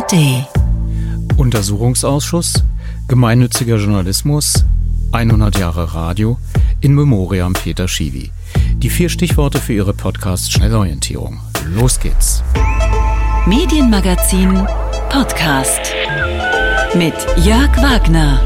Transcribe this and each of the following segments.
ARD. Untersuchungsausschuss, gemeinnütziger Journalismus, 100 Jahre Radio, in Memoriam Peter Schiwy. Die 4 Stichworte für Ihre Podcast-Schnellorientierung. Los geht's. Medienmagazin Podcast mit Jörg Wagner.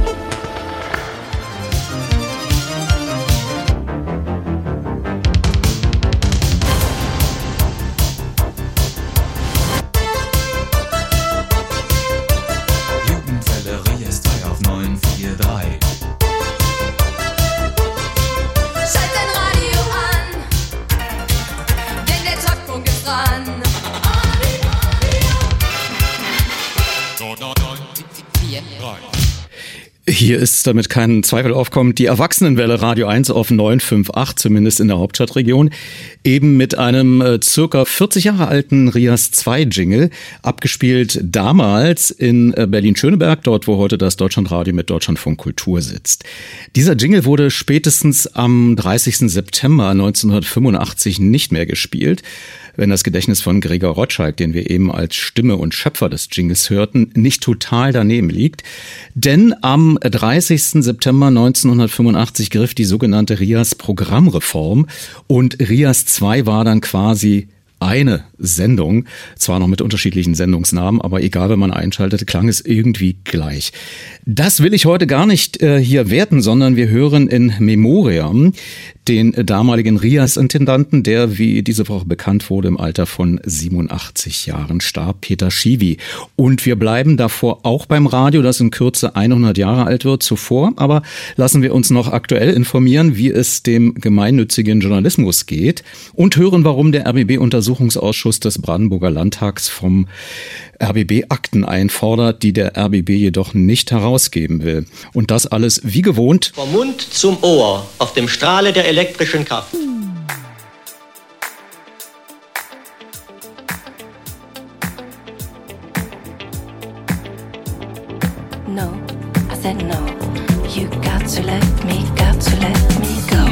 Hier ist, damit kein Zweifel aufkommt, die Erwachsenenwelle Radio 1 auf 958, zumindest in der Hauptstadtregion, eben mit einem circa 40 Jahre alten RIAS 2 Jingle, abgespielt damals in Berlin-Schöneberg, dort wo heute das Deutschlandradio mit Deutschlandfunk Kultur sitzt. Dieser Jingle wurde spätestens am 30. September 1985 nicht mehr gespielt, wenn das Gedächtnis von Gregor Rotschalk, den wir eben als Stimme und Schöpfer des Jingles hörten, nicht total daneben liegt. Denn am 30. September 1985 griff die sogenannte RIAS-Programmreform und RIAS 2 war dann quasi eine Sendung, zwar noch mit unterschiedlichen Sendungsnamen, aber egal, wenn man einschaltete, klang es irgendwie gleich. Das will ich heute gar nicht hier werten, sondern wir hören in Memoriam den damaligen RIAS-Intendanten, der, wie diese Woche bekannt wurde, im Alter von 87 Jahren starb, Peter Schiwy. Und wir bleiben davor auch beim Radio, das in Kürze 100 Jahre alt wird, zuvor. Aber lassen wir uns noch aktuell informieren, wie es dem gemeinnützigen Journalismus geht und hören, warum der RBB-Untersuchungsausschuss des Brandenburger Landtags vom RBB Akten einfordert, die der RBB jedoch nicht herausgeben will. Und das alles wie gewohnt vom Mund zum Ohr auf dem Strahle der elektrischen Kraft. No, I said no. You got to let me go.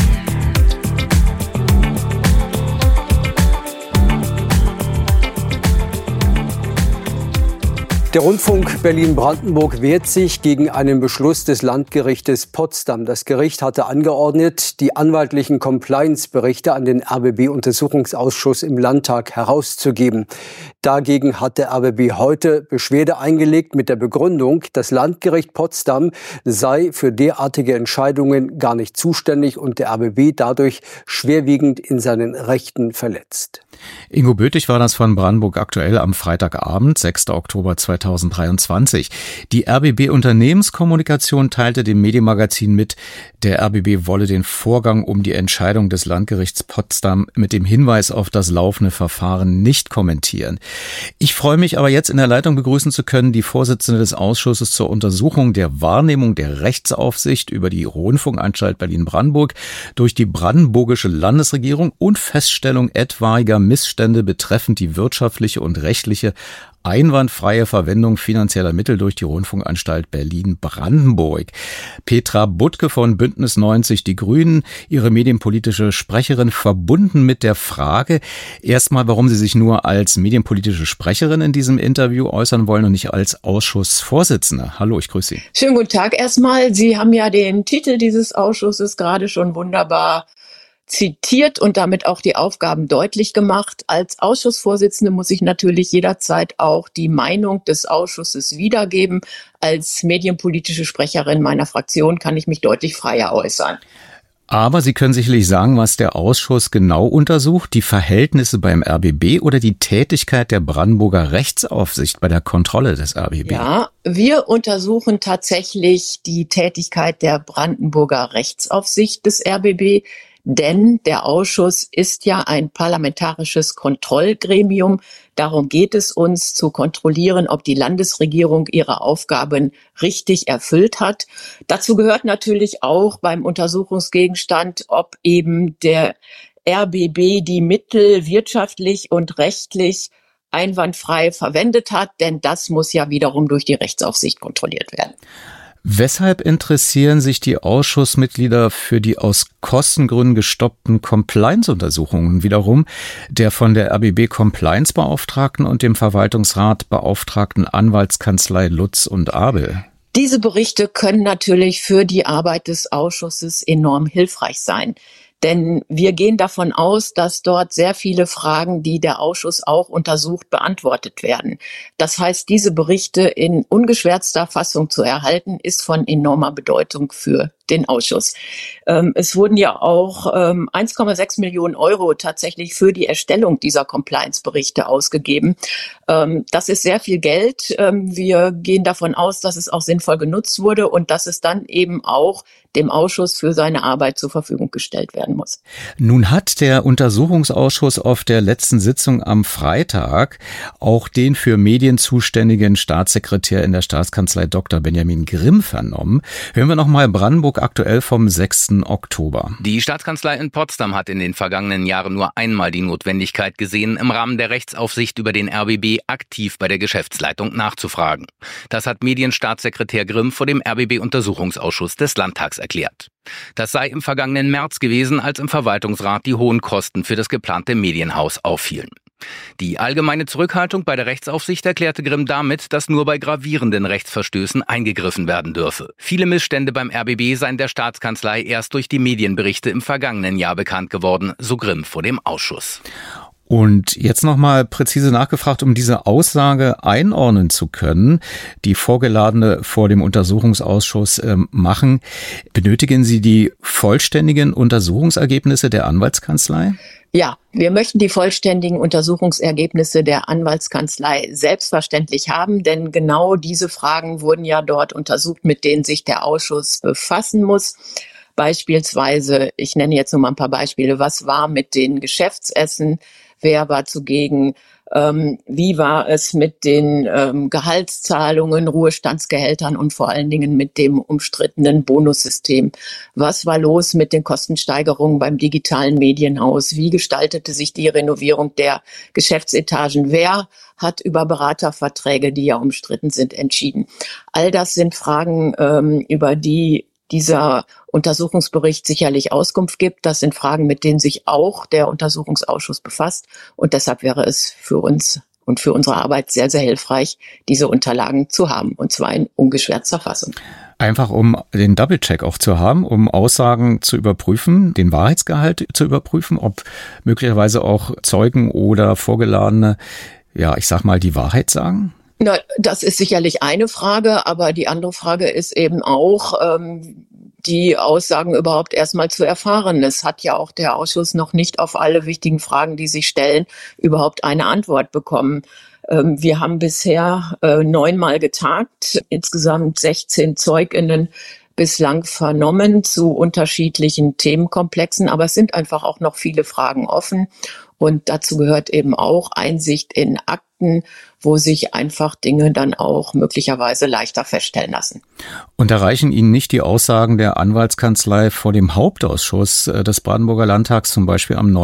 Der Rundfunk Berlin-Brandenburg wehrt sich gegen einen Beschluss des Landgerichtes Potsdam. Das Gericht hatte angeordnet, die anwaltlichen Compliance-Berichte an den RBB-Untersuchungsausschuss im Landtag herauszugeben. Dagegen hat der RBB heute Beschwerde eingelegt mit der Begründung, das Landgericht Potsdam sei für derartige Entscheidungen gar nicht zuständig und der RBB dadurch schwerwiegend in seinen Rechten verletzt. Ingo Böthig war das von Brandenburg aktuell am Freitagabend, 6. Oktober 2023. Die RBB Unternehmenskommunikation teilte dem Medienmagazin mit, der RBB wolle den Vorgang um die Entscheidung des Landgerichts Potsdam mit dem Hinweis auf das laufende Verfahren nicht kommentieren. Ich freue mich aber jetzt in der Leitung begrüßen zu können, die Vorsitzende des Ausschusses zur Untersuchung der Wahrnehmung der Rechtsaufsicht über die Rundfunkanstalt Berlin-Brandenburg durch die brandenburgische Landesregierung und Feststellung etwaiger Missstände betreffend die wirtschaftliche und rechtliche einwandfreie Verwendung finanzieller Mittel durch die Rundfunkanstalt Berlin-Brandenburg. Petra Butke von Bündnis 90 Die Grünen, ihre medienpolitische Sprecherin, verbunden mit der Frage, erstmal, warum Sie sich nur als medienpolitische Sprecherin in diesem Interview äußern wollen und nicht als Ausschussvorsitzende. Hallo, ich grüße Sie. Schönen guten Tag erstmal. Sie haben ja den Titel dieses Ausschusses gerade schon wunderbar zitiert und damit auch die Aufgaben deutlich gemacht. Als Ausschussvorsitzende muss ich natürlich jederzeit auch die Meinung des Ausschusses wiedergeben. Als medienpolitische Sprecherin meiner Fraktion kann ich mich deutlich freier äußern. Aber Sie können sicherlich sagen, was der Ausschuss genau untersucht, die Verhältnisse beim RBB oder die Tätigkeit der Brandenburger Rechtsaufsicht bei der Kontrolle des RBB? Ja, wir untersuchen tatsächlich die Tätigkeit der Brandenburger Rechtsaufsicht des RBB. Denn der Ausschuss ist ja ein parlamentarisches Kontrollgremium. Darum geht es uns, zu kontrollieren, ob die Landesregierung ihre Aufgaben richtig erfüllt hat. Dazu gehört natürlich auch beim Untersuchungsgegenstand, ob eben der RBB die Mittel wirtschaftlich und rechtlich einwandfrei verwendet hat. Denn das muss ja wiederum durch die Rechtsaufsicht kontrolliert werden. Weshalb interessieren sich die Ausschussmitglieder für die aus Kostengründen gestoppten Compliance-Untersuchungen wiederum der von der RBB Compliance-Beauftragten und dem Verwaltungsrat beauftragten Anwaltskanzlei Lutz und Abel? Diese Berichte können natürlich für die Arbeit des Ausschusses enorm hilfreich sein. Denn wir gehen davon aus, dass dort sehr viele Fragen, die der Ausschuss auch untersucht, beantwortet werden. Das heißt, diese Berichte in ungeschwärzter Fassung zu erhalten, ist von enormer Bedeutung für den Ausschuss. Es wurden ja auch 1,6 Millionen Euro tatsächlich für die Erstellung dieser Compliance-Berichte ausgegeben. Das ist sehr viel Geld. Wir gehen davon aus, dass es auch sinnvoll genutzt wurde und dass es dann eben auch dem Ausschuss für seine Arbeit zur Verfügung gestellt werden muss. Nun hat der Untersuchungsausschuss auf der letzten Sitzung am Freitag auch den für Medien zuständigen Staatssekretär in der Staatskanzlei Dr. Benjamin Grimm vernommen. Hören wir nochmal Brandenburg aktuell vom 6. Oktober. Die Staatskanzlei in Potsdam hat in den vergangenen Jahren nur einmal die Notwendigkeit gesehen, im Rahmen der Rechtsaufsicht über den RBB aktiv bei der Geschäftsleitung nachzufragen. Das hat Medienstaatssekretär Grimm vor dem RBB-Untersuchungsausschuss des Landtags erklärt. Das sei im vergangenen März gewesen, als im Verwaltungsrat die hohen Kosten für das geplante Medienhaus auffielen. Die allgemeine Zurückhaltung bei der Rechtsaufsicht erklärte Grimm damit, dass nur bei gravierenden Rechtsverstößen eingegriffen werden dürfe. Viele Missstände beim RBB seien der Staatskanzlei erst durch die Medienberichte im vergangenen Jahr bekannt geworden, so Grimm vor dem Ausschuss. Und jetzt nochmal präzise nachgefragt, um diese Aussage einordnen zu können, die Vorgeladene vor dem Untersuchungsausschuss machen. Benötigen Sie die vollständigen Untersuchungsergebnisse der Anwaltskanzlei? Ja, wir möchten die vollständigen Untersuchungsergebnisse der Anwaltskanzlei selbstverständlich haben, denn genau diese Fragen wurden ja dort untersucht, mit denen sich der Ausschuss befassen muss. Beispielsweise, ich nenne jetzt nur mal ein paar Beispiele, was war mit den Geschäftsessen, wer war zugegen, wie war es mit den Gehaltszahlungen, Ruhestandsgehältern und vor allen Dingen mit dem umstrittenen Bonussystem. Was war los mit den Kostensteigerungen beim digitalen Medienhaus? Wie gestaltete sich die Renovierung der Geschäftsetagen? Wer hat über Beraterverträge, die ja umstritten sind, entschieden? All das sind Fragen, über die dieser Untersuchungsbericht sicherlich Auskunft gibt. Das sind Fragen, mit denen sich auch der Untersuchungsausschuss befasst. Und deshalb wäre es für uns und für unsere Arbeit sehr, sehr hilfreich, diese Unterlagen zu haben. Und zwar in ungeschwärzter Fassung. Einfach um den Double-Check auch zu haben, um Aussagen zu überprüfen, den Wahrheitsgehalt zu überprüfen, ob möglicherweise auch Zeugen oder Vorgeladene, ja, ich sag mal, die Wahrheit sagen? Na, das ist sicherlich eine Frage, aber die andere Frage ist eben auch, die Aussagen überhaupt erstmal zu erfahren. Es hat ja auch der Ausschuss noch nicht auf alle wichtigen Fragen, die sich stellen, überhaupt eine Antwort bekommen. Wir haben bisher 9-mal getagt, insgesamt 16 ZeugInnen bislang vernommen zu unterschiedlichen Themenkomplexen, aber es sind einfach auch noch viele Fragen offen. Und dazu gehört eben auch Einsicht in Akten, wo sich einfach Dinge dann auch möglicherweise leichter feststellen lassen. Und erreichen Ihnen nicht die Aussagen der Anwaltskanzlei vor dem Hauptausschuss des Brandenburger Landtags, zum Beispiel am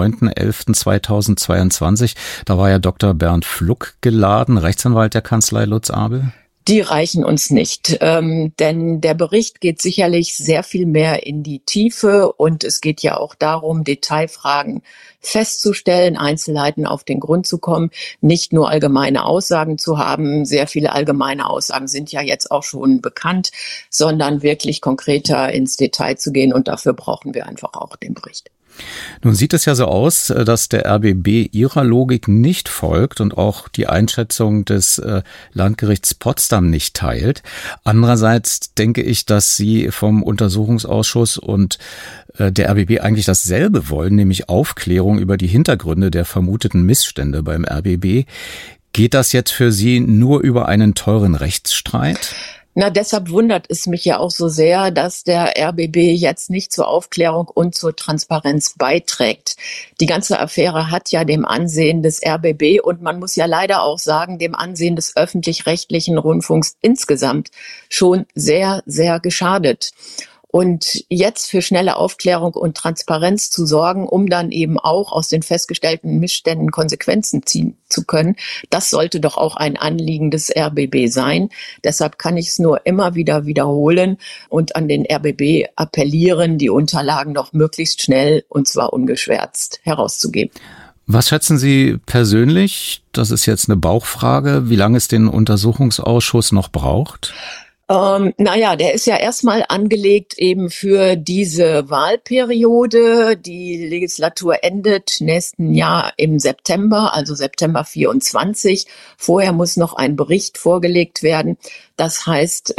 9.11.2022? Da war ja Dr. Bernd Fluck geladen, Rechtsanwalt der Kanzlei Lutz Abel. Die reichen uns nicht, denn der Bericht geht sicherlich sehr viel mehr in die Tiefe und es geht ja auch darum, Detailfragen festzustellen, Einzelheiten auf den Grund zu kommen, nicht nur allgemeine Aussagen zu haben. Sehr viele allgemeine Aussagen sind ja jetzt auch schon bekannt, sondern wirklich konkreter ins Detail zu gehen und dafür brauchen wir einfach auch den Bericht. Nun sieht es ja so aus, dass der RBB ihrer Logik nicht folgt und auch die Einschätzung des Landgerichts Potsdam nicht teilt. Andererseits denke ich, dass Sie vom Untersuchungsausschuss und der RBB eigentlich dasselbe wollen, nämlich Aufklärung über die Hintergründe der vermuteten Missstände beim RBB. Geht das jetzt für Sie nur über einen teuren Rechtsstreit? Na, deshalb wundert es mich ja auch so sehr, dass der RBB jetzt nicht zur Aufklärung und zur Transparenz beiträgt. Die ganze Affäre hat ja dem Ansehen des RBB und man muss ja leider auch sagen, dem Ansehen des öffentlich-rechtlichen Rundfunks insgesamt schon sehr, sehr geschadet. Und jetzt für schnelle Aufklärung und Transparenz zu sorgen, um dann eben auch aus den festgestellten Missständen Konsequenzen ziehen zu können, das sollte doch auch ein Anliegen des RBB sein. Deshalb kann ich es nur immer wieder wiederholen und an den RBB appellieren, die Unterlagen doch möglichst schnell und zwar ungeschwärzt herauszugeben. Was schätzen Sie persönlich, das ist jetzt eine Bauchfrage, wie lange es den Untersuchungsausschuss noch braucht? Der ist ja erstmal angelegt eben für diese Wahlperiode. Die Legislatur endet nächsten Jahr im September, also September 24. Vorher muss noch ein Bericht vorgelegt werden. Das heißt,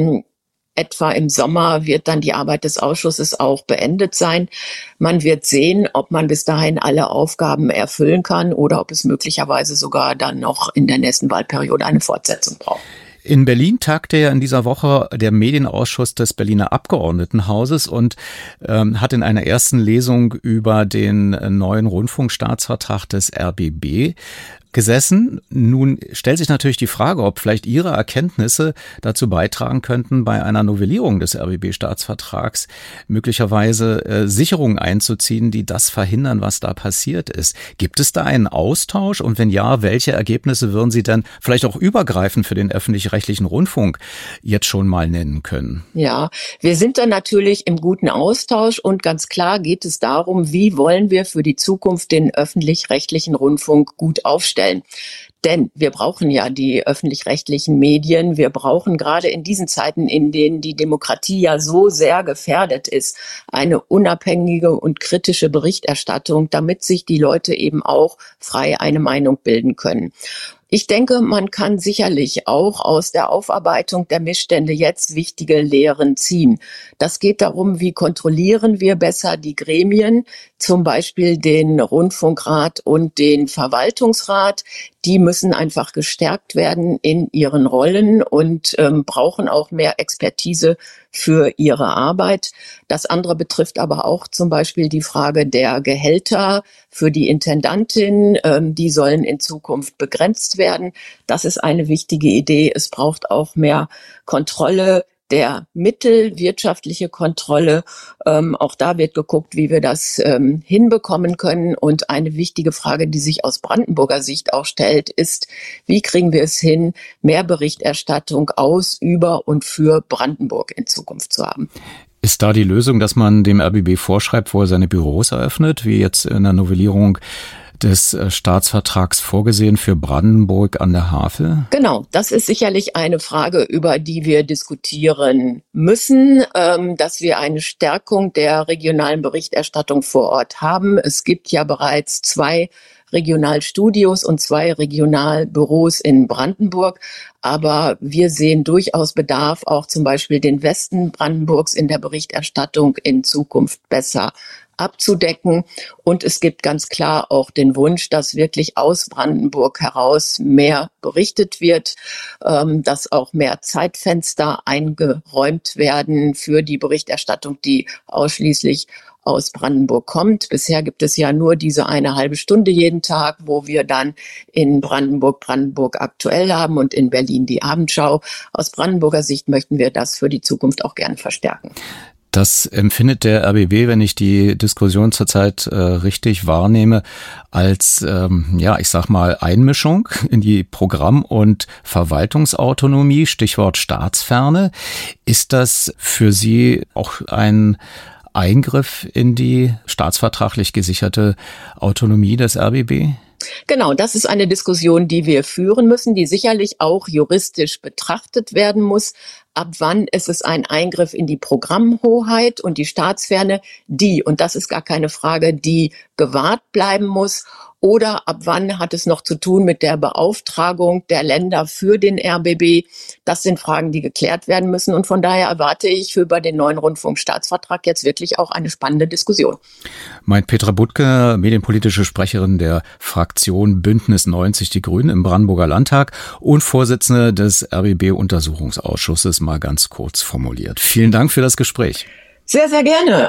etwa im Sommer wird dann die Arbeit des Ausschusses auch beendet sein. Man wird sehen, ob man bis dahin alle Aufgaben erfüllen kann oder ob es möglicherweise sogar dann noch in der nächsten Wahlperiode eine Fortsetzung braucht. In Berlin tagte ja in dieser Woche der Medienausschuss des Berliner Abgeordnetenhauses und hat in einer ersten Lesung über den neuen Rundfunkstaatsvertrag des RBB gesessen. Nun stellt sich natürlich die Frage, ob vielleicht Ihre Erkenntnisse dazu beitragen könnten, bei einer Novellierung des RBB-Staatsvertrags möglicherweise Sicherungen einzuziehen, die das verhindern, was da passiert ist. Gibt es da einen Austausch? Und wenn ja, welche Ergebnisse würden Sie dann vielleicht auch übergreifend für den öffentlich-rechtlichen Rundfunk jetzt schon mal nennen können? Ja, wir sind da natürlich im guten Austausch und ganz klar geht es darum, wie wollen wir für die Zukunft den öffentlich-rechtlichen Rundfunk gut aufstellen. Denn wir brauchen ja die öffentlich-rechtlichen Medien. Wir brauchen gerade in diesen Zeiten, in denen die Demokratie ja so sehr gefährdet ist, eine unabhängige und kritische Berichterstattung, damit sich die Leute eben auch frei eine Meinung bilden können. Ich denke, man kann sicherlich auch aus der Aufarbeitung der Missstände jetzt wichtige Lehren ziehen. Das geht darum, wie kontrollieren wir besser die Gremien, zum Beispiel den Rundfunkrat und den Verwaltungsrat. Die müssen einfach gestärkt werden in ihren Rollen und brauchen auch mehr Expertise für ihre Arbeit. Das andere betrifft aber auch zum Beispiel die Frage der Gehälter für die Intendantin. Die sollen in Zukunft begrenzt werden. Das ist eine wichtige Idee. Es braucht auch mehr Kontrolle der Mittel, wirtschaftliche Kontrolle. Auch da wird geguckt, wie wir das hinbekommen können. Und eine wichtige Frage, die sich aus Brandenburger Sicht auch stellt, ist, wie kriegen wir es hin, mehr Berichterstattung aus, über und für Brandenburg in Zukunft zu haben? Ist da die Lösung, dass man dem RBB vorschreibt, wo er seine Büros eröffnet, wie jetzt in der Novellierung des Staatsvertrags vorgesehen für Brandenburg an der Havel? Genau, das ist sicherlich eine Frage, über die wir diskutieren müssen, dass wir eine Stärkung der regionalen Berichterstattung vor Ort haben. Es gibt ja bereits 2 Regionalstudios und 2 Regionalbüros in Brandenburg. Aber wir sehen durchaus Bedarf, auch zum Beispiel den Westen Brandenburgs in der Berichterstattung in Zukunft besser abzudecken. Und es gibt ganz klar auch den Wunsch, dass wirklich aus Brandenburg heraus mehr berichtet wird, dass auch mehr Zeitfenster eingeräumt werden für die Berichterstattung, die ausschließlich aus Brandenburg kommt. Bisher gibt es ja nur diese eine halbe Stunde jeden Tag, wo wir dann in Brandenburg aktuell haben und in Berlin die Abendschau. Aus Brandenburger Sicht möchten wir das für die Zukunft auch gerne verstärken. Das empfindet der RBB, wenn ich die Diskussion zurzeit richtig wahrnehme, als, ich sag mal, Einmischung in die Programm- und Verwaltungsautonomie, Stichwort Staatsferne. Ist das für Sie auch ein Eingriff in die staatsvertraglich gesicherte Autonomie des RBB? Genau, das ist eine Diskussion, die wir führen müssen, die sicherlich auch juristisch betrachtet werden muss. Ab wann ist es ein Eingriff in die Programmhoheit und die Staatsferne, und das ist gar keine Frage, die gewahrt bleiben muss? Oder ab wann hat es noch zu tun mit der Beauftragung der Länder für den RBB? Das sind Fragen, die geklärt werden müssen. Und von daher erwarte ich über den neuen Rundfunkstaatsvertrag jetzt wirklich auch eine spannende Diskussion. Meint Petra Butke, medienpolitische Sprecherin der Fraktion Bündnis 90 Die Grünen im Brandenburger Landtag und Vorsitzende des RBB-Untersuchungsausschusses, mal ganz kurz formuliert. Vielen Dank für das Gespräch. Sehr, sehr gerne.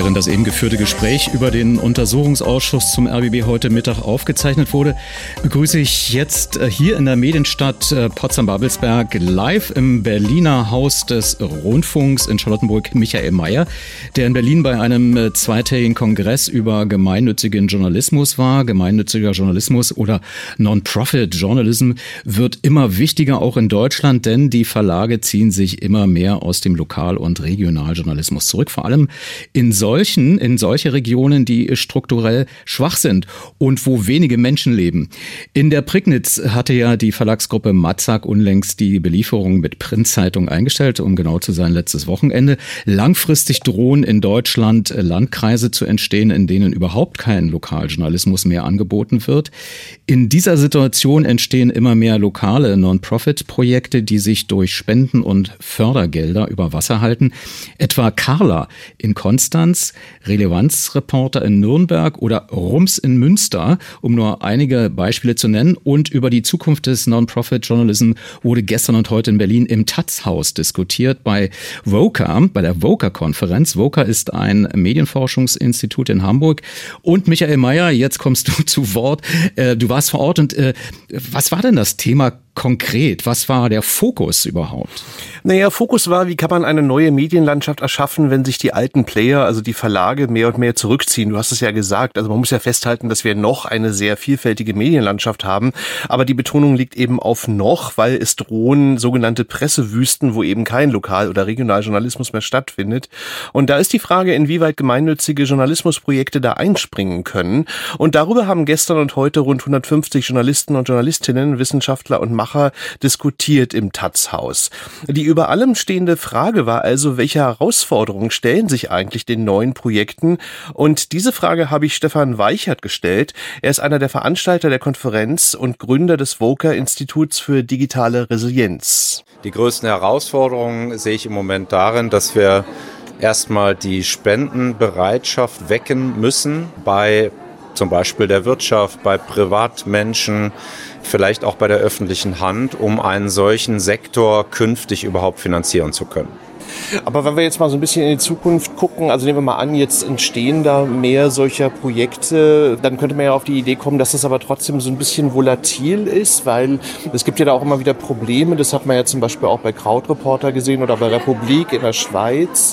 während das eben geführte Gespräch über den Untersuchungsausschuss zum RBB heute Mittag aufgezeichnet wurde, begrüße ich jetzt hier in der Medienstadt Potsdam-Babelsberg live im Berliner Haus des Rundfunks in Charlottenburg Michael Mayer, der in Berlin bei einem zweitägigen Kongress über gemeinnützigen Journalismus war. Gemeinnütziger Journalismus oder Non-Profit-Journalism wird immer wichtiger, auch in Deutschland, denn die Verlage ziehen sich immer mehr aus dem Lokal- und Regionaljournalismus zurück, vor allem in solche Regionen, die strukturell schwach sind und wo wenige Menschen leben. In der Prignitz hatte ja die Verlagsgruppe Matzak unlängst die Belieferung mit Printzeitungen eingestellt, um genau zu sein, letztes Wochenende. Langfristig drohen in Deutschland Landkreise zu entstehen, in denen überhaupt kein Lokaljournalismus mehr angeboten wird. In dieser Situation entstehen immer mehr lokale Non-Profit-Projekte, die sich durch Spenden und Fördergelder über Wasser halten. Etwa Carla in Konstanz, Relevanzreporter in Nürnberg oder Rums in Münster, um nur einige Beispiele zu nennen. Und über die Zukunft des Non-Profit-Journalism wurde gestern und heute in Berlin im Taz-Haus diskutiert bei VOCA, bei der VOCA-Konferenz. VOCA ist ein Medienforschungsinstitut in Hamburg. Und Michael Mayer, jetzt kommst du zu Wort. Du warst vor Ort und was war denn das Thema konkret? Was war der Fokus überhaupt? Naja, Fokus war, wie kann man eine neue Medienlandschaft erschaffen, wenn sich die alten Player, also die Verlage, mehr und mehr zurückziehen. Du hast es ja gesagt, also man muss ja festhalten, dass wir noch eine sehr vielfältige Medienlandschaft haben, aber die Betonung liegt eben auf noch, weil es drohen sogenannte Pressewüsten, wo eben kein Lokal- oder Regionaljournalismus mehr stattfindet. Und da ist die Frage, inwieweit gemeinnützige Journalismusprojekte da einspringen können. Und darüber haben gestern und heute rund 150 Journalisten und Journalistinnen, Wissenschaftler und Macher diskutiert im Taz-Haus. Die über allem stehende Frage war also, welche Herausforderungen stellen sich eigentlich den neuen Projekten? Und diese Frage habe ich Stefan Weichert gestellt. Er ist einer der Veranstalter der Konferenz und Gründer des VOCA-Instituts für digitale Resilienz. Die größten Herausforderungen sehe ich im Moment darin, dass wir erstmal die Spendenbereitschaft wecken müssen bei zum Beispiel der Wirtschaft, bei Privatmenschen, vielleicht auch bei der öffentlichen Hand, um einen solchen Sektor künftig überhaupt finanzieren zu können. Aber wenn wir jetzt mal so ein bisschen in die Zukunft gucken, also nehmen wir mal an, jetzt entstehen da mehr solcher Projekte, dann könnte man ja auf die Idee kommen, dass das aber trotzdem so ein bisschen volatil ist, weil es gibt ja da auch immer wieder Probleme, das hat man ja zum Beispiel auch bei Krautreporter gesehen oder bei Republik in der Schweiz.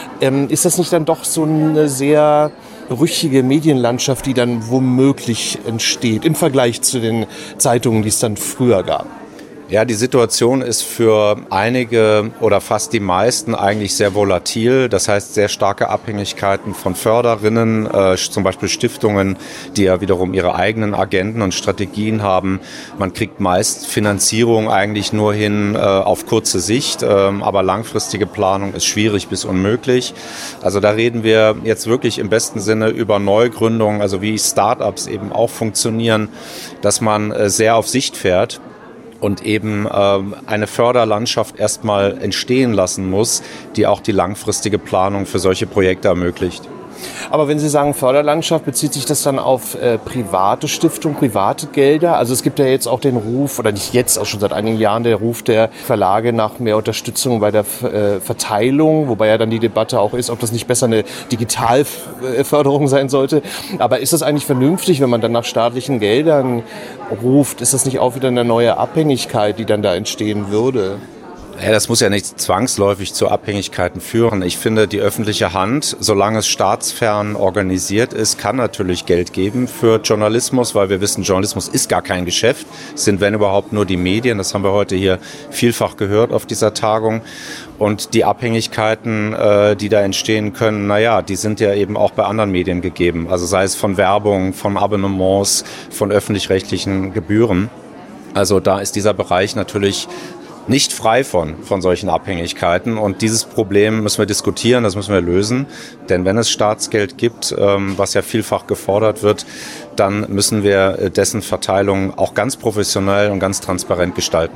Ist das nicht dann doch so eine sehr rüchige Medienlandschaft, die dann womöglich entsteht im Vergleich zu den Zeitungen, die es dann früher gab? Ja, die Situation ist für einige oder fast die meisten eigentlich sehr volatil. Das heißt, sehr starke Abhängigkeiten von Förderinnen, zum Beispiel Stiftungen, die ja wiederum ihre eigenen Agenden und Strategien haben. Man kriegt meist Finanzierung eigentlich nur hin auf kurze Sicht, aber langfristige Planung ist schwierig bis unmöglich. Also da reden wir jetzt wirklich im besten Sinne über Neugründungen, also wie Startups eben auch funktionieren, dass man sehr auf Sicht fährt und eben eine Förderlandschaft erstmal entstehen lassen muss, die auch die langfristige Planung für solche Projekte ermöglicht. Aber wenn Sie sagen Förderlandschaft, bezieht sich das dann auf private Stiftungen, private Gelder? Also es gibt ja jetzt auch den Ruf, oder nicht jetzt, auch schon seit einigen Jahren, der Ruf der Verlage nach mehr Unterstützung bei der Verteilung, wobei ja dann die Debatte auch ist, ob das nicht besser eine Digitalförderung sein sollte. Aber ist das eigentlich vernünftig, wenn man dann nach staatlichen Geldern ruft? Ist das nicht auch wieder eine neue Abhängigkeit, die dann da entstehen würde? Ja, das muss ja nicht zwangsläufig zu Abhängigkeiten führen. Ich finde, die öffentliche Hand, solange es staatsfern organisiert ist, kann natürlich Geld geben für Journalismus, weil wir wissen, Journalismus ist gar kein Geschäft. Es sind, wenn überhaupt, nur die Medien. Das haben wir heute hier vielfach gehört auf dieser Tagung. Und die Abhängigkeiten, die da entstehen können, naja, die sind ja eben auch bei anderen Medien gegeben. Also sei es von Werbung, von Abonnements, von öffentlich-rechtlichen Gebühren. Also da ist dieser Bereich natürlich nicht frei von solchen Abhängigkeiten. Und dieses Problem müssen wir diskutieren, das müssen wir lösen. Denn wenn es Staatsgeld gibt, was ja vielfach gefordert wird, dann müssen wir dessen Verteilung auch ganz professionell und ganz transparent gestalten.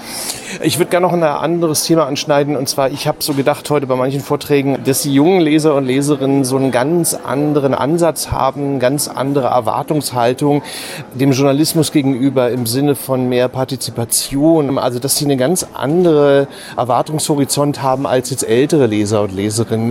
Ich würde gerne noch ein anderes Thema anschneiden, und zwar, ich habe so gedacht heute bei manchen Vorträgen, dass die jungen Leser und Leserinnen so einen ganz anderen Ansatz haben, ganz andere Erwartungshaltung dem Journalismus gegenüber im Sinne von mehr Partizipation, also dass sie eine ganz andere Erwartungshorizont haben als jetzt ältere Leser und Leserinnen.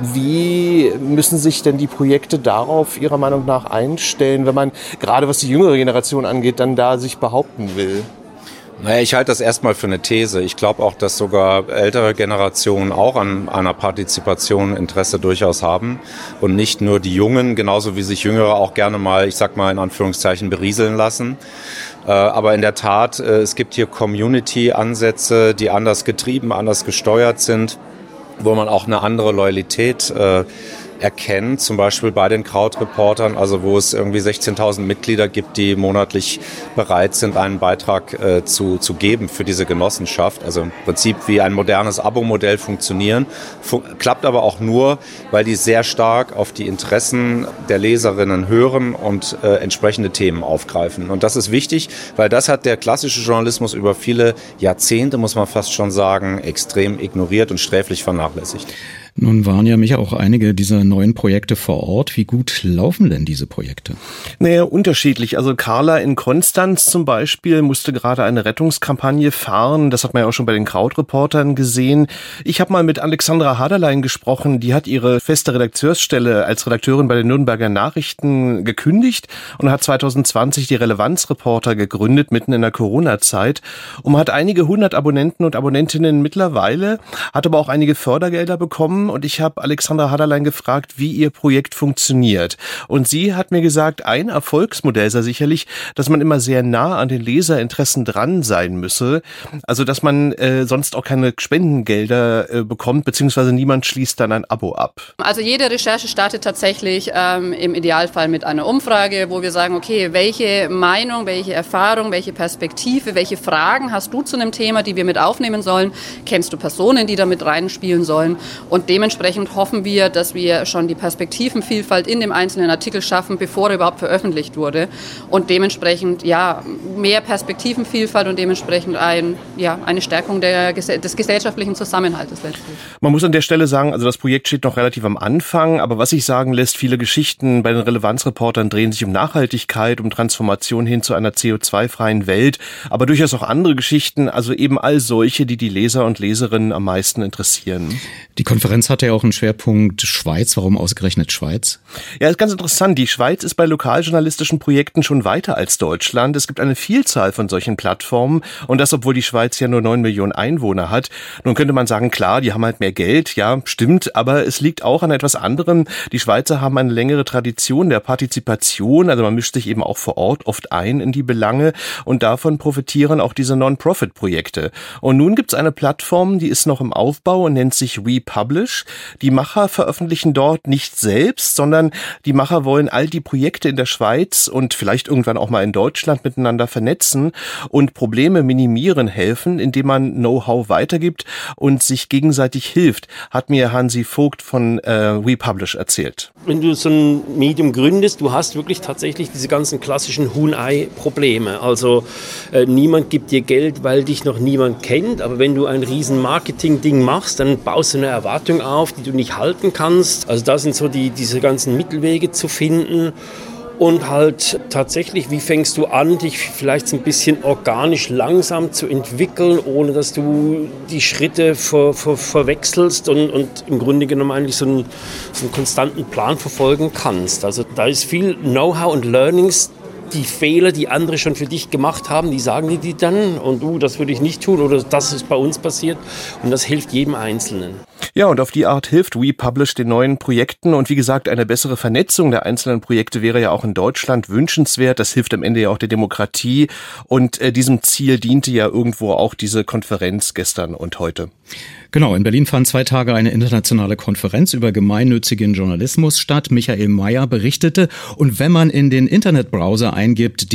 Wie müssen sich denn die Projekte darauf Ihrer Meinung nach einstellen, wenn man gerade was die jüngere Generation angeht, dann da sich behaupten will? Naja, ich halte das erstmal für eine These. Ich glaube auch, dass sogar ältere Generationen auch an einer Partizipation Interesse durchaus haben und nicht nur die Jungen, genauso wie sich Jüngere auch gerne mal, ich sag mal in Anführungszeichen, berieseln lassen. Aber in der Tat, es gibt hier Community-Ansätze, die anders getrieben, anders gesteuert sind, wo man auch eine andere Loyalität erkennt, zum Beispiel bei den Krautreportern, also wo es irgendwie 16.000 Mitglieder gibt, die monatlich bereit sind, einen Beitrag zu geben für diese Genossenschaft. Also im Prinzip wie ein modernes Abo-Modell funktionieren. Klappt aber auch nur, weil die sehr stark auf die Interessen der Leserinnen hören und entsprechende Themen aufgreifen. Und das ist wichtig, weil das hat der klassische Journalismus über viele Jahrzehnte, muss man fast schon sagen, extrem ignoriert und sträflich vernachlässigt. Nun waren ja, Micha, auch einige dieser neuen Projekte vor Ort. Wie gut laufen denn diese Projekte? Naja, unterschiedlich. Also Carla in Konstanz zum Beispiel musste gerade eine Rettungskampagne fahren. Das hat man ja auch schon bei den Krautreportern gesehen. Ich habe mal mit Alexandra Haderlein gesprochen. Die hat ihre feste Redakteursstelle als Redakteurin bei den Nürnberger Nachrichten gekündigt und hat 2020 die Relevanzreporter gegründet, mitten in der Corona-Zeit. Und man hat einige 100 Abonnenten und Abonnentinnen mittlerweile, hat aber auch einige Fördergelder bekommen. Und ich habe Alexandra Haderlein gefragt, wie ihr Projekt funktioniert. Und sie hat mir gesagt, ein Erfolgsmodell sei sicherlich, dass man immer sehr nah an den Leserinteressen dran sein müsse. Also dass man sonst auch keine Spendengelder bekommt, beziehungsweise niemand schließt dann ein Abo ab. Also jede Recherche startet tatsächlich im Idealfall mit einer Umfrage, wo wir sagen, okay, welche Meinung, welche Erfahrung, welche Perspektive, welche Fragen hast du zu einem Thema, die wir mit aufnehmen sollen? Kennst du Personen, die da mit reinspielen sollen? Und dementsprechend hoffen wir, dass wir schon die Perspektivenvielfalt in dem einzelnen Artikel schaffen, bevor er überhaupt veröffentlicht wurde. Und dementsprechend mehr Perspektivenvielfalt und dementsprechend eine Stärkung des gesellschaftlichen Zusammenhaltes letztlich. Man muss an der Stelle sagen, also das Projekt steht noch relativ am Anfang, aber was sich sagen lässt, viele Geschichten bei den Relevanzreportern drehen sich um Nachhaltigkeit, um Transformation hin zu einer CO2-freien Welt, aber durchaus auch andere Geschichten, also eben all solche, die die Leser und Leserinnen am meisten interessieren. Die Konferenz hatte ja auch einen Schwerpunkt Schweiz. Warum ausgerechnet Schweiz? Ja, ist ganz interessant. Die Schweiz ist bei lokaljournalistischen Projekten schon weiter als Deutschland. Es gibt eine Vielzahl von solchen Plattformen und das, obwohl die Schweiz ja nur 9 Millionen Einwohner hat. Nun könnte man sagen, klar, die haben halt mehr Geld. Ja, stimmt, aber es liegt auch an etwas anderem. Die Schweizer haben eine längere Tradition der Partizipation. Also man mischt sich eben auch vor Ort oft ein in die Belange und davon profitieren auch diese Non-Profit-Projekte. Und nun gibt es eine Plattform, die ist noch im Aufbau und nennt sich WePublish. Die Macher veröffentlichen dort nicht selbst, sondern die Macher wollen all die Projekte in der Schweiz und vielleicht irgendwann auch mal in Deutschland miteinander vernetzen und Probleme minimieren helfen, indem man Know-how weitergibt und sich gegenseitig hilft, hat mir Hansi Vogt von WePublish erzählt. Wenn du so ein Medium gründest, du hast wirklich tatsächlich diese ganzen klassischen Huhn-Ei-Probleme. Also niemand gibt dir Geld, weil dich noch niemand kennt, aber wenn du ein riesen Marketing-Ding machst, dann baust du eine Erwartung auf, die du nicht halten kannst. Also da sind so diese ganzen Mittelwege zu finden. Und halt tatsächlich, wie fängst du an, dich vielleicht so ein bisschen organisch langsam zu entwickeln, ohne dass du die Schritte verwechselst und im Grunde genommen eigentlich so einen konstanten Plan verfolgen kannst. Also da ist viel Know-how und Learnings. Die Fehler, die andere schon für dich gemacht haben, die sagen dir dann und das würde ich nicht tun oder das ist bei uns passiert und das hilft jedem Einzelnen. Ja, und auf die Art hilft WePublish den neuen Projekten und wie gesagt, eine bessere Vernetzung der einzelnen Projekte wäre ja auch in Deutschland wünschenswert. Das hilft am Ende ja auch der Demokratie und diesem Ziel diente ja irgendwo auch diese Konferenz gestern und heute. Genau, in Berlin fand 2 Tage eine internationale Konferenz über gemeinnützigen Journalismus statt. Michael Mayer berichtete. Und wenn man in den Internetbrowser eingibt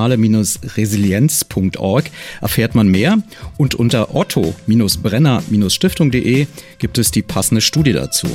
digitale-resilienz.org, erfährt man mehr. Und unter otto-brenner-stiftung.de gibt es die passende Studie dazu.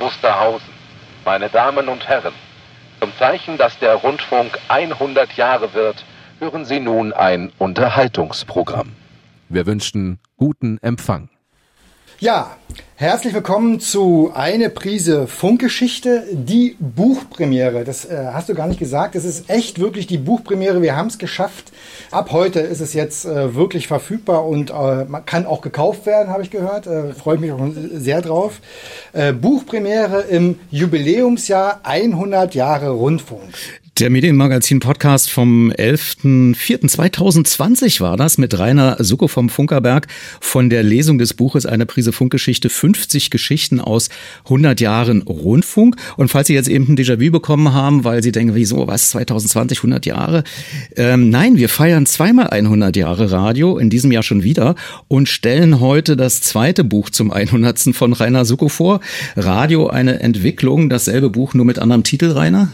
Wusterhausen. Meine Damen und Herren, zum Zeichen, dass der Rundfunk 100 Jahre wird, hören Sie nun ein Unterhaltungsprogramm. Wir wünschen guten Empfang. Ja, herzlich willkommen zu Eine Prise Funkgeschichte, die Buchpremiere. Das hast du gar nicht gesagt. Es ist echt wirklich die Buchpremiere. Wir haben es geschafft. Ab heute ist es jetzt wirklich verfügbar und man kann auch gekauft werden, habe ich gehört. Freue ich mich auch sehr drauf. Buchpremiere im Jubiläumsjahr 100 Jahre Rundfunk. Der Medienmagazin-Podcast vom 11.04.2020 war das mit Rainer Suckow vom Funkerberg von der Lesung des Buches Eine Prise Funkgeschichte, 50 Geschichten aus 100 Jahren Rundfunk. Und falls Sie jetzt eben ein Déjà-vu bekommen haben, weil Sie denken, wieso, was, 2020, 100 Jahre? Nein, wir feiern zweimal 100 Jahre Radio, in diesem Jahr schon wieder, und stellen heute das zweite Buch zum 100. von Rainer Suckow vor. Radio, eine Entwicklung, dasselbe Buch, nur mit anderem Titel, Rainer?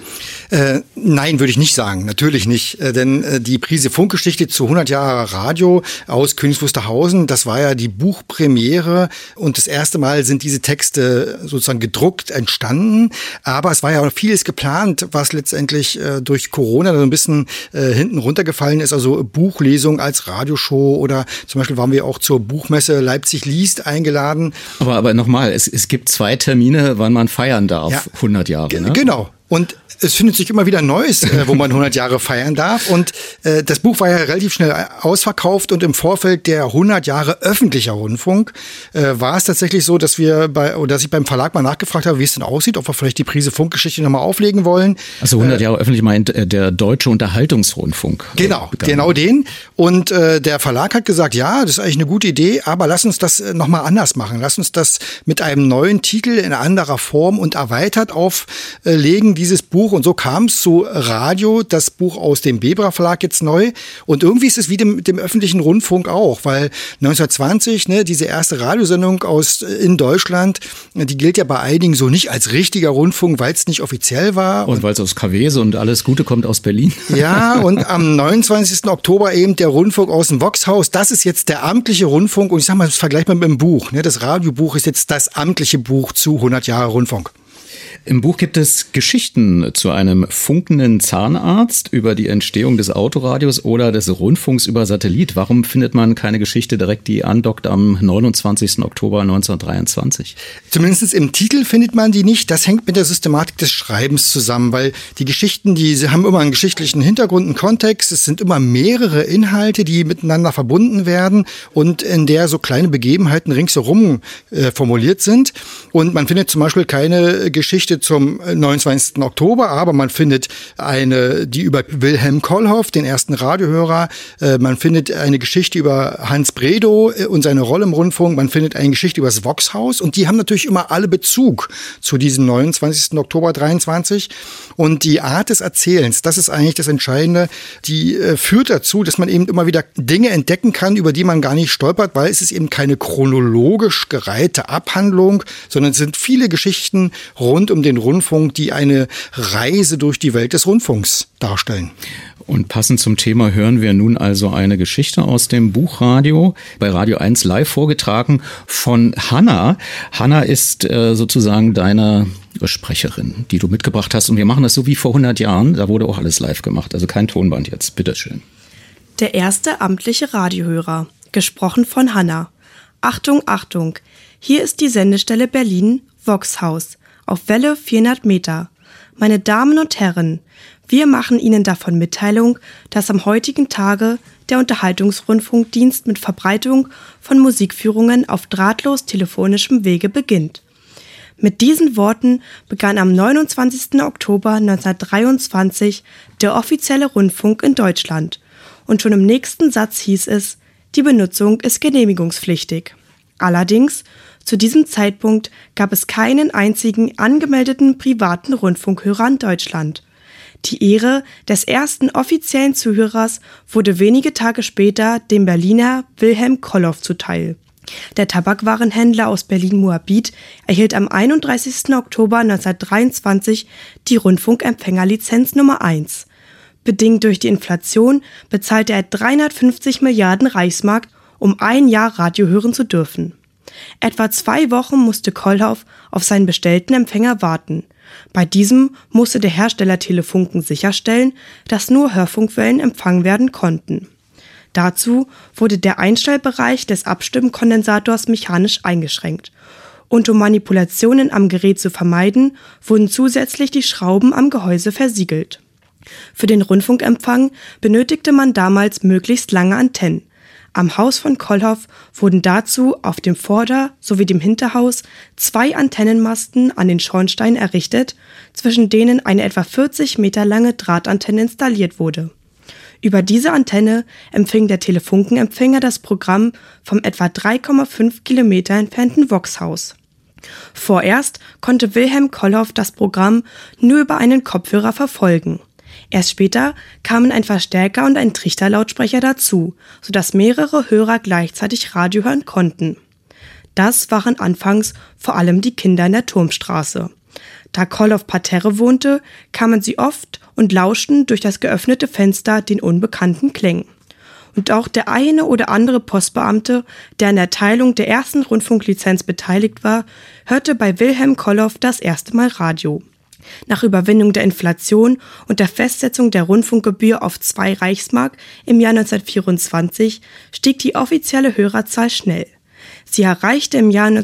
Nein, würde ich nicht sagen. Natürlich nicht. Denn die Prise Funkgeschichte zu 100 Jahre Radio aus Königs Wusterhausen, das war ja die Buchpremiere. Und das erste Mal sind diese Texte sozusagen gedruckt entstanden. Aber es war ja auch vieles geplant, was letztendlich durch Corona so ein bisschen hinten runtergefallen ist. Also Buchlesung als Radioshow oder zum Beispiel waren wir auch zur Buchmesse Leipzig liest eingeladen. Aber nochmal, es gibt 2 Termine, wann man feiern darf. Ja, 100 Jahre. Ne? Genau. Und es findet sich immer wieder Neues, wo man 100 Jahre feiern darf. Und das Buch war ja relativ schnell ausverkauft. Und im Vorfeld der 100 Jahre öffentlicher Rundfunk war es tatsächlich so, dass ich beim Verlag mal nachgefragt habe, wie es denn aussieht, ob wir vielleicht die Prise Funkgeschichte nochmal auflegen wollen. Also 100 Jahre öffentlich meint der Deutsche Unterhaltungsrundfunk. Genau den. Und der Verlag hat gesagt, ja, das ist eigentlich eine gute Idee, aber lass uns das nochmal anders machen. Lass uns das mit einem neuen Titel in anderer Form und erweitert auflegen, dieses Buch. Und so kam es zu Radio, das Buch aus dem Bebra Verlag jetzt neu. Und irgendwie ist es wie mit dem öffentlichen Rundfunk auch, weil 1920, diese erste Radiosendung in Deutschland, die gilt ja bei einigen so nicht als richtiger Rundfunk, weil es nicht offiziell war. Und weil es aus KW ist und alles Gute kommt aus Berlin. Ja, und am 29. Oktober eben der Rundfunk aus dem Voxhaus. Das ist jetzt der amtliche Rundfunk. Und ich sag mal, das vergleichbar mit dem Buch. Das Radiobuch ist jetzt das amtliche Buch zu 100 Jahre Rundfunk. Im Buch gibt es Geschichten zu einem funkenden Zahnarzt, über die Entstehung des Autoradios oder des Rundfunks über Satellit. Warum findet man keine Geschichte direkt, die andockt am 29. Oktober 1923? Zumindest im Titel findet man die nicht. Das hängt mit der Systematik des Schreibens zusammen, weil die Geschichten, die haben immer einen geschichtlichen Hintergrund, einen Kontext. Es sind immer mehrere Inhalte, die miteinander verbunden werden und in der so kleine Begebenheiten ringsherum formuliert sind. Und man findet zum Beispiel keine Geschichte zum 29. Oktober, aber man findet die über Wilhelm Kollhoff, den ersten Radiohörer. Man findet eine Geschichte über Hans Bredow und seine Rolle im Rundfunk. Man findet eine Geschichte über das Voxhaus und die haben natürlich immer alle Bezug zu diesem 29. Oktober 23. Und die Art des Erzählens, das ist eigentlich das Entscheidende, die führt dazu, dass man eben immer wieder Dinge entdecken kann, über die man gar nicht stolpert, weil es ist eben keine chronologisch gereihte Abhandlung, sondern es sind viele Geschichten rund um den Rundfunk, die eine Reise durch die Welt des Rundfunks darstellen. Und passend zum Thema hören wir nun also eine Geschichte aus dem Buchradio, bei Radio 1 live vorgetragen von Hanna. Hanna ist sozusagen deine Sprecherin, die du mitgebracht hast. Und wir machen das so wie vor 100 Jahren. Da wurde auch alles live gemacht. Also kein Tonband jetzt. Bitteschön. Der erste amtliche Radiohörer. Gesprochen von Hanna. Achtung, Achtung. Hier ist die Sendestelle Berlin, Voxhaus. Auf Welle 400 Meter. Meine Damen und Herren, wir machen Ihnen davon Mitteilung, dass am heutigen Tage der Unterhaltungsrundfunkdienst mit Verbreitung von Musikführungen auf drahtlos telefonischem Wege beginnt. Mit diesen Worten begann am 29. Oktober 1923 der offizielle Rundfunk in Deutschland. Und schon im nächsten Satz hieß es, die Benutzung ist genehmigungspflichtig. Allerdings, zu diesem Zeitpunkt gab es keinen einzigen angemeldeten privaten Rundfunkhörer in Deutschland. Die Ehre des ersten offiziellen Zuhörers wurde wenige Tage später dem Berliner Wilhelm Kollhoff zuteil. Der Tabakwarenhändler aus Berlin-Moabit erhielt am 31. Oktober 1923 die Rundfunkempfängerlizenz Nummer 1. Bedingt durch die Inflation bezahlte er 350 Milliarden Reichsmark, um ein Jahr Radio hören zu dürfen. Etwa 2 Wochen musste Kollhoff auf seinen bestellten Empfänger warten. Bei diesem musste der Hersteller Telefunken sicherstellen, dass nur Hörfunkwellen empfangen werden konnten. Dazu wurde der Einstellbereich des Abstimmkondensators mechanisch eingeschränkt. Und um Manipulationen am Gerät zu vermeiden, wurden zusätzlich die Schrauben am Gehäuse versiegelt. Für den Rundfunkempfang benötigte man damals möglichst lange Antennen. Am Haus von Kollhoff wurden dazu auf dem Vorder- sowie dem Hinterhaus 2 Antennenmasten an den Schornsteinen errichtet, zwischen denen eine etwa 40 Meter lange Drahtantenne installiert wurde. Über diese Antenne empfing der Telefunkenempfänger das Programm vom etwa 3,5 Kilometer entfernten Voxhaus. Vorerst konnte Wilhelm Kollhoff das Programm nur über einen Kopfhörer verfolgen. Erst später kamen ein Verstärker und ein Trichterlautsprecher dazu, sodass mehrere Hörer gleichzeitig Radio hören konnten. Das waren anfangs vor allem die Kinder in der Turmstraße. Da Kollhoff parterre wohnte, kamen sie oft und lauschten durch das geöffnete Fenster den unbekannten Klängen. Und auch der eine oder andere Postbeamte, der an der Erteilung der ersten Rundfunklizenz beteiligt war, hörte bei Wilhelm Kollhoff das erste Mal Radio. Nach Überwindung der Inflation und der Festsetzung der Rundfunkgebühr auf 2 Reichsmark im Jahr 1924 stieg die offizielle Hörerzahl schnell. Sie erreichte im Jahr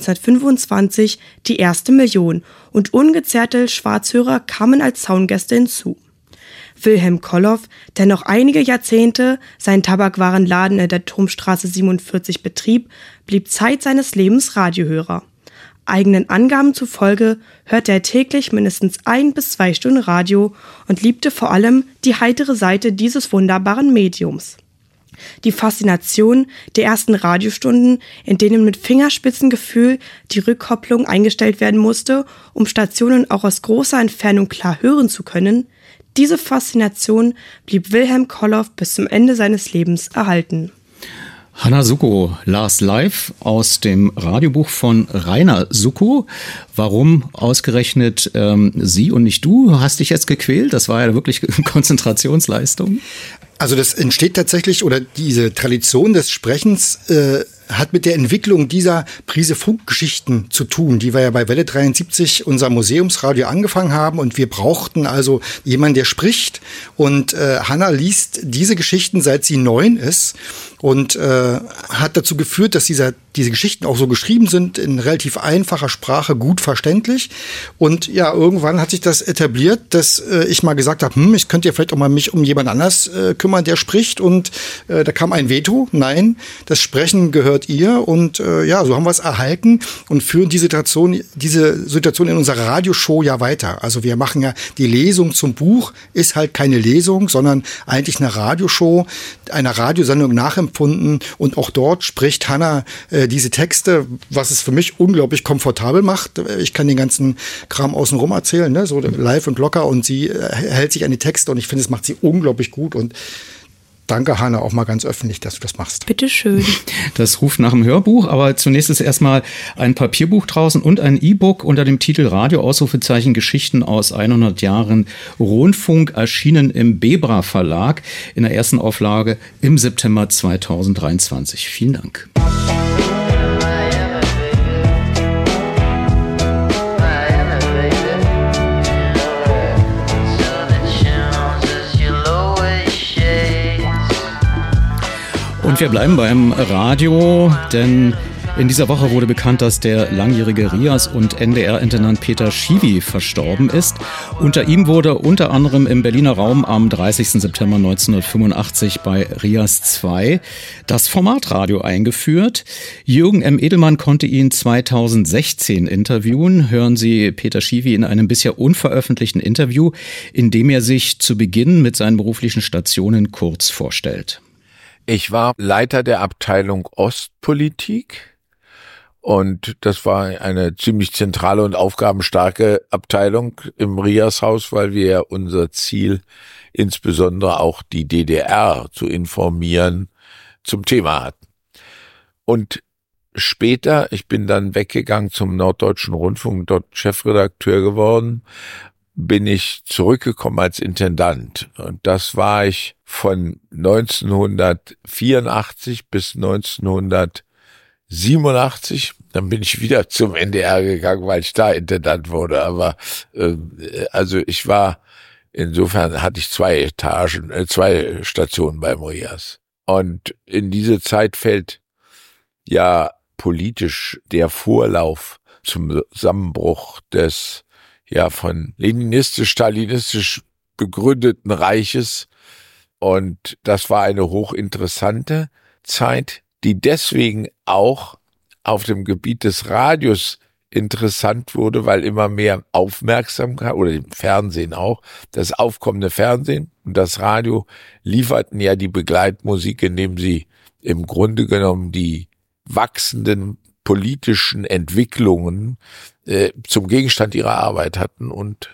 1925 die erste Million und ungezählte Schwarzhörer kamen als Zaungäste hinzu. Wilhelm Kollhoff, der noch einige Jahrzehnte seinen Tabakwarenladen in der Turmstraße 47 betrieb, blieb Zeit seines Lebens Radiohörer. Eigenen Angaben zufolge hörte er täglich mindestens 1 bis 2 Stunden Radio und liebte vor allem die heitere Seite dieses wunderbaren Mediums. Die Faszination der ersten Radiostunden, in denen mit Fingerspitzengefühl die Rückkopplung eingestellt werden musste, um Stationen auch aus großer Entfernung klar hören zu können, diese Faszination blieb Wilhelm Kollhoff bis zum Ende seines Lebens erhalten. Hanna Suckow las live aus dem Radiobuch von Rainer Suckow. Warum ausgerechnet sie und nicht du? Hast dich jetzt gequält? Das war ja wirklich Konzentrationsleistung. Also das entsteht tatsächlich, oder diese Tradition des Sprechens hat mit der Entwicklung dieser Prise Funkgeschichten zu tun, die wir ja bei Welle 73, unser Museumsradio, angefangen haben. Und wir brauchten also jemanden, der spricht. Und Hanna liest diese Geschichten, seit sie 9 ist. Und hat dazu geführt, dass diese Geschichten auch so geschrieben sind, in relativ einfacher Sprache, gut verständlich. Und ja, irgendwann hat sich das etabliert, dass ich mal gesagt habe, ich könnte ja vielleicht auch mal mich um jemand anders kümmern, der spricht. Und da kam ein Veto. Nein, das Sprechen gehört ihr. Und ja, so haben wir es erhalten und führen diese Situation in unserer Radioshow ja weiter. Also wir machen ja die Lesung zum Buch, ist halt keine Lesung, sondern eigentlich eine Radioshow, einer Radiosendung nachempfunden. Und auch dort spricht Hanna diese Texte, was es für mich unglaublich komfortabel macht. Ich kann den ganzen Kram außenrum erzählen, ne? So live und locker, und sie hält sich an die Texte und ich finde, es macht sie unglaublich gut. Und danke, Hanna, auch mal ganz öffentlich, dass du das machst. Bitteschön. Das ruft nach einem Hörbuch, aber zunächst ist erstmal ein Papierbuch draußen und ein E-Book unter dem Titel Radio Ausrufezeichen Geschichten aus 100 Jahren Rundfunk, erschienen im Bebra Verlag in der ersten Auflage im September 2023. Vielen Dank. Und wir bleiben beim Radio, denn in dieser Woche wurde bekannt, dass der langjährige RIAS- und NDR-Intendant Peter Schiwy verstorben ist. Unter ihm wurde unter anderem im Berliner Raum am 30. September 1985 bei RIAS 2 das Formatradio eingeführt. Jürgen M. Edelmann konnte ihn 2016 interviewen. Hören Sie Peter Schiwy in einem bisher unveröffentlichten Interview, in dem er sich zu Beginn mit seinen beruflichen Stationen kurz vorstellt. Ich war Leiter der Abteilung Ostpolitik. Und das war eine ziemlich zentrale und aufgabenstarke Abteilung im RIAS-Haus, weil wir unser Ziel, insbesondere auch die DDR zu informieren, zum Thema hatten. Und später, ich bin dann weggegangen zum Norddeutschen Rundfunk, dort Chefredakteur geworden, bin ich zurückgekommen als Intendant. Und das war ich von 1984 bis 1987 87, dann bin ich wieder zum NDR gegangen, weil ich da Intendant wurde. Aber also ich war, insofern hatte ich 2 Stationen beim RIAS. Und in diese Zeit fällt ja politisch der Vorlauf zum Zusammenbruch des ja von leninistisch-stalinistisch begründeten Reiches. Und das war eine hochinteressante Zeit, die deswegen auch auf dem Gebiet des Radios interessant wurde, weil immer mehr Aufmerksamkeit, oder im Fernsehen auch, das aufkommende Fernsehen und das Radio lieferten ja die Begleitmusik, indem sie im Grunde genommen die wachsenden politischen Entwicklungen zum Gegenstand ihrer Arbeit hatten. Und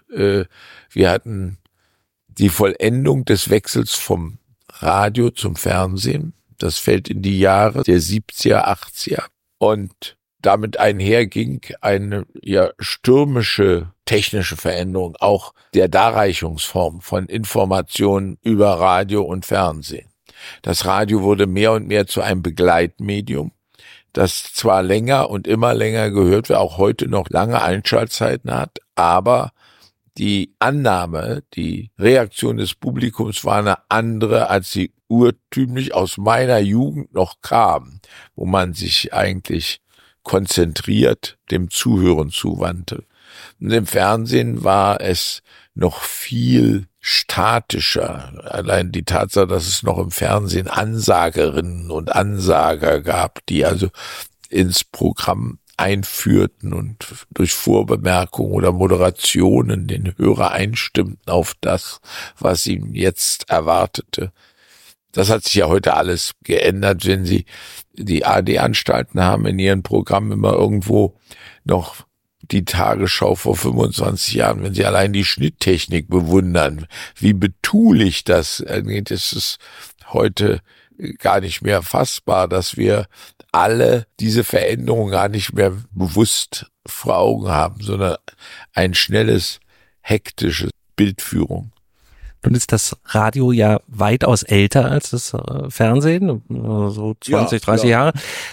wir hatten die Vollendung des Wechsels vom Radio zum Fernsehen. Das fällt in die Jahre der 70er, 80er. Und damit einherging eine ja stürmische technische Veränderung auch der Darreichungsform von Informationen über Radio und Fernsehen. Das Radio wurde mehr und mehr zu einem Begleitmedium, das zwar länger und immer länger gehört wird, auch heute noch lange Einschaltzeiten hat, aber die Annahme, die Reaktion des Publikums war eine andere, als sie urtümlich aus meiner Jugend noch kam, wo man sich eigentlich konzentriert dem Zuhören zuwandte. Und im Fernsehen war es noch viel statischer. Allein die Tatsache, dass es noch im Fernsehen Ansagerinnen und Ansager gab, die also ins Programm einführten und durch Vorbemerkungen oder Moderationen den Hörer einstimmten auf das, was ihm jetzt erwartete. Das hat sich ja heute alles geändert, wenn Sie die ARD-Anstalten haben in ihren Programmen immer irgendwo noch die Tagesschau vor 25 Jahren, wenn Sie allein die Schnitttechnik bewundern, wie betulich das angeht, ist es heute gar nicht mehr fassbar, dass wir alle diese Veränderungen gar nicht mehr bewusst vor Augen haben, sondern ein schnelles, hektisches Bildführung. Nun ist das Radio ja weitaus älter als das Fernsehen, so 20, 30 Jahre.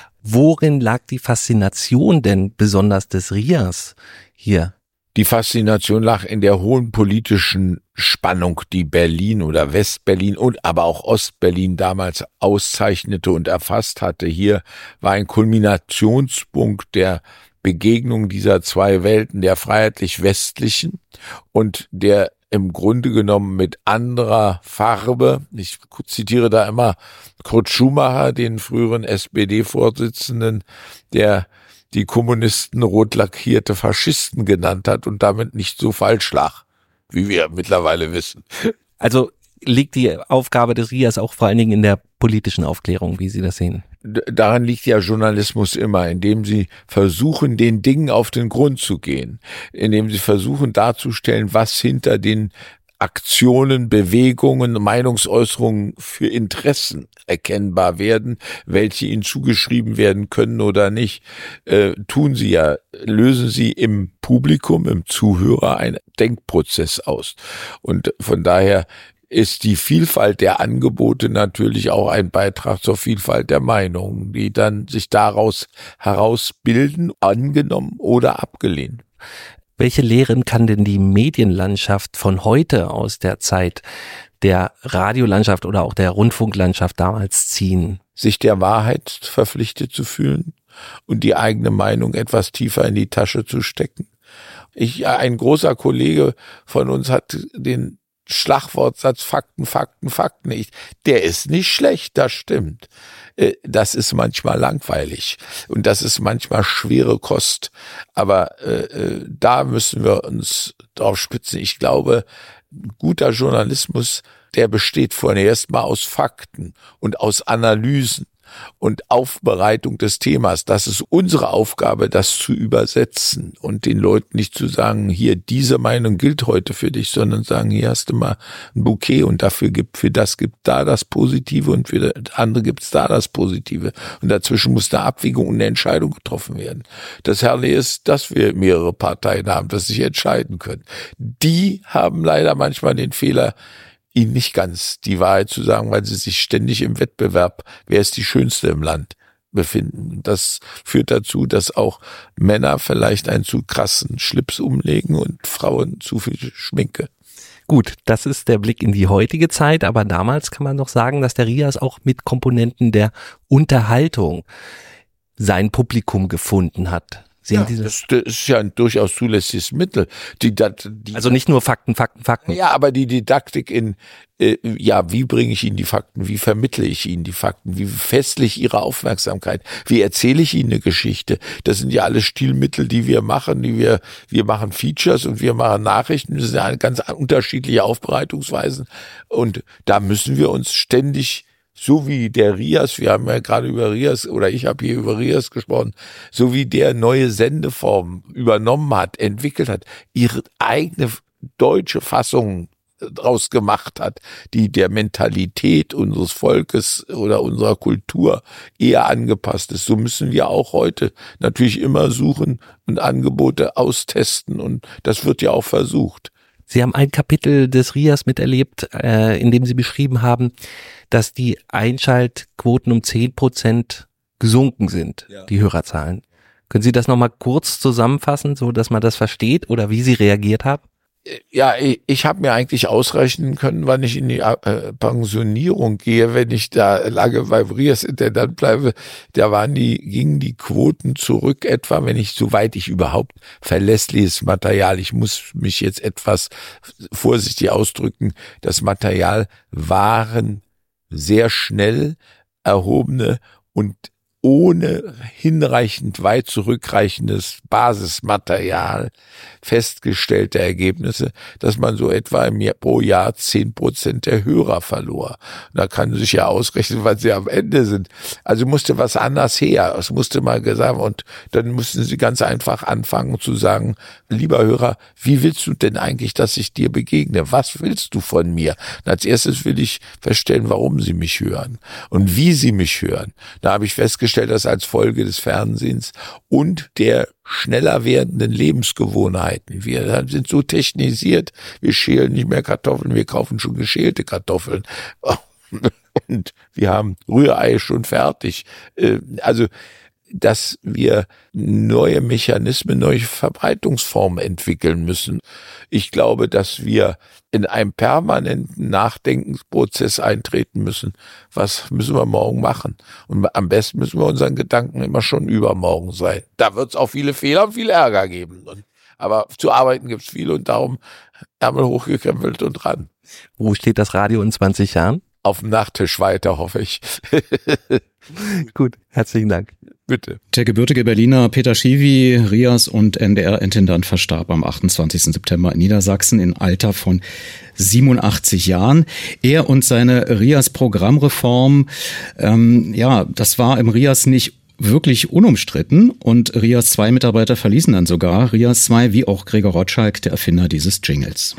Worin lag die Faszination denn besonders des RIAS hier? Die Faszination lag in der hohen politischen Spannung, die Berlin oder Westberlin und aber auch Ostberlin damals auszeichnete und erfasst hatte. Hier war ein Kulminationspunkt der Begegnung dieser zwei Welten, der freiheitlich-westlichen und der im Grunde genommen mit anderer Farbe. Ich zitiere da immer Kurt Schumacher, den früheren SPD-Vorsitzenden, der die Kommunisten rot lackierte Faschisten genannt hat und damit nicht so falsch lag, wie wir mittlerweile wissen. Also liegt die Aufgabe des RIAS auch vor allen Dingen in der politischen Aufklärung, wie Sie das sehen? Daran liegt ja Journalismus immer, indem sie versuchen, den Dingen auf den Grund zu gehen, indem sie versuchen darzustellen, was hinter den Aktionen, Bewegungen, Meinungsäußerungen für Interessen erkennbar werden, welche ihnen zugeschrieben werden können oder nicht, tun sie ja, lösen sie im Publikum, im Zuhörer einen Denkprozess aus. Und von daher ist die Vielfalt der Angebote natürlich auch ein Beitrag zur Vielfalt der Meinungen, die dann sich daraus herausbilden, angenommen oder abgelehnt. Welche Lehren kann denn die Medienlandschaft von heute aus der Zeit der Radiolandschaft oder auch der Rundfunklandschaft damals ziehen? Sich der Wahrheit verpflichtet zu fühlen und die eigene Meinung etwas tiefer in die Tasche zu stecken. Ein großer Kollege von uns hat den Schlagwortsatz Fakten, Fakten, Fakten. Der ist nicht schlecht, das stimmt. Das ist manchmal langweilig und das ist manchmal schwere Kost. Aber da müssen wir uns drauf spitzen. Ich glaube, guter Journalismus, der besteht vorerst mal aus Fakten und aus Analysen und Aufbereitung des Themas. Das ist unsere Aufgabe, das zu übersetzen und den Leuten nicht zu sagen, hier, diese Meinung gilt heute für dich, sondern sagen, hier hast du mal ein Bouquet und für das gibt da das Positive und für das andere gibt's da das Positive. Und dazwischen muss eine Abwägung und eine Entscheidung getroffen werden. Das Herrliche ist, dass wir mehrere Parteien haben, dass sich entscheiden können. Die haben leider manchmal den Fehler, ihnen nicht ganz die Wahrheit zu sagen, weil sie sich ständig im Wettbewerb, wer ist die Schönste im Land, befinden. Das führt dazu, dass auch Männer vielleicht einen zu krassen Schlips umlegen und Frauen zu viel Schminke. Gut, das ist der Blick in die heutige Zeit, aber damals kann man doch sagen, dass der RIAS auch mit Komponenten der Unterhaltung sein Publikum gefunden hat. Ja, das ist ja ein durchaus zulässiges Mittel. Also nicht nur Fakten. Ja, aber die Didaktik wie bringe ich Ihnen die Fakten, wie vermittle ich Ihnen die Fakten, wie fessle ich Ihre Aufmerksamkeit, wie erzähle ich Ihnen eine Geschichte. Das sind ja alle Stilmittel, die wir machen, wir machen Features und wir machen Nachrichten. Das sind ja ganz unterschiedliche Aufbereitungsweisen und da müssen wir uns ständig, so wie der RIAS, wir haben ja gerade über RIAS, oder ich habe hier über RIAS gesprochen, so wie der neue Sendeform übernommen hat, entwickelt hat, ihre eigene deutsche Fassung draus gemacht hat, die der Mentalität unseres Volkes oder unserer Kultur eher angepasst ist. So müssen wir auch heute natürlich immer suchen und Angebote austesten und das wird ja auch versucht. Sie haben ein Kapitel des RIAS miterlebt, in dem Sie beschrieben haben, dass die Einschaltquoten um 10% gesunken sind, die Hörerzahlen. Können Sie das nochmal kurz zusammenfassen, so dass man das versteht oder wie Sie reagiert haben? Ja, ich habe mir eigentlich ausrechnen können, wann ich in die Pensionierung gehe, wenn ich da lange beim RIAS-Intendant bleibe. Gingen die Quoten zurück etwa, wenn ich, soweit ich überhaupt verlässliches Material, ich muss mich jetzt etwas vorsichtig ausdrücken, das Material waren sehr schnell erhobene und ohne hinreichend weit zurückreichendes Basismaterial festgestellte Ergebnisse, dass man so etwa pro Jahr 10% der Hörer verlor. Und da kann sich ja ausrechnen, wann sie am Ende sind. Also musste was anders her. Es musste mal gesagt, und dann mussten sie ganz einfach anfangen zu sagen, lieber Hörer, wie willst du denn eigentlich, dass ich dir begegne? Was willst du von mir? Und als erstes will ich feststellen, warum sie mich hören und wie sie mich hören. Da habe ich festgestellt, dass als Folge des Fernsehens und der schneller werdenden Lebensgewohnheiten. Wir sind so technisiert, wir schälen nicht mehr Kartoffeln, wir kaufen schon geschälte Kartoffeln. Und wir haben Rührei schon fertig. Also, dass wir neue Mechanismen, neue Verbreitungsformen entwickeln müssen. Ich glaube, dass wir in einem permanenten Nachdenkensprozess eintreten müssen. Was müssen wir morgen machen? Und am besten müssen wir unseren Gedanken immer schon übermorgen sein. Da wird es auch viele Fehler und viel Ärger geben. Aber zu arbeiten gibt es viel und darum Ärmel hochgekrempelt und dran. Wo steht das Radio in 20 Jahren? Auf dem Nachttisch weiter, hoffe ich. Gut, herzlichen Dank. Bitte. Der gebürtige Berliner Peter Schiwy, RIAS und NDR-Intendant, verstarb am 28. September in Niedersachsen im Alter von 87 Jahren. Er und seine RIAS-Programmreform, das war im RIAS nicht wirklich unumstritten und RIAS 2 Mitarbeiter verließen dann sogar RIAS 2, wie auch Gregor Rotschalk, der Erfinder dieses Jingles.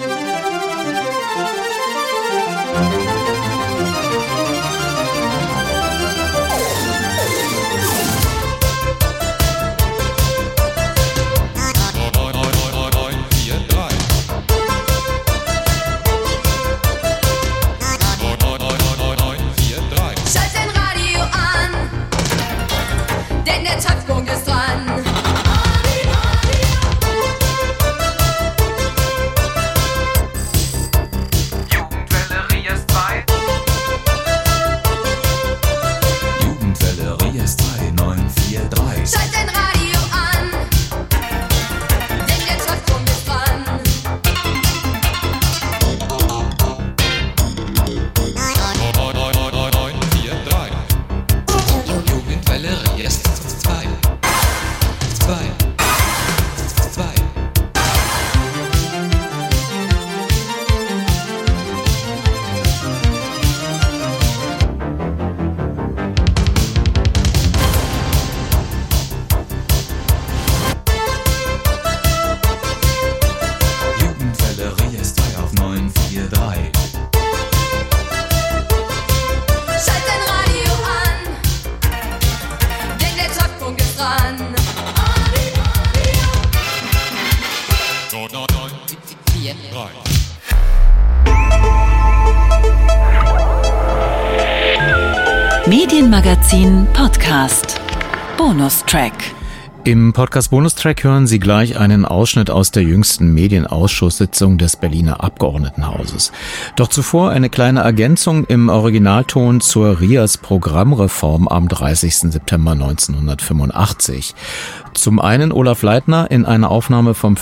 Medienmagazin Podcast. Bonustrack. Im Podcast Bonustrack hören Sie gleich einen Ausschnitt aus der jüngsten Medienausschusssitzung des Berliner Abgeordnetenhauses. Doch zuvor eine kleine Ergänzung im Originalton zur RIAS-Programmreform am 30. September 1985. Zum einen Olaf Leitner in einer Aufnahme vom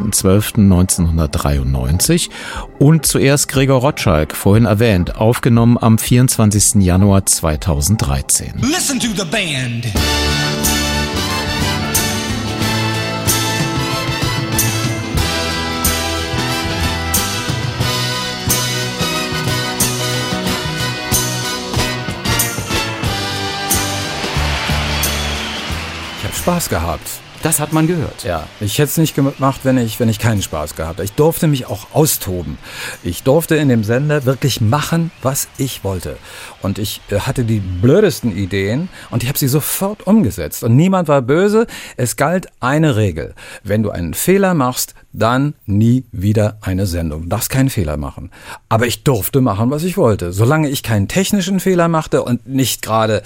15.12.1993 und zuerst Gregor Rotschalk, vorhin erwähnt, aufgenommen am 24. Januar 2013. Listen to the band. Spaß gehabt. Das hat man gehört. Ja, ich hätte es nicht gemacht, wenn ich keinen Spaß gehabt hätte. Ich durfte mich auch austoben. Ich durfte in dem Sender wirklich machen, was ich wollte. Und ich hatte die blödesten Ideen und ich habe sie sofort umgesetzt. Und niemand war böse. Es galt eine Regel. Wenn du einen Fehler machst, dann nie wieder eine Sendung. Du darfst keinen Fehler machen. Aber ich durfte machen, was ich wollte. Solange ich keinen technischen Fehler machte und nicht gerade,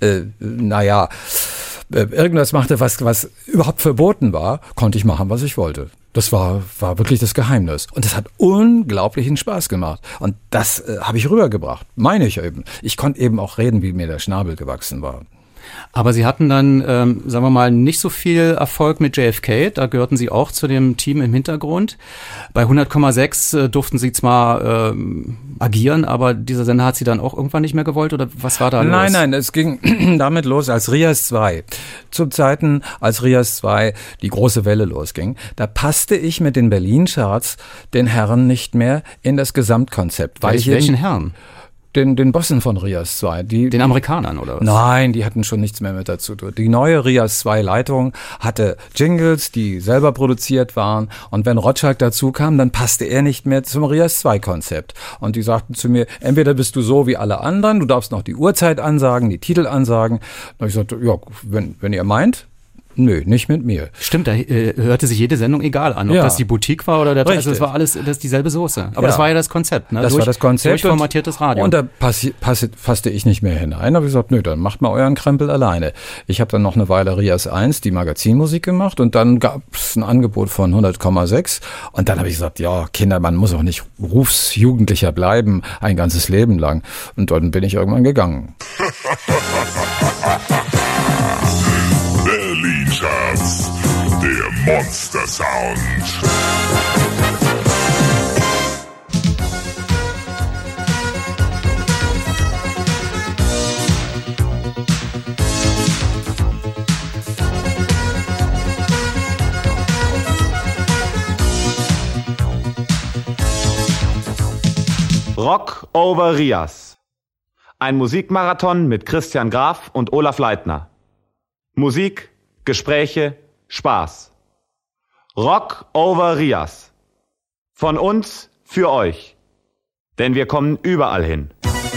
irgendwas machte, was überhaupt verboten war, konnte ich machen, was ich wollte. Das war wirklich das Geheimnis. Und das hat unglaublichen Spaß gemacht. Und das habe ich rübergebracht, meine ich eben. Ich konnte eben auch reden, wie mir der Schnabel gewachsen war. Aber Sie hatten dann, sagen wir mal, nicht so viel Erfolg mit JFK. Da gehörten Sie auch zu dem Team im Hintergrund. Bei 100,6 durften Sie zwar agieren, aber dieser Sender hat Sie dann auch irgendwann nicht mehr gewollt? Oder was war da los? Nein, es ging damit los, als RIAS 2, zu Zeiten, als RIAS 2 die große Welle losging, da passte ich mit den Berlin-Charts den Herren nicht mehr in das Gesamtkonzept. Welchen Herren? Den Bossen von RIAS 2. Den Amerikanern, oder was? Nein, die hatten schon nichts mehr mit dazu tun. Die neue RIAS 2 Leitung hatte Jingles, die selber produziert waren. Und wenn Rotschalk dazu kam, dann passte er nicht mehr zum RIAS 2 Konzept. Und die sagten zu mir, entweder bist du so wie alle anderen, du darfst noch die Uhrzeit ansagen, die Titel ansagen. Und ich sagte, ja, wenn ihr meint. Nö, nicht mit mir. Stimmt, da hörte sich jede Sendung egal an, ob das die Boutique war oder der Teil. Also es war alles dieselbe Soße. Aber das war ja das Konzept, ne? Das war das Konzept. Durchformatiertes Radio. Und da passte ich nicht mehr hinein. Da habe ich gesagt, nö, dann macht mal euren Krempel alleine. Ich habe dann noch eine Weile RIAS 1, die Magazinmusik gemacht und dann gab es ein Angebot von 100,6 und dann habe ich gesagt, ja, Kinder, man muss auch nicht Berufsjugendlicher bleiben, ein ganzes Leben lang. Und dann bin ich irgendwann gegangen. Berlin Charts, der Monster Sound. Rock over RIAS. Ein Musikmarathon mit Christian Graf und Olaf Leitner. Musik, Gespräche, Spaß. Rock over RIAS. Von uns für euch. Denn wir kommen überall hin.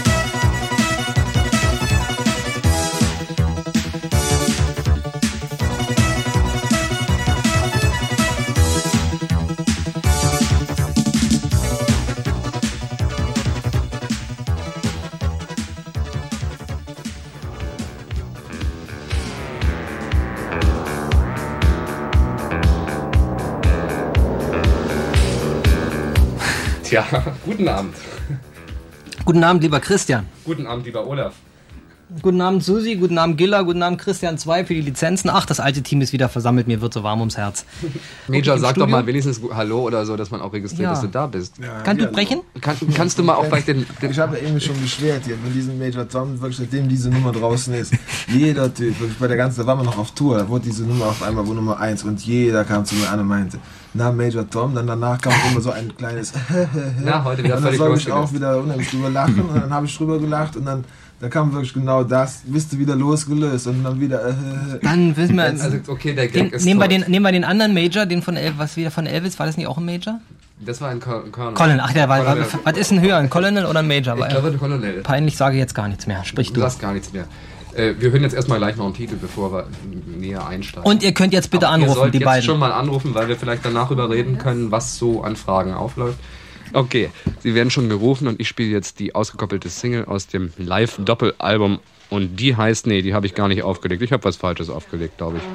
Tja, guten Abend. Guten Abend, lieber Christian. Guten Abend, lieber Olaf. Guten Abend, Susi. Guten Abend, Gilla. Guten Abend, Christian 2 für die Lizenzen. Ach, das alte Team ist wieder versammelt. Mir wird so warm ums Herz. Major, sag doch mal wenigstens Hallo oder so, dass man auch registriert, dass du da bist. Ja, kannst du brechen? Kannst du mal auch vielleicht den... Ich habe ja eben schon beschwert hier mit diesem Major Tom, wirklich seitdem diese Nummer draußen ist. Jeder Typ, wirklich bei der ganzen, da waren wir noch auf Tour, da wurde diese Nummer auf einmal Nummer 1 und jeder kam zu mir an und meinte, na Major Tom, dann danach kam immer so ein kleines Na, heute wieder und dann soll ich auch wieder unheimlich drüber lachen und dann habe ich drüber gelacht und dann da kam wirklich genau das, bist du wieder losgelöst und dann wieder Dann wissen wir, also okay, der Gag ist nehmen wir den anderen Major, den von Elvis, war das nicht auch ein Major? Das war ein Colonel. Colonel, ach, der war, was ist denn höher, ein Colonel oder ein Major? Ich glaube, ein Colonel. Peinlich, sage ich jetzt gar nichts mehr, sprich du. Du sagst gar nichts mehr. Wir hören jetzt erstmal gleich noch einen Titel, bevor wir näher einsteigen. Und ihr könnt jetzt bitte anrufen, ihr sollt die jetzt beiden. Schon mal anrufen, weil wir vielleicht danach überreden können, was so an Fragen aufläuft. Okay, Sie werden schon gerufen und ich spiele jetzt die ausgekoppelte Single aus dem Live-Doppelalbum. Und die heißt, nee, die habe ich gar nicht aufgelegt. Ich habe was Falsches aufgelegt, glaube ich.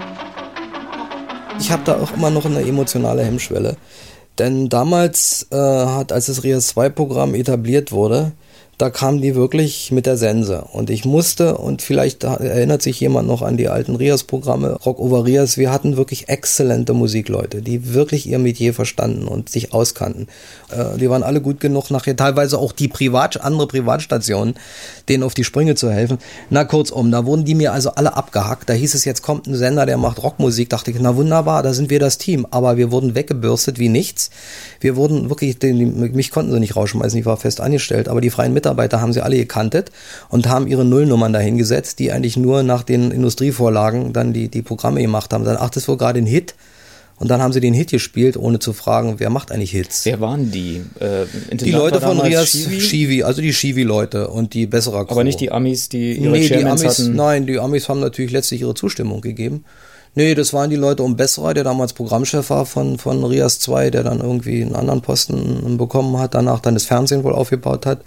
Ich habe da auch immer noch eine emotionale Hemmschwelle. Denn damals, als das RIAS-2-Programm etabliert wurde, da kamen die wirklich mit der Sense. Und ich musste, und vielleicht erinnert sich jemand noch an die alten RIAS-Programme, Rock over RIAS, wir hatten wirklich exzellente Musikleute, die wirklich ihr Metier verstanden und sich auskannten. Die waren alle gut genug, nachher teilweise auch die andere Privatstationen, denen auf die Sprünge zu helfen. Na kurzum, da wurden die mir also alle abgehackt. Da hieß es, jetzt kommt ein Sender, der macht Rockmusik. Dachte ich, na wunderbar, da sind wir das Team. Aber wir wurden weggebürstet wie nichts. Wir wurden wirklich, mich konnten sie nicht rausschmeißen, ich war fest angestellt, aber die freien Mitarbeiter haben sie alle gekantet und haben ihre Nullnummern dahingesetzt, die eigentlich nur nach den Industrievorlagen dann die Programme gemacht haben. Dann, ach, das war gerade ein Hit. Und dann haben sie den Hit gespielt, ohne zu fragen, wer macht eigentlich Hits. Wer waren die? Die Leute von RIAS, Shivi, also die Shivi-Leute und die bessere Crew. Aber nicht die Amis, die ihre Chairmans hatten? Nein, die Amis haben natürlich letztlich ihre Zustimmung gegeben. Nee, das waren die Leute um Besserer, der damals Programmchef war von RIAS 2, der dann irgendwie einen anderen Posten bekommen hat, danach dann das Fernsehen wohl aufgebaut hat.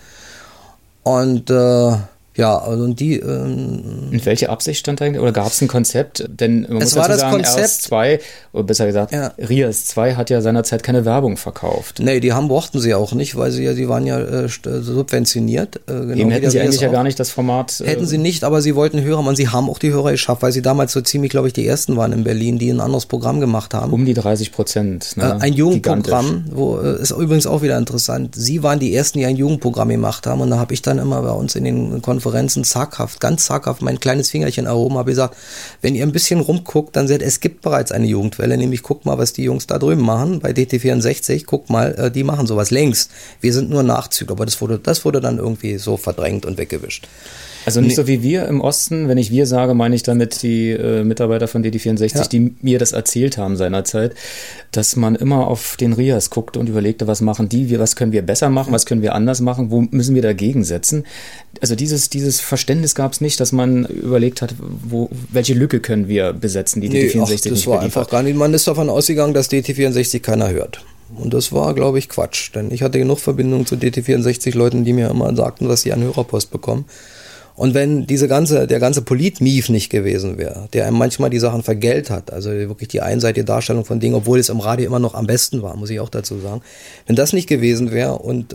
Und ja, also die. In welche Absicht stand eigentlich? Oder gab es ein Konzept? Denn man muss dazu sagen, Konzept, RIAS-2, oder besser gesagt, ja. RIAS 2 hat ja seinerzeit keine Werbung verkauft. Nee, die mochten sie auch nicht, weil die waren ja subventioniert. Genau. Eben hätten sie eigentlich ja gar nicht das Format. Hätten sie nicht, aber sie wollten Hörer machen. Sie haben auch die Hörer geschafft, weil sie damals so ziemlich, glaube ich, die ersten waren in Berlin, die ein anderes Programm gemacht haben. Um die 30%. Ne? Ein Jugendprogramm, ist übrigens auch wieder interessant. Sie waren die ersten, die ein Jugendprogramm gemacht haben, und da habe ich dann immer bei uns in den Konferenzen ganz zaghaft mein kleines Fingerchen erhoben, habe gesagt, wenn ihr ein bisschen rumguckt, dann seht, es gibt bereits eine Jugendwelle, nämlich guckt mal, was die Jungs da drüben machen, bei DT64, guckt mal, die machen sowas längst. Wir sind nur Nachzügler, aber das wurde dann irgendwie so verdrängt und weggewischt. Also nicht so wie wir im Osten, wenn ich wir sage, meine ich damit die Mitarbeiter von DT64, die mir das erzählt haben seinerzeit, dass man immer auf den RIAS guckte und überlegte, was machen die, was können wir besser machen, was können wir anders machen, wo müssen wir dagegen setzen. Also dieses Verständnis gab es nicht, dass man überlegt hat, welche Lücke können wir besetzen, die DT64 das war einfach gar nicht. Man ist davon ausgegangen, dass DT64 keiner hört. Und das war, glaube ich, Quatsch, denn ich hatte genug Verbindungen zu DT64-Leuten, die mir immer sagten, was sie an Hörerpost bekommen. Und wenn der ganze Polit-Mief nicht gewesen wäre, der einem manchmal die Sachen vergällt hat, also wirklich die einseitige Darstellung von Dingen, obwohl es im Radio immer noch am besten war, muss ich auch dazu sagen. Wenn das nicht gewesen wäre und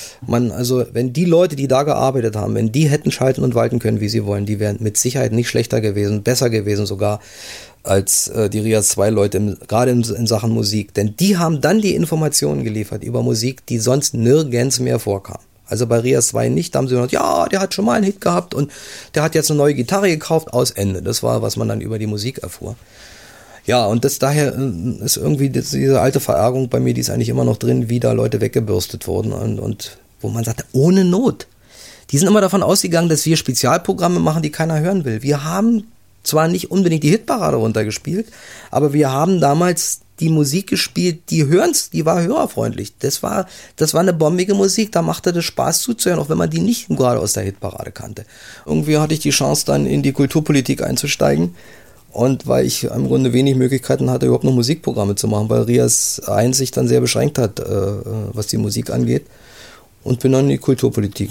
wenn die Leute, die da gearbeitet haben, wenn die hätten schalten und walten können, wie sie wollen, die wären mit Sicherheit nicht schlechter gewesen, besser gewesen sogar als die RIAS 2 Leute, gerade in Sachen Musik. Denn die haben dann die Informationen geliefert über Musik, die sonst nirgends mehr vorkam. Also bei RIAS 2 nicht, da haben sie gesagt, ja, der hat schon mal einen Hit gehabt und der hat jetzt eine neue Gitarre gekauft, aus Ende. Das war, was man dann über die Musik erfuhr. Ja, und daher ist irgendwie diese alte Verärgerung bei mir, die ist eigentlich immer noch drin, wie da Leute weggebürstet wurden und wo man sagte, ohne Not. Die sind immer davon ausgegangen, dass wir Spezialprogramme machen, die keiner hören will. Wir haben zwar nicht unbedingt die Hitparade runtergespielt, aber wir haben damals die Musik gespielt, die war hörerfreundlich. Das war eine bombige Musik, da machte das Spaß zuzuhören, auch wenn man die nicht gerade aus der Hitparade kannte. Irgendwie hatte ich die Chance, dann in die Kulturpolitik einzusteigen. Und weil ich im Grunde wenig Möglichkeiten hatte, überhaupt noch Musikprogramme zu machen, weil RIAS 1 sich dann sehr beschränkt hat, was die Musik angeht. Und bin dann in die Kulturpolitik.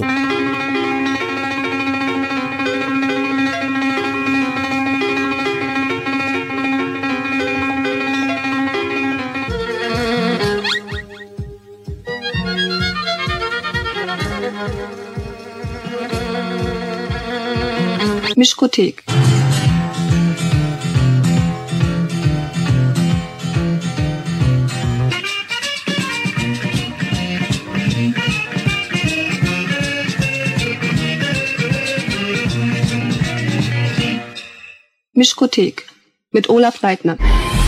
Mischkothek. Mischkothek mit Olaf Leitner.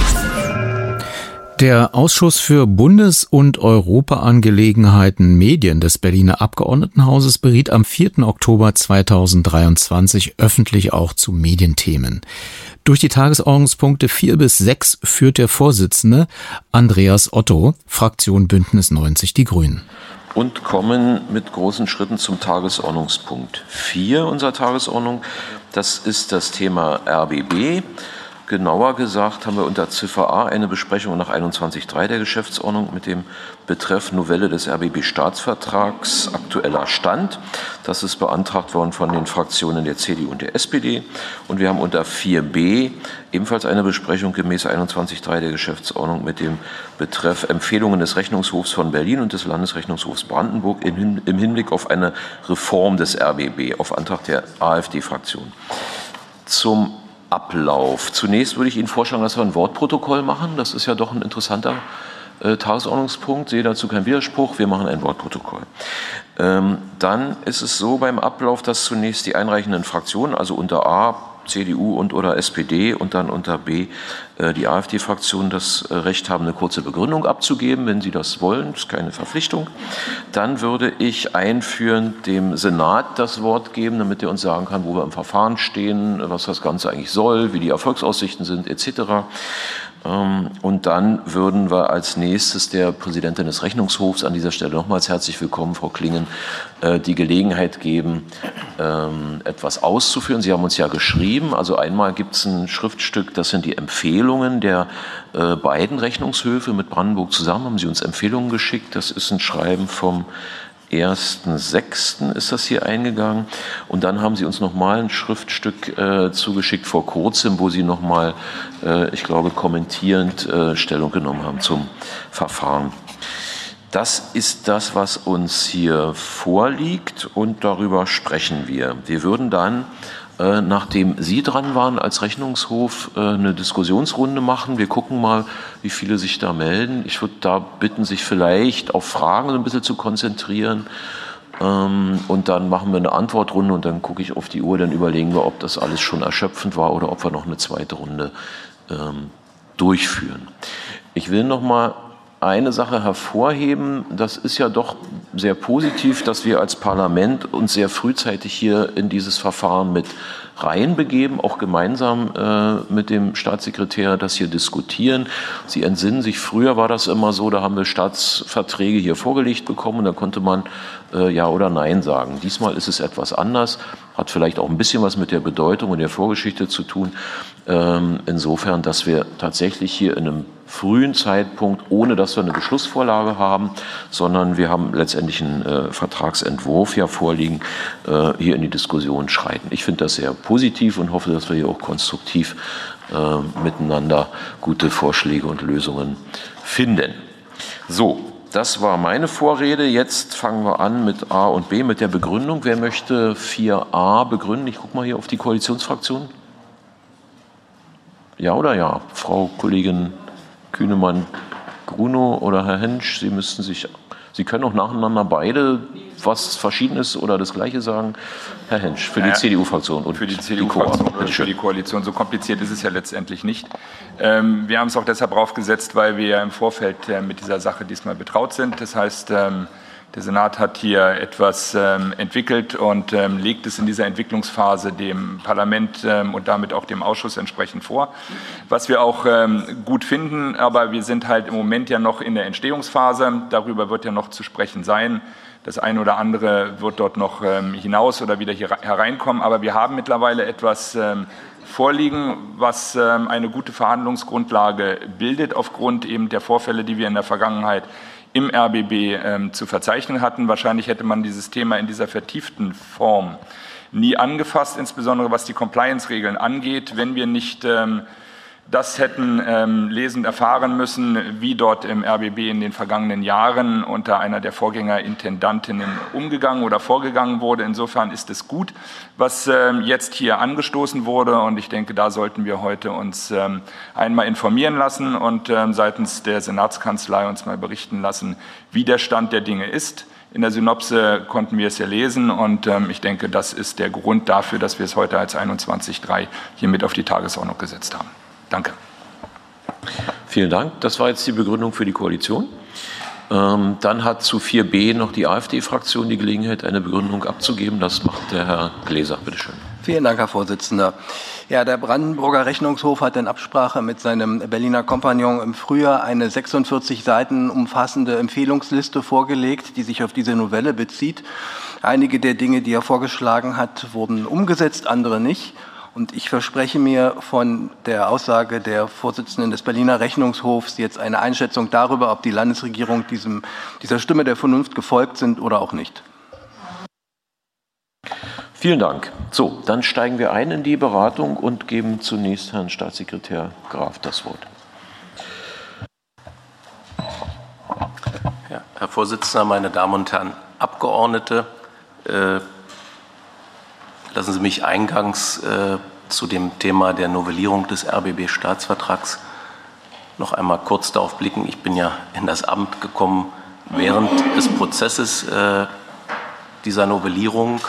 Der Ausschuss für Bundes- und Europaangelegenheiten Medien des Berliner Abgeordnetenhauses beriet am 4. Oktober 2023 öffentlich auch zu Medienthemen. Durch die Tagesordnungspunkte 4 bis 6 führt der Vorsitzende Andreas Otto, Fraktion Bündnis 90 Die Grünen. Und kommen mit großen Schritten zum Tagesordnungspunkt 4 unserer Tagesordnung. Das ist das Thema RBB. Genauer gesagt haben wir unter Ziffer A eine Besprechung nach 21.3 der Geschäftsordnung mit dem Betreff Novelle des RBB-Staatsvertrags, aktueller Stand. Das ist beantragt worden von den Fraktionen der CDU und der SPD. Und wir haben unter 4b ebenfalls eine Besprechung gemäß 21.3 der Geschäftsordnung mit dem Betreff Empfehlungen des Rechnungshofs von Berlin und des Landesrechnungshofs Brandenburg im Hinblick auf eine Reform des RBB auf Antrag der AfD-Fraktion. Zum Ablauf. Zunächst würde ich Ihnen vorschlagen, dass wir ein Wortprotokoll machen. Das ist ja doch ein interessanter Tagesordnungspunkt. Sehe dazu keinen Widerspruch. Wir machen ein Wortprotokoll. Dann ist es so beim Ablauf, dass zunächst die einreichenden Fraktionen, also unter A, CDU und oder SPD und dann unter B die AfD-Fraktion das Recht haben, eine kurze Begründung abzugeben, wenn sie das wollen. Das ist keine Verpflichtung. Dann würde ich einführend dem Senat das Wort geben, damit er uns sagen kann, wo wir im Verfahren stehen, was das Ganze eigentlich soll, wie die Erfolgsaussichten sind etc. Und dann würden wir als nächstes der Präsidentin des Rechnungshofs, an dieser Stelle nochmals herzlich willkommen, Frau Klingen, die Gelegenheit geben, etwas auszuführen. Sie haben uns ja geschrieben, also einmal gibt es ein Schriftstück, das sind die Empfehlungen der beiden Rechnungshöfe mit Brandenburg zusammen, haben Sie uns Empfehlungen geschickt. Das ist ein Schreiben vom 1.6. ist das hier eingegangen. Und dann haben Sie uns nochmal ein Schriftstück zugeschickt vor kurzem, wo Sie nochmal, ich glaube, kommentierend Stellung genommen haben zum Verfahren. Das ist das, was uns hier vorliegt und darüber sprechen wir. Wir würden dann, nachdem Sie dran waren als Rechnungshof, eine Diskussionsrunde machen. Wir gucken mal, wie viele sich da melden. Ich würde da bitten, sich vielleicht auf Fragen ein bisschen zu konzentrieren. Und dann machen wir eine Antwortrunde und dann gucke ich auf die Uhr, dann überlegen wir, ob das alles schon erschöpfend war oder ob wir noch eine zweite Runde durchführen. Ich will noch mal eine Sache hervorheben. Das ist ja doch sehr positiv, dass wir als Parlament uns sehr frühzeitig hier in dieses Verfahren mit reinbegeben, auch gemeinsam mit dem Staatssekretär das hier diskutieren. Sie entsinnen sich, früher war das immer so, da haben wir Staatsverträge hier vorgelegt bekommen und da konnte man Ja oder Nein sagen. Diesmal ist es etwas anders, hat vielleicht auch ein bisschen was mit der Bedeutung und der Vorgeschichte zu tun. Insofern, dass wir tatsächlich hier in einem frühen Zeitpunkt, ohne dass wir eine Beschlussvorlage haben, sondern wir haben letztendlich einen Vertragsentwurf ja vorliegen, hier in die Diskussion schreiten. Ich finde das sehr positiv und hoffe, dass wir hier auch konstruktiv miteinander gute Vorschläge und Lösungen finden. So, das war meine Vorrede. Jetzt fangen wir an mit A und B, mit der Begründung. Wer möchte 4a begründen? Ich gucke mal hier auf die Koalitionsfraktion. Ja oder ja? Frau Kollegin Kühnemann-Grunow oder Herr Hensch, Sie können auch nacheinander beide was Verschiedenes oder das Gleiche sagen. Herr Hensch, für die CDU-Fraktion und für die CDU-Fraktion oder für die Koalition. So kompliziert ist es ja letztendlich nicht. Wir haben es auch deshalb draufgesetzt, weil wir ja im Vorfeld mit dieser Sache diesmal betraut sind. Das heißt, der Senat hat hier etwas entwickelt und legt es in dieser Entwicklungsphase dem Parlament und damit auch dem Ausschuss entsprechend vor, was wir auch gut finden. Aber wir sind halt im Moment ja noch in der Entstehungsphase. Darüber wird ja noch zu sprechen sein. Das eine oder andere wird dort noch hinaus oder wieder hier hereinkommen. Aber wir haben mittlerweile etwas vorliegen, was eine gute Verhandlungsgrundlage bildet, aufgrund eben der Vorfälle, die wir in der Vergangenheit im RBB zu verzeichnen hatten. Wahrscheinlich hätte man dieses Thema in dieser vertieften Form nie angefasst, insbesondere was die Compliance-Regeln angeht, wenn wir nicht das hätten lesend erfahren müssen, wie dort im RBB in den vergangenen Jahren unter einer der Vorgängerintendantinnen umgegangen oder vorgegangen wurde. Insofern ist es gut, was jetzt hier angestoßen wurde. Und ich denke, da sollten wir heute uns einmal informieren lassen und seitens der Senatskanzlei uns mal berichten lassen, wie der Stand der Dinge ist. In der Synopse konnten wir es ja lesen und ich denke, das ist der Grund dafür, dass wir es heute als 21.3 hier mit auf die Tagesordnung gesetzt haben. Danke. Vielen Dank. Das war jetzt die Begründung für die Koalition. Dann hat zu 4b noch die AfD-Fraktion die Gelegenheit, eine Begründung abzugeben. Das macht der Herr Gläser. Bitte schön. Vielen Dank, Herr Vorsitzender. Ja, der Brandenburger Rechnungshof hat in Absprache mit seinem Berliner Kompagnon im Frühjahr eine 46 Seiten umfassende Empfehlungsliste vorgelegt, die sich auf diese Novelle bezieht. Einige der Dinge, die er vorgeschlagen hat, wurden umgesetzt, andere nicht. Und ich verspreche mir von der Aussage der Vorsitzenden des Berliner Rechnungshofs jetzt eine Einschätzung darüber, ob die Landesregierung dieser Stimme der Vernunft gefolgt sind oder auch nicht. Vielen Dank. So, dann steigen wir ein in die Beratung und geben zunächst Herrn Staatssekretär Graf das Wort. Ja, Herr Vorsitzender, meine Damen und Herren Abgeordnete, lassen Sie mich eingangs zu dem Thema der Novellierung des RBB-Staatsvertrags noch einmal kurz darauf blicken. Ich bin ja in das Amt gekommen während des Prozesses dieser Novellierung,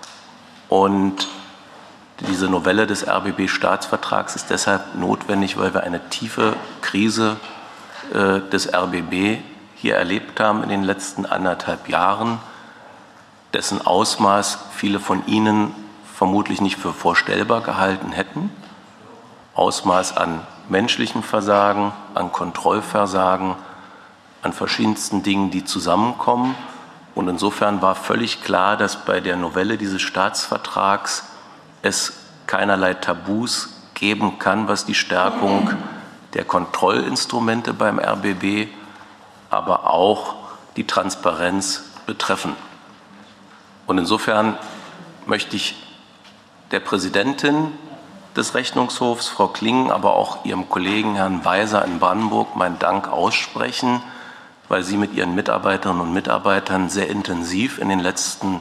und diese Novelle des RBB-Staatsvertrags ist deshalb notwendig, weil wir eine tiefe Krise des RBB hier erlebt haben in den letzten 1,5 Jahren, dessen Ausmaß viele von Ihnen vermutlich nicht für vorstellbar gehalten hätten. Ausmaß an menschlichem Versagen, an Kontrollversagen, an verschiedensten Dingen, die zusammenkommen. Und insofern war völlig klar, dass bei der Novelle dieses Staatsvertrags es keinerlei Tabus geben kann, was die Stärkung der Kontrollinstrumente beim RBB, aber auch die Transparenz betreffen. Und insofern möchte ich der Präsidentin des Rechnungshofs, Frau Kling, aber auch ihrem Kollegen Herrn Weiser in Brandenburg meinen Dank aussprechen, weil sie mit ihren Mitarbeiterinnen und Mitarbeitern sehr intensiv in den letzten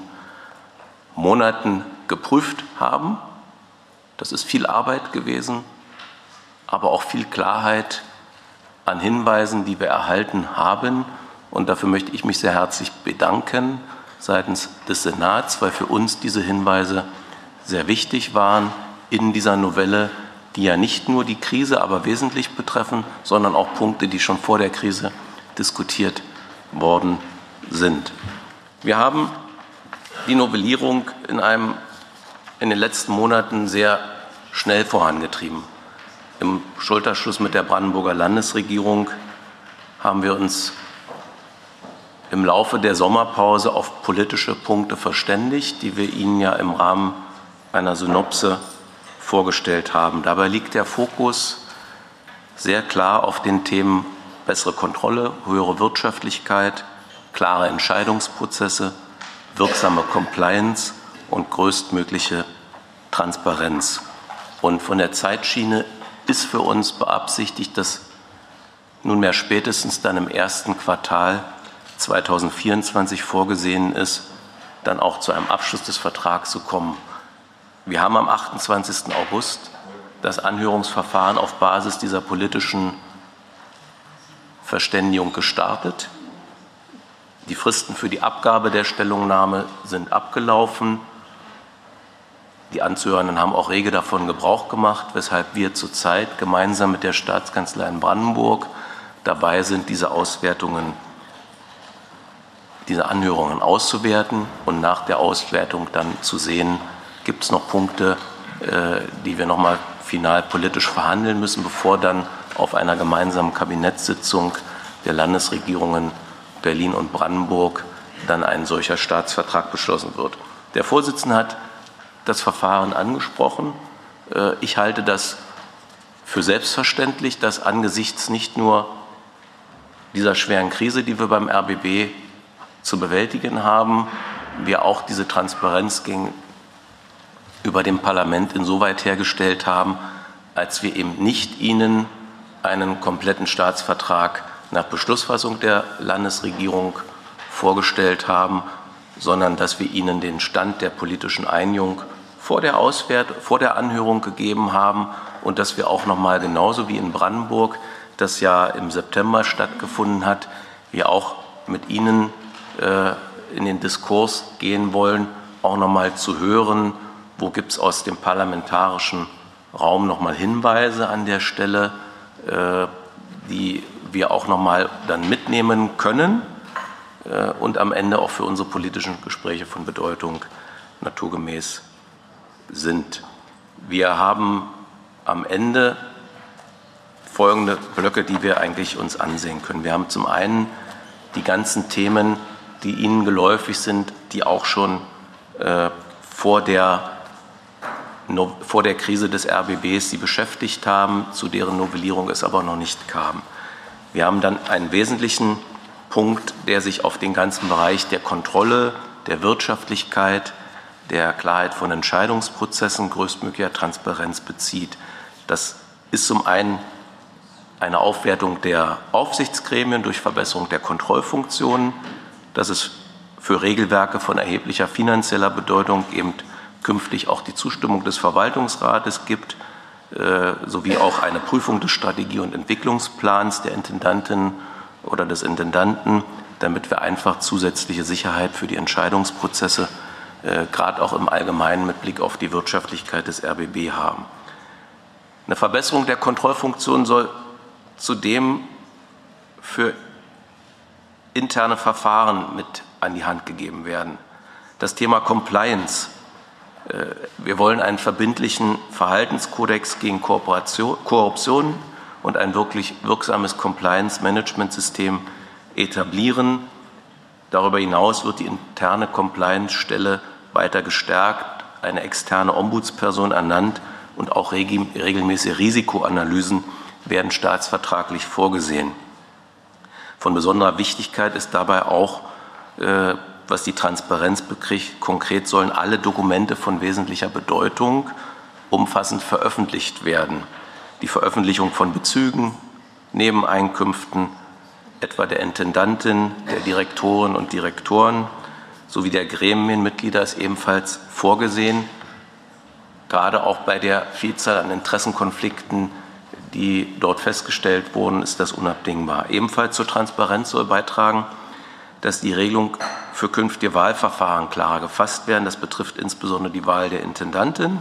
Monaten geprüft haben. Das ist viel Arbeit gewesen, aber auch viel Klarheit an Hinweisen, die wir erhalten haben. Und dafür möchte ich mich sehr herzlich bedanken seitens des Senats, weil für uns diese Hinweise sehr wichtig waren in dieser Novelle, die ja nicht nur die Krise, aber wesentlich betreffen, sondern auch Punkte, die schon vor der Krise diskutiert worden sind. Wir haben die Novellierung in den letzten Monaten sehr schnell vorangetrieben. Im Schulterschluss mit der Brandenburger Landesregierung haben wir uns im Laufe der Sommerpause auf politische Punkte verständigt, die wir Ihnen ja im Rahmen einer Synopse vorgestellt haben. Dabei liegt der Fokus sehr klar auf den Themen bessere Kontrolle, höhere Wirtschaftlichkeit, klare Entscheidungsprozesse, wirksame Compliance und größtmögliche Transparenz. Und von der Zeitschiene ist für uns beabsichtigt, dass nunmehr spätestens dann im ersten Quartal 2024 vorgesehen ist, dann auch zu einem Abschluss des Vertrags zu kommen. Wir haben am 28. August das Anhörungsverfahren auf Basis dieser politischen Verständigung gestartet. Die Fristen für die Abgabe der Stellungnahme sind abgelaufen. Die Anzuhörenden haben auch rege davon Gebrauch gemacht, weshalb wir zurzeit gemeinsam mit der Staatskanzlei in Brandenburg dabei sind, diese Anhörungen auszuwerten und nach der Auswertung dann zu sehen, gibt es noch Punkte, die wir noch mal final politisch verhandeln müssen, bevor dann auf einer gemeinsamen Kabinettssitzung der Landesregierungen Berlin und Brandenburg dann ein solcher Staatsvertrag beschlossen wird. Der Vorsitzende hat das Verfahren angesprochen. Ich halte das für selbstverständlich, dass angesichts nicht nur dieser schweren Krise, die wir beim RBB zu bewältigen haben, wir auch diese Transparenz gegenüber dem Parlament insoweit hergestellt haben, als wir eben nicht Ihnen einen kompletten Staatsvertrag nach Beschlussfassung der Landesregierung vorgestellt haben, sondern dass wir Ihnen den Stand der politischen Einigung vor der Anhörung gegeben haben und dass wir auch noch mal genauso wie in Brandenburg, das ja im September stattgefunden hat, wir auch mit Ihnen in den Diskurs gehen wollen, auch noch mal zu hören, wo gibt es aus dem parlamentarischen Raum noch mal Hinweise an der Stelle, die wir auch noch mal dann mitnehmen können und am Ende auch für unsere politischen Gespräche von Bedeutung naturgemäß sind. Wir haben am Ende folgende Blöcke, die wir eigentlich uns ansehen können. Wir haben zum einen die ganzen Themen, die Ihnen geläufig sind, die auch schon vor der vor der Krise des RBBs sie beschäftigt haben, zu deren Novellierung es aber noch nicht kam. Wir haben dann einen wesentlichen Punkt, der sich auf den ganzen Bereich der Kontrolle, der Wirtschaftlichkeit, der Klarheit von Entscheidungsprozessen, größtmöglicher Transparenz bezieht. Das ist zum einen eine Aufwertung der Aufsichtsgremien durch Verbesserung der Kontrollfunktionen, dass es für Regelwerke von erheblicher finanzieller Bedeutung eben künftig auch die Zustimmung des Verwaltungsrates gibt, sowie auch eine Prüfung des Strategie- und Entwicklungsplans der Intendantin oder des Intendanten, damit wir einfach zusätzliche Sicherheit für die Entscheidungsprozesse, gerade auch im Allgemeinen mit Blick auf die Wirtschaftlichkeit des RBB haben. Eine Verbesserung der Kontrollfunktion soll zudem für interne Verfahren mit an die Hand gegeben werden. Das Thema Compliance. Wir wollen einen verbindlichen Verhaltenskodex gegen Korruption und ein wirklich wirksames Compliance-Management-System etablieren. Darüber hinaus wird die interne Compliance-Stelle weiter gestärkt, eine externe Ombudsperson ernannt und auch regelmäßige Risikoanalysen werden staatsvertraglich vorgesehen. Von besonderer Wichtigkeit ist dabei auch, was die Transparenz betrifft, konkret sollen alle Dokumente von wesentlicher Bedeutung umfassend veröffentlicht werden. Die Veröffentlichung von Bezügen, Nebeneinkünften, etwa der Intendantin, der Direktoren und Direktoren sowie der Gremienmitglieder ist ebenfalls vorgesehen. Gerade auch bei der Vielzahl an Interessenkonflikten, die dort festgestellt wurden, ist das unabdingbar. Ebenfalls zur Transparenz soll beitragen, dass die Regelung für künftige Wahlverfahren klarer gefasst werden. Das betrifft insbesondere die Wahl der Intendantin,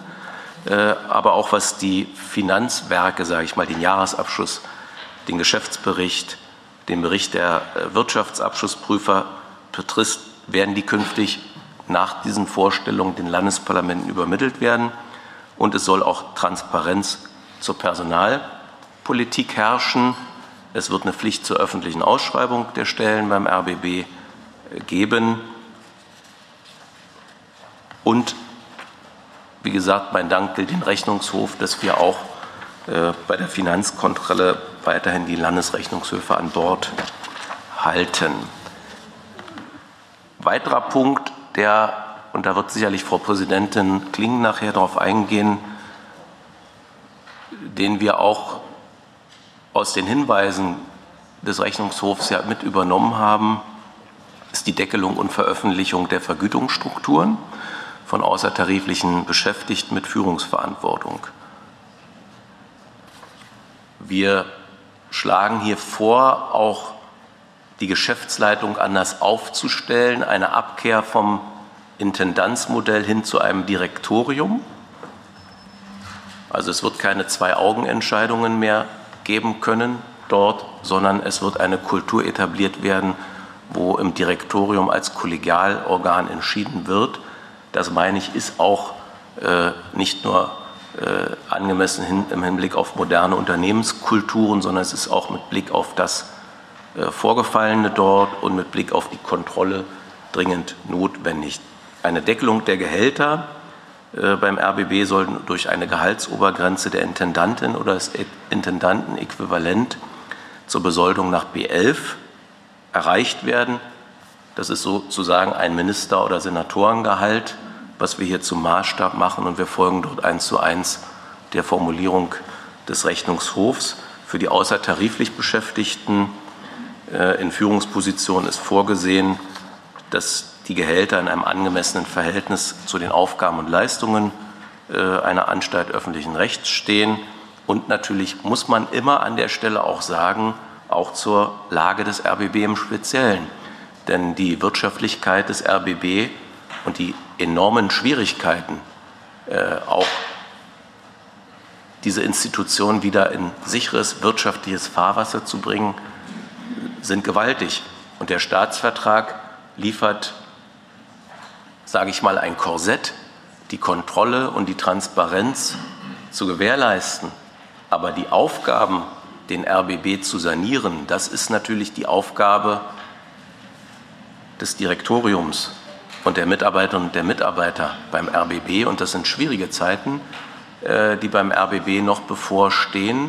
aber auch was die Finanzwerke, sage ich mal, den Jahresabschluss, den Geschäftsbericht, den Bericht der Wirtschaftsabschlussprüfer betrifft, werden die künftig nach diesen Vorstellungen den Landesparlamenten übermittelt werden. Und es soll auch Transparenz zur Personalpolitik herrschen. Es wird eine Pflicht zur öffentlichen Ausschreibung der Stellen beim RBB geben. Und wie gesagt, mein Dank gilt dem Rechnungshof, dass wir auch bei der Finanzkontrolle weiterhin die Landesrechnungshöfe an Bord halten. Weiterer Punkt, und da wird sicherlich Frau Präsidentin Kling nachher darauf eingehen, den wir auch aus den Hinweisen des Rechnungshofs ja mit übernommen haben, ist die Deckelung und Veröffentlichung der Vergütungsstrukturen von außertariflichen Beschäftigten mit Führungsverantwortung. Wir schlagen hier vor, auch die Geschäftsleitung anders aufzustellen, eine Abkehr vom Intendanzmodell hin zu einem Direktorium. Also es wird keine Zwei-Augen-Entscheidungen mehr geben können dort, sondern es wird eine Kultur etabliert werden, wo im Direktorium als Kollegialorgan entschieden wird. Das, meine ich, ist auch nicht nur angemessen im Hinblick auf moderne Unternehmenskulturen, sondern es ist auch mit Blick auf das Vorgefallene dort und mit Blick auf die Kontrolle dringend notwendig. Eine Deckelung der Gehälter beim RBB soll durch eine Gehaltsobergrenze der Intendantin oder des Intendanten äquivalent zur Besoldung nach B11 erreicht werden. Das ist sozusagen ein Minister- oder Senatorengehalt, was wir hier zum Maßstab machen, und wir folgen dort 1:1 der Formulierung des Rechnungshofs. Für die außertariflich Beschäftigten in Führungspositionen ist vorgesehen, dass die Gehälter in einem angemessenen Verhältnis zu den Aufgaben und Leistungen einer Anstalt öffentlichen Rechts stehen. Und natürlich muss man immer an der Stelle auch sagen, auch zur Lage des RBB im Speziellen. Denn die Wirtschaftlichkeit des RBB und die enormen Schwierigkeiten, auch diese Institution wieder in sicheres wirtschaftliches Fahrwasser zu bringen, sind gewaltig. Und der Staatsvertrag liefert, sage ich mal, ein Korsett, die Kontrolle und die Transparenz zu gewährleisten. Aber die Aufgaben, den RBB zu sanieren, das ist natürlich die Aufgabe des Direktoriums und der Mitarbeiterinnen und der Mitarbeiter beim RBB, und das sind schwierige Zeiten, die beim RBB noch bevorstehen,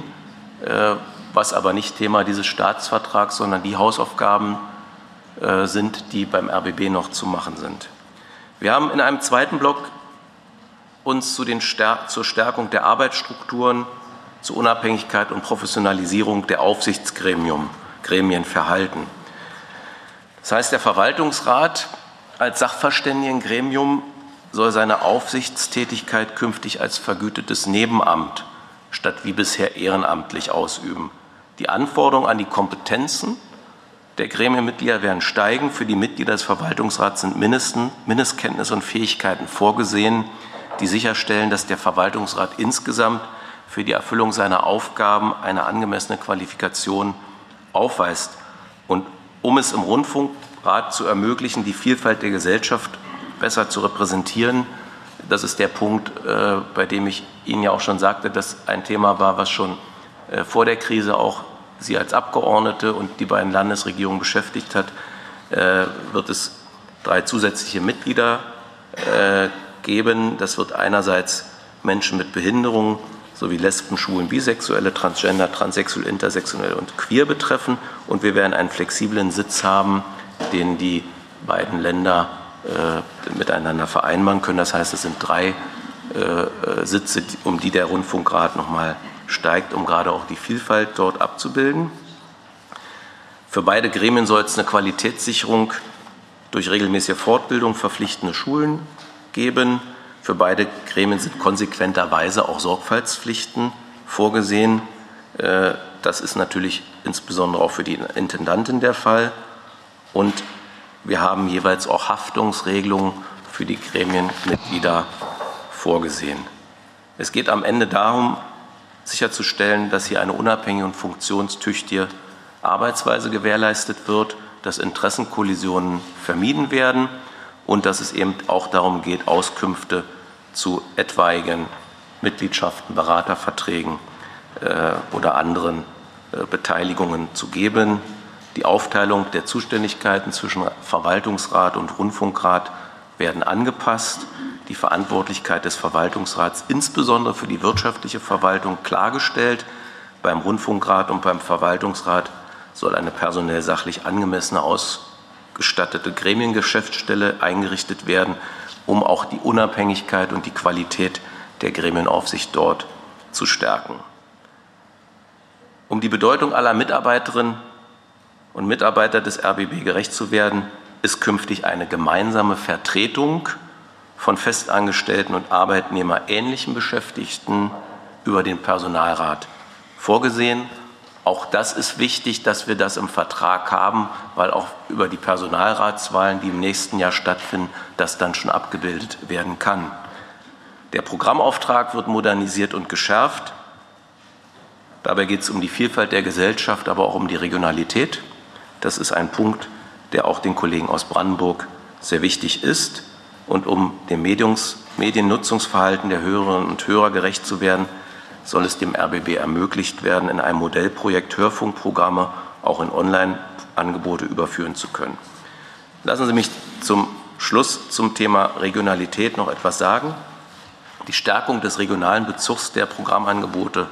was aber nicht Thema dieses Staatsvertrags, sondern die Hausaufgaben sind, die beim RBB noch zu machen sind. Wir haben in einem zweiten Block uns zur Stärkung der Arbeitsstrukturen, zur Unabhängigkeit und Professionalisierung der Aufsichtsgremien verhalten. Das heißt, der Verwaltungsrat als Sachverständigengremium soll seine Aufsichtstätigkeit künftig als vergütetes Nebenamt statt wie bisher ehrenamtlich ausüben. Die Anforderungen an die Kompetenzen der Gremienmitglieder werden steigen. Für die Mitglieder des Verwaltungsrats sind Mindestkenntnisse und Fähigkeiten vorgesehen, die sicherstellen, dass der Verwaltungsrat insgesamt für die Erfüllung seiner Aufgaben eine angemessene Qualifikation aufweist. Und um es im Rundfunkrat zu ermöglichen, die Vielfalt der Gesellschaft besser zu repräsentieren, das ist der Punkt, bei dem ich Ihnen ja auch schon sagte, dass ein Thema war, was schon vor der Krise auch Sie als Abgeordnete und die beiden Landesregierungen beschäftigt hat, wird es 3 zusätzliche Mitglieder geben. Das wird einerseits Menschen mit Behinderung sowie Lesben, Schwulen, Bisexuelle, Transgender, Transsexuell, Intersektionell und Queer betreffen. Und wir werden einen flexiblen Sitz haben, den die beiden Länder miteinander vereinbaren können. Das heißt, es sind 3 Sitze, um die der Rundfunkrat nochmal steigt, um gerade auch die Vielfalt dort abzubilden. Für beide Gremien soll es eine Qualitätssicherung durch regelmäßige Fortbildung, verpflichtende Schulen geben. Für beide Gremien sind konsequenterweise auch Sorgfaltspflichten vorgesehen. Das ist natürlich insbesondere auch für die Intendantin der Fall. Und wir haben jeweils auch Haftungsregelungen für die Gremienmitglieder vorgesehen. Es geht am Ende darum, sicherzustellen, dass hier eine unabhängige und funktionstüchtige Arbeitsweise gewährleistet wird, dass Interessenkollisionen vermieden werden und dass es eben auch darum geht, Auskünfte zu etwaigen Mitgliedschaften, Beraterverträgen oder anderen Beteiligungen zu geben. Die Aufteilung der Zuständigkeiten zwischen Verwaltungsrat und Rundfunkrat werden angepasst. Die Verantwortlichkeit des Verwaltungsrats, insbesondere für die wirtschaftliche Verwaltung, klargestellt. Beim Rundfunkrat und beim Verwaltungsrat soll eine personell sachlich angemessene ausgestattete Gremiengeschäftsstelle eingerichtet werden, um auch die Unabhängigkeit und die Qualität der Gremienaufsicht dort zu stärken. Um die Bedeutung aller Mitarbeiterinnen und Mitarbeiter des RBB gerecht zu werden, ist künftig eine gemeinsame Vertretung von festangestellten und arbeitnehmerähnlichen Beschäftigten über den Personalrat vorgesehen. Auch das ist wichtig, dass wir das im Vertrag haben, weil auch über die Personalratswahlen, die im nächsten Jahr stattfinden, das dann schon abgebildet werden kann. Der Programmauftrag wird modernisiert und geschärft. Dabei geht es um die Vielfalt der Gesellschaft, aber auch um die Regionalität. Das ist ein Punkt, der auch den Kollegen aus Brandenburg sehr wichtig ist. Und um dem Mediennutzungsverhalten der Hörerinnen und Hörer gerecht zu werden, soll es dem RBB ermöglicht werden, in einem Modellprojekt Hörfunkprogramme auch in Online-Angebote überführen zu können. Lassen Sie mich zum Schluss zum Thema Regionalität noch etwas sagen. Die Stärkung des regionalen Bezugs der Programmangebote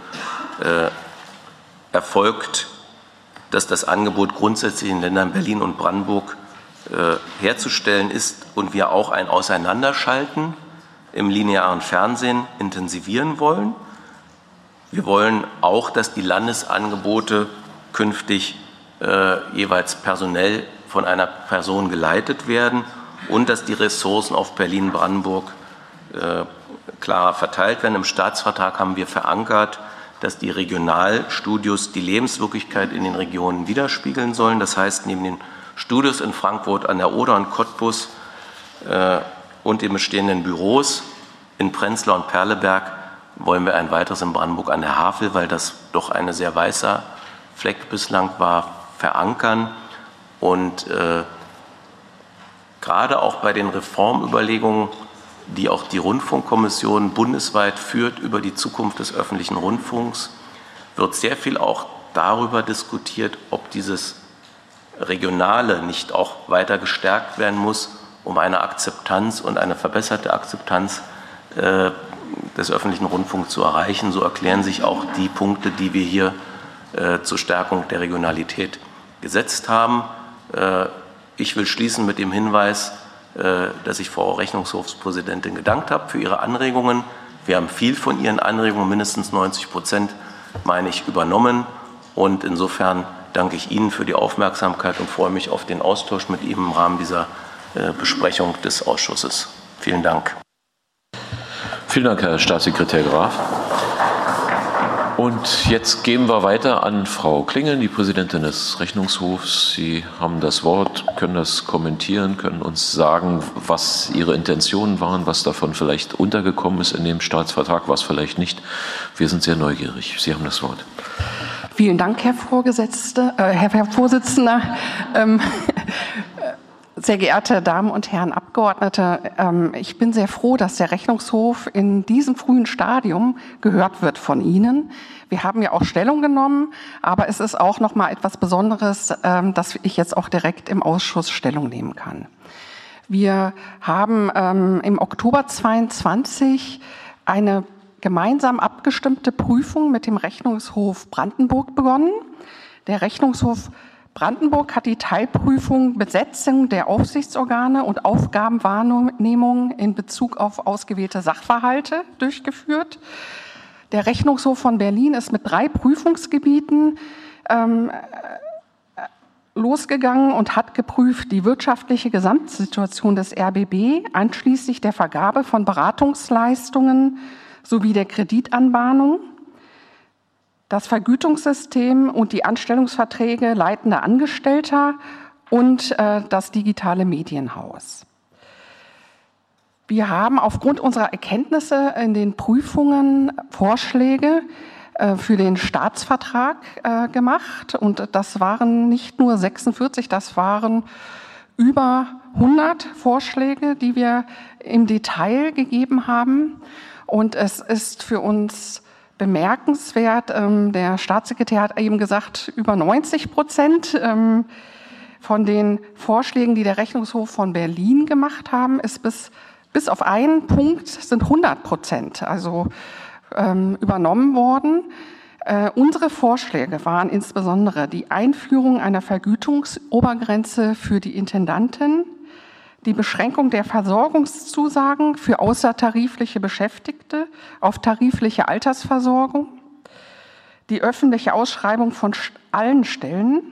erfolgt, dass das Angebot grundsätzlich in den Ländern Berlin und Brandenburg herzustellen ist und wir auch ein Auseinanderschalten im linearen Fernsehen intensivieren wollen. Wir wollen auch, dass die Landesangebote künftig jeweils personell von einer Person geleitet werden und dass die Ressourcen auf Berlin-Brandenburg klarer verteilt werden. Im Staatsvertrag haben wir verankert, dass die Regionalstudios die Lebenswirklichkeit in den Regionen widerspiegeln sollen. Das heißt, neben den Studios in Frankfurt an der Oder und Cottbus und den bestehenden Büros in Prenzlau und Perleberg wollen wir ein weiteres in Brandenburg an der Havel, weil das doch ein sehr weißer Fleck bislang war, verankern. Und gerade auch bei den Reformüberlegungen, die auch die Rundfunkkommission bundesweit führt über die Zukunft des öffentlichen Rundfunks, wird sehr viel auch darüber diskutiert, ob dieses Regionale nicht auch weiter gestärkt werden muss, um eine Akzeptanz und eine verbesserte Akzeptanz des öffentlichen Rundfunks zu erreichen. So erklären sich auch die Punkte, die wir hier zur Stärkung der Regionalität gesetzt haben. Ich will schließen mit dem Hinweis, dass ich Frau Rechnungshofspräsidentin gedankt habe für ihre Anregungen. Wir haben viel von Ihren Anregungen, mindestens 90%, meine ich, übernommen. Und insofern danke ich Ihnen für die Aufmerksamkeit und freue mich auf den Austausch mit Ihnen im Rahmen dieser Besprechung des Ausschusses. Vielen Dank. Vielen Dank, Herr Staatssekretär Graf. Und jetzt geben wir weiter an Frau Klingel, die Präsidentin des Rechnungshofs. Sie haben das Wort, können das kommentieren, können uns sagen, was Ihre Intentionen waren, was davon vielleicht untergekommen ist in dem Staatsvertrag, was vielleicht nicht. Wir sind sehr neugierig. Sie haben das Wort. Vielen Dank, Herr Vorsitzender. Sehr geehrte Damen und Herren Abgeordnete, ich bin sehr froh, dass der Rechnungshof in diesem frühen Stadium gehört wird von Ihnen. Wir haben ja auch Stellung genommen, aber es ist auch noch mal etwas Besonderes, dass ich jetzt auch direkt im Ausschuss Stellung nehmen kann. Wir haben im Oktober 22 eine gemeinsam abgestimmte Prüfung mit dem Rechnungshof Brandenburg begonnen. Der Rechnungshof Brandenburg hat die Teilprüfung Besetzung der Aufsichtsorgane und Aufgabenwahrnehmung in Bezug auf ausgewählte Sachverhalte durchgeführt. Der Rechnungshof von Berlin ist mit 3 Prüfungsgebieten losgegangen und hat geprüft die wirtschaftliche Gesamtsituation des RBB, einschließlich der Vergabe von Beratungsleistungen sowie der Kreditanbahnung, das Vergütungssystem und die Anstellungsverträge leitender Angestellter und das digitale Medienhaus. Wir haben aufgrund unserer Erkenntnisse in den Prüfungen Vorschläge für den Staatsvertrag gemacht. Und das waren nicht nur 46, das waren über 100 Vorschläge, die wir im Detail gegeben haben. Und es ist für uns bemerkenswert, der Staatssekretär hat eben gesagt, über 90% von den Vorschlägen, die der Rechnungshof von Berlin gemacht haben, ist bis auf einen Punkt sind 100%, also übernommen worden. Unsere Vorschläge waren insbesondere die Einführung einer Vergütungsobergrenze für die Intendanten, die Beschränkung der Versorgungszusagen für außertarifliche Beschäftigte auf tarifliche Altersversorgung, die öffentliche Ausschreibung von allen Stellen.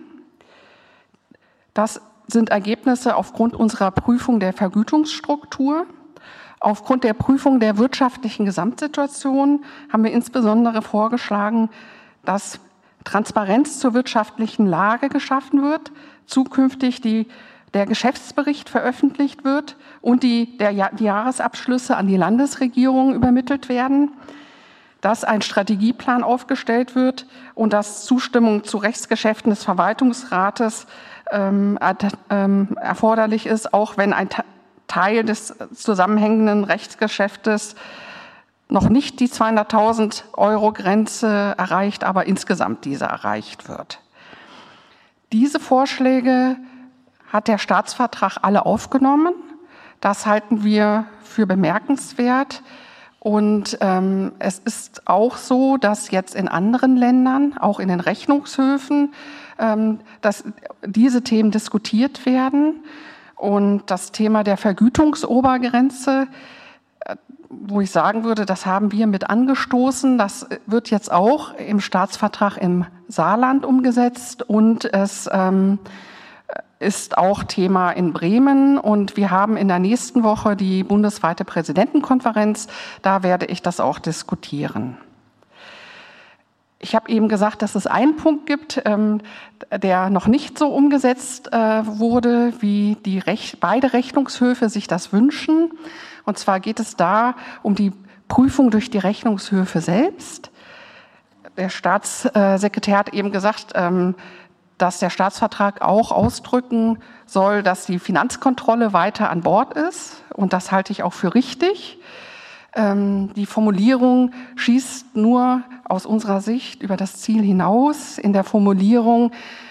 Das sind Ergebnisse aufgrund unserer Prüfung der Vergütungsstruktur. Aufgrund der Prüfung der wirtschaftlichen Gesamtsituation haben wir insbesondere vorgeschlagen, dass Transparenz zur wirtschaftlichen Lage geschaffen wird, zukünftig der Geschäftsbericht veröffentlicht wird und die Jahresabschlüsse an die Landesregierung übermittelt werden, dass ein Strategieplan aufgestellt wird und dass Zustimmung zu Rechtsgeschäften des Verwaltungsrates erforderlich ist, auch wenn ein Teil des zusammenhängenden Rechtsgeschäftes noch nicht die 200.000 € Grenze erreicht, aber insgesamt diese erreicht wird. Diese Vorschläge hat der Staatsvertrag alle aufgenommen. Das halten wir für bemerkenswert. Und es ist auch so, dass jetzt in anderen Ländern, auch in den Rechnungshöfen, dass diese Themen diskutiert werden. Und das Thema der Vergütungsobergrenze, wo ich sagen würde, das haben wir mit angestoßen, das wird jetzt auch im Staatsvertrag im Saarland umgesetzt und es ist auch Thema in Bremen und wir haben in der nächsten Woche die bundesweite Präsidentenkonferenz, da werde ich das auch diskutieren. Ich habe eben gesagt, dass es einen Punkt gibt, der noch nicht so umgesetzt wurde, wie beide Rechnungshöfe sich das wünschen. Und zwar geht es da um die Prüfung durch die Rechnungshöfe selbst. Der Staatssekretär hat eben gesagt, dass der Staatsvertrag auch ausdrücken soll, dass die Finanzkontrolle weiter an Bord ist. Und das halte ich auch für richtig. Die Formulierung schießt nur aus unserer Sicht über das Ziel hinaus. In der Formulierung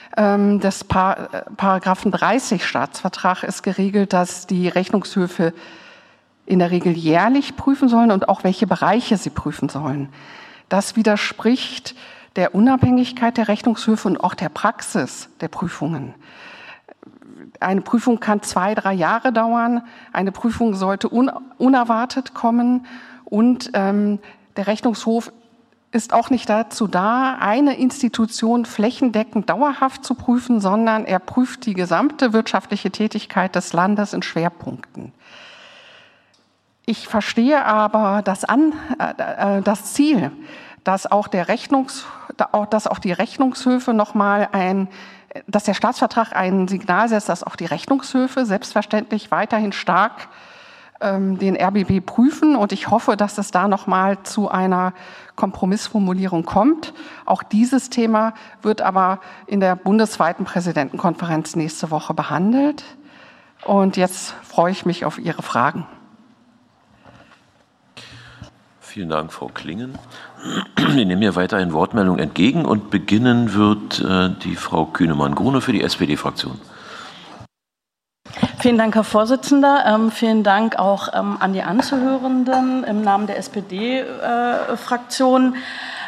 des Paragraphen 30 Staatsvertrag ist geregelt, dass die Rechnungshöfe in der Regel jährlich prüfen sollen und auch welche Bereiche sie prüfen sollen. Das widerspricht der Unabhängigkeit der Rechnungshöfe und auch der Praxis der Prüfungen. Eine Prüfung kann 2-3 Jahre dauern. Eine Prüfung sollte unerwartet kommen. Und der Rechnungshof ist auch nicht dazu da, eine Institution flächendeckend dauerhaft zu prüfen, sondern er prüft die gesamte wirtschaftliche Tätigkeit des Landes in Schwerpunkten. Ich verstehe aber das Ziel, dass auch die Rechnungshöfe dass der Staatsvertrag ein Signal setzt, dass auch die Rechnungshöfe selbstverständlich weiterhin stark den RBB prüfen. Und ich hoffe, dass es da nochmal zu einer Kompromissformulierung kommt. Auch dieses Thema wird aber in der bundesweiten Präsidentenkonferenz nächste Woche behandelt. Und jetzt freue ich mich auf Ihre Fragen. Vielen Dank, Frau Klingen. Wir nehmen hier weiterhin Wortmeldungen entgegen und beginnen wird die Frau Kühnemann-Grune für die SPD-Fraktion. Vielen Dank, Herr Vorsitzender. Vielen Dank auch an die Anzuhörenden im Namen der SPD-Fraktion.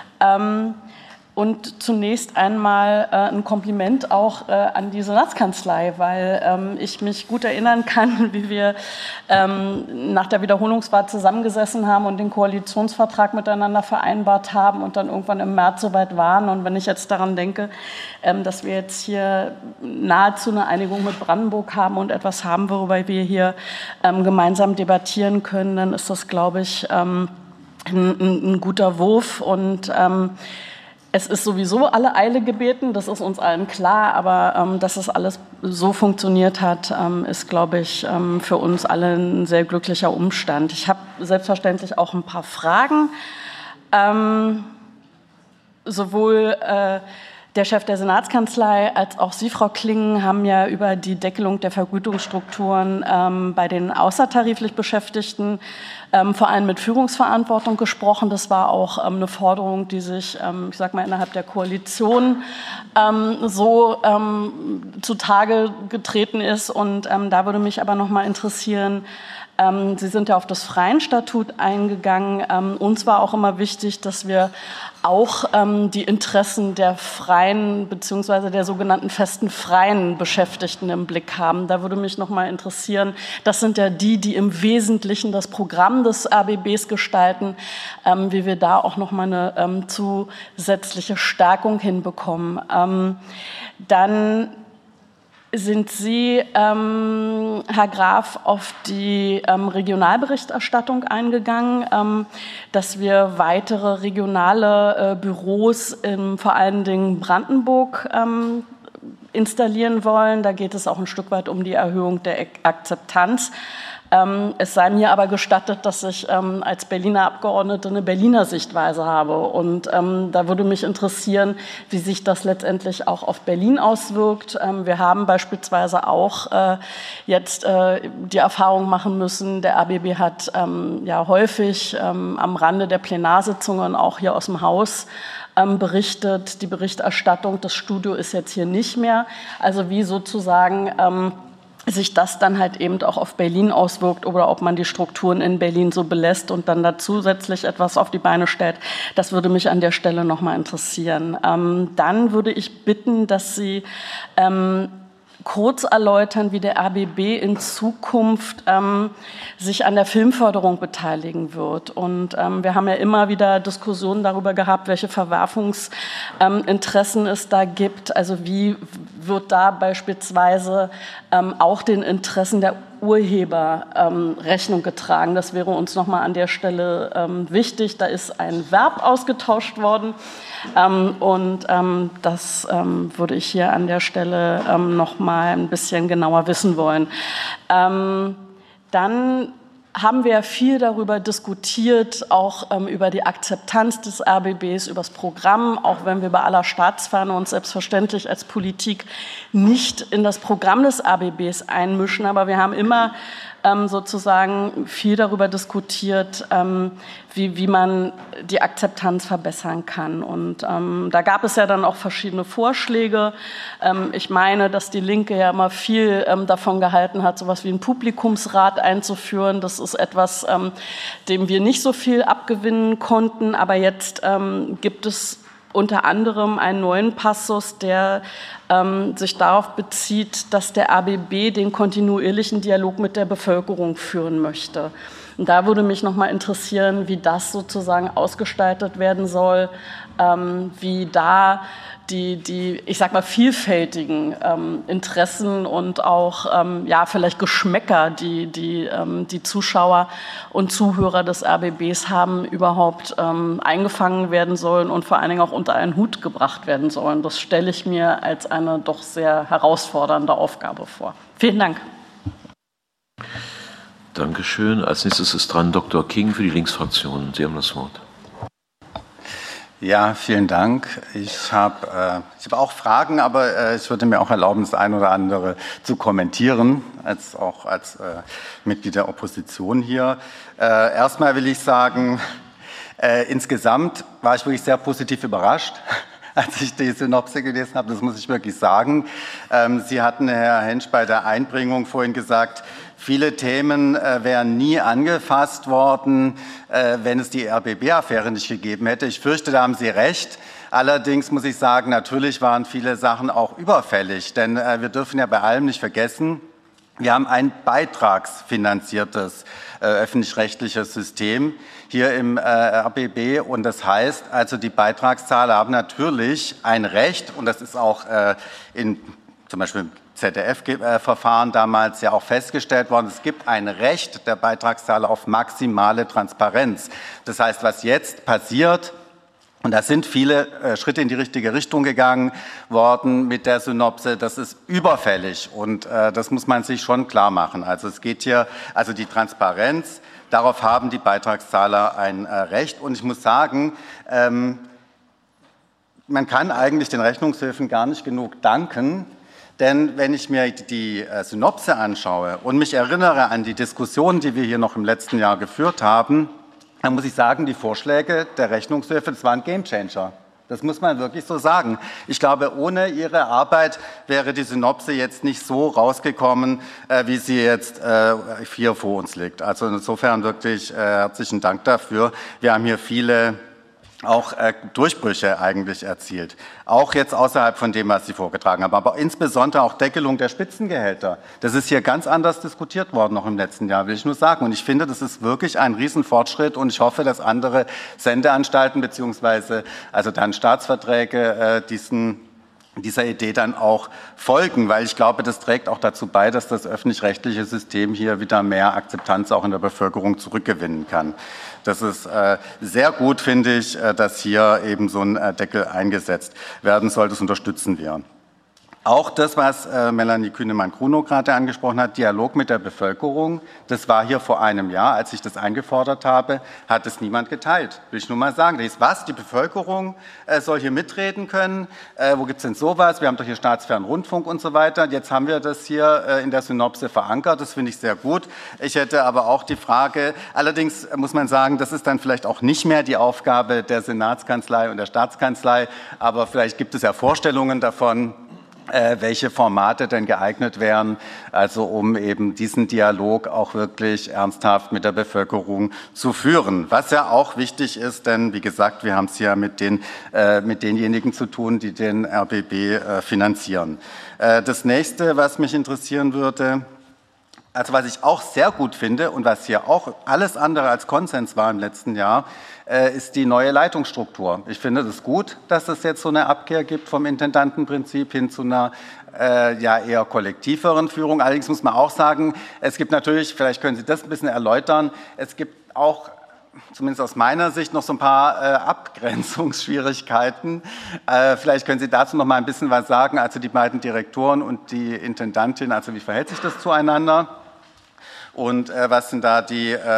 Und zunächst einmal ein Kompliment auch an die Senatskanzlei, weil ich mich gut erinnern kann, wie wir nach der Wiederholungswahl zusammengesessen haben und den Koalitionsvertrag miteinander vereinbart haben und dann irgendwann im März soweit waren. Und wenn ich jetzt daran denke, dass wir jetzt hier nahezu eine Einigung mit Brandenburg haben und etwas haben, worüber wir hier gemeinsam debattieren können, dann ist das, glaube ich, ein guter Wurf. Und es ist sowieso alle Eile gebeten, das ist uns allen klar, aber dass es alles so funktioniert hat, ist, glaube ich, für uns alle ein sehr glücklicher Umstand. Ich habe selbstverständlich auch ein paar Fragen. Sowohl der Chef der Senatskanzlei als auch Sie, Frau Klingen, haben ja über die Deckelung der Vergütungsstrukturen bei den außertariflich Beschäftigten vor allem mit Führungsverantwortung gesprochen. Das war auch eine Forderung, die sich, ich sag mal, innerhalb der Koalition zutage getreten ist. Und da würde mich aber noch mal interessieren, Sie sind ja auf das Freienstatut eingegangen. Uns war auch immer wichtig, dass wir auch die Interessen der freien bzw. der sogenannten festen freien Beschäftigten im Blick haben. Da würde mich noch mal interessieren, das sind ja die im Wesentlichen das Programm des RBBs gestalten, wie wir da auch noch mal eine zusätzliche Stärkung hinbekommen. Dann sind Sie, Herr Graf, auf die Regionalberichterstattung eingegangen, dass wir weitere regionale Büros vor allen Dingen Brandenburg installieren wollen. Da geht es auch ein Stück weit um die Erhöhung der Akzeptanz. Es sei mir aber gestattet, dass ich als Berliner Abgeordnete eine Berliner Sichtweise habe. Und da würde mich interessieren, wie sich das letztendlich auch auf Berlin auswirkt. Wir haben beispielsweise auch jetzt die Erfahrung machen müssen, der RBB hat ja häufig am Rande der Plenarsitzungen auch hier aus dem Haus berichtet. Die Berichterstattung, das Studio ist jetzt hier nicht mehr. Also wie sozusagen sich das dann halt eben auch auf Berlin auswirkt oder ob man die Strukturen in Berlin so belässt und dann da zusätzlich etwas auf die Beine stellt. Das würde mich an der Stelle noch mal interessieren. Dann würde ich bitten, dass Sie kurz erläutern, wie der RBB in Zukunft sich an der Filmförderung beteiligen wird. Und wir haben ja immer wieder Diskussionen darüber gehabt, welche Verwerfungsinteressen es da gibt. Also wie wird da beispielsweise auch den Interessen der Urheber Rechnung getragen? Das wäre uns noch mal an der Stelle wichtig. Da ist ein Verb ausgetauscht worden. Das würde ich hier an der Stelle noch mal ein bisschen genauer wissen wollen. Dann haben wir viel darüber diskutiert, auch über die Akzeptanz des RBBs, über das Programm, auch wenn wir bei aller Staatsferne uns selbstverständlich als Politik nicht in das Programm des RBBs einmischen. Aber wir haben immer sozusagen viel darüber diskutiert, wie man die Akzeptanz verbessern kann. Und da gab es ja dann auch verschiedene Vorschläge. Ich meine, dass die Linke ja immer viel davon gehalten hat, sowas wie einen Publikumsrat einzuführen. Das ist etwas, dem wir nicht so viel abgewinnen konnten. Aber jetzt gibt es unter anderem einen neuen Passus, der sich darauf bezieht, dass der RBB den kontinuierlichen Dialog mit der Bevölkerung führen möchte. Und da würde mich noch mal interessieren, wie das sozusagen ausgestaltet werden soll, wie da die ich sag mal, vielfältigen Interessen und auch vielleicht Geschmäcker, die Zuschauer und Zuhörer des RBBs haben, überhaupt eingefangen werden sollen und vor allen Dingen auch unter einen Hut gebracht werden sollen. Das stelle ich mir als eine doch sehr herausfordernde Aufgabe vor. Vielen Dank. Dankeschön. Als nächstes ist dran Dr. King für die Linksfraktion. Sie haben das Wort. Ja, vielen Dank. Ich habe auch Fragen, aber ich würde mir auch erlauben, das ein oder andere zu kommentieren, als Mitglied der Opposition hier. Erstmal will ich sagen, insgesamt war ich wirklich sehr positiv überrascht, als ich die Synopse gelesen habe. Das muss ich wirklich sagen. Sie hatten, Herr Hensch, bei der Einbringung vorhin gesagt, viele Themen wären nie angefasst worden, wenn es die RBB-Affäre nicht gegeben hätte. Ich fürchte, da haben Sie recht. Allerdings muss ich sagen, natürlich waren viele Sachen auch überfällig, denn wir dürfen ja bei allem nicht vergessen, wir haben ein beitragsfinanziertes öffentlich-rechtliches System hier im RBB und das heißt, also die Beitragszahler haben natürlich ein Recht und das ist auch in zum Beispiel ZDF-Verfahren damals ja auch festgestellt worden, es gibt ein Recht der Beitragszahler auf maximale Transparenz. Das heißt, was jetzt passiert, und da sind viele Schritte in die richtige Richtung gegangen worden mit der Synopse, das ist überfällig und das muss man sich schon klar machen. Also es geht hier, also die Transparenz, darauf haben die Beitragszahler ein Recht und ich muss sagen, man kann eigentlich den Rechnungshöfen gar nicht genug danken, denn wenn ich mir die Synopse anschaue und mich erinnere an die Diskussionen, die wir hier noch im letzten Jahr geführt haben, dann muss ich sagen, die Vorschläge der Rechnungshöfe, das waren Gamechanger. Das muss man wirklich so sagen. Ich glaube, ohne Ihre Arbeit wäre die Synopse jetzt nicht so rausgekommen, wie sie jetzt hier vor uns liegt. Also insofern wirklich herzlichen Dank dafür. Wir haben hier viele auch Durchbrüche eigentlich erzielt. Auch jetzt außerhalb von dem, was Sie vorgetragen haben, aber insbesondere auch Deckelung der Spitzengehälter. Das ist hier ganz anders diskutiert worden noch im letzten Jahr, will ich nur sagen. Und ich finde, das ist wirklich ein Riesenfortschritt und ich hoffe, dass andere Sendeanstalten beziehungsweise also dann Staatsverträge dieser Idee dann auch folgen, weil ich glaube, das trägt auch dazu bei, dass das öffentlich-rechtliche System hier wieder mehr Akzeptanz auch in der Bevölkerung zurückgewinnen kann. Das ist sehr gut, finde ich, dass hier eben so ein Deckel eingesetzt werden soll. Das unterstützen wir. Auch das, was Melanie Kühnemann-Grunow gerade angesprochen hat, Dialog mit der Bevölkerung, das war hier vor einem Jahr, als ich das eingefordert habe, hat es niemand geteilt. Will ich nur mal sagen. Das ist was? Die Bevölkerung soll hier mitreden können. Wo gibt es denn sowas? Wir haben doch hier Staatsfernrundfunk und so weiter. Jetzt haben wir das hier in der Synopse verankert. Das finde ich sehr gut. Ich hätte aber auch die Frage, allerdings muss man sagen, das ist dann vielleicht auch nicht mehr die Aufgabe der Senatskanzlei und der Staatskanzlei, aber vielleicht gibt es ja Vorstellungen davon, welche Formate denn geeignet wären, also um eben diesen Dialog auch wirklich ernsthaft mit der Bevölkerung zu führen. Was ja auch wichtig ist, denn wie gesagt, wir haben es ja mit denjenigen zu tun, die den RBB finanzieren. Das nächste, was mich interessieren würde, also was ich auch sehr gut finde und was hier auch alles andere als Konsens war im letzten Jahr, ist die neue Leitungsstruktur. Ich finde es gut, dass es jetzt so eine Abkehr gibt vom Intendantenprinzip hin zu einer eher kollektiveren Führung. Allerdings muss man auch sagen, es gibt natürlich, vielleicht können Sie das ein bisschen erläutern, es gibt auch zumindest aus meiner Sicht noch so ein paar Abgrenzungsschwierigkeiten. Vielleicht können Sie dazu noch mal ein bisschen was sagen, also die beiden Direktoren und die Intendantin, also wie verhält sich das zueinander? Und was sind da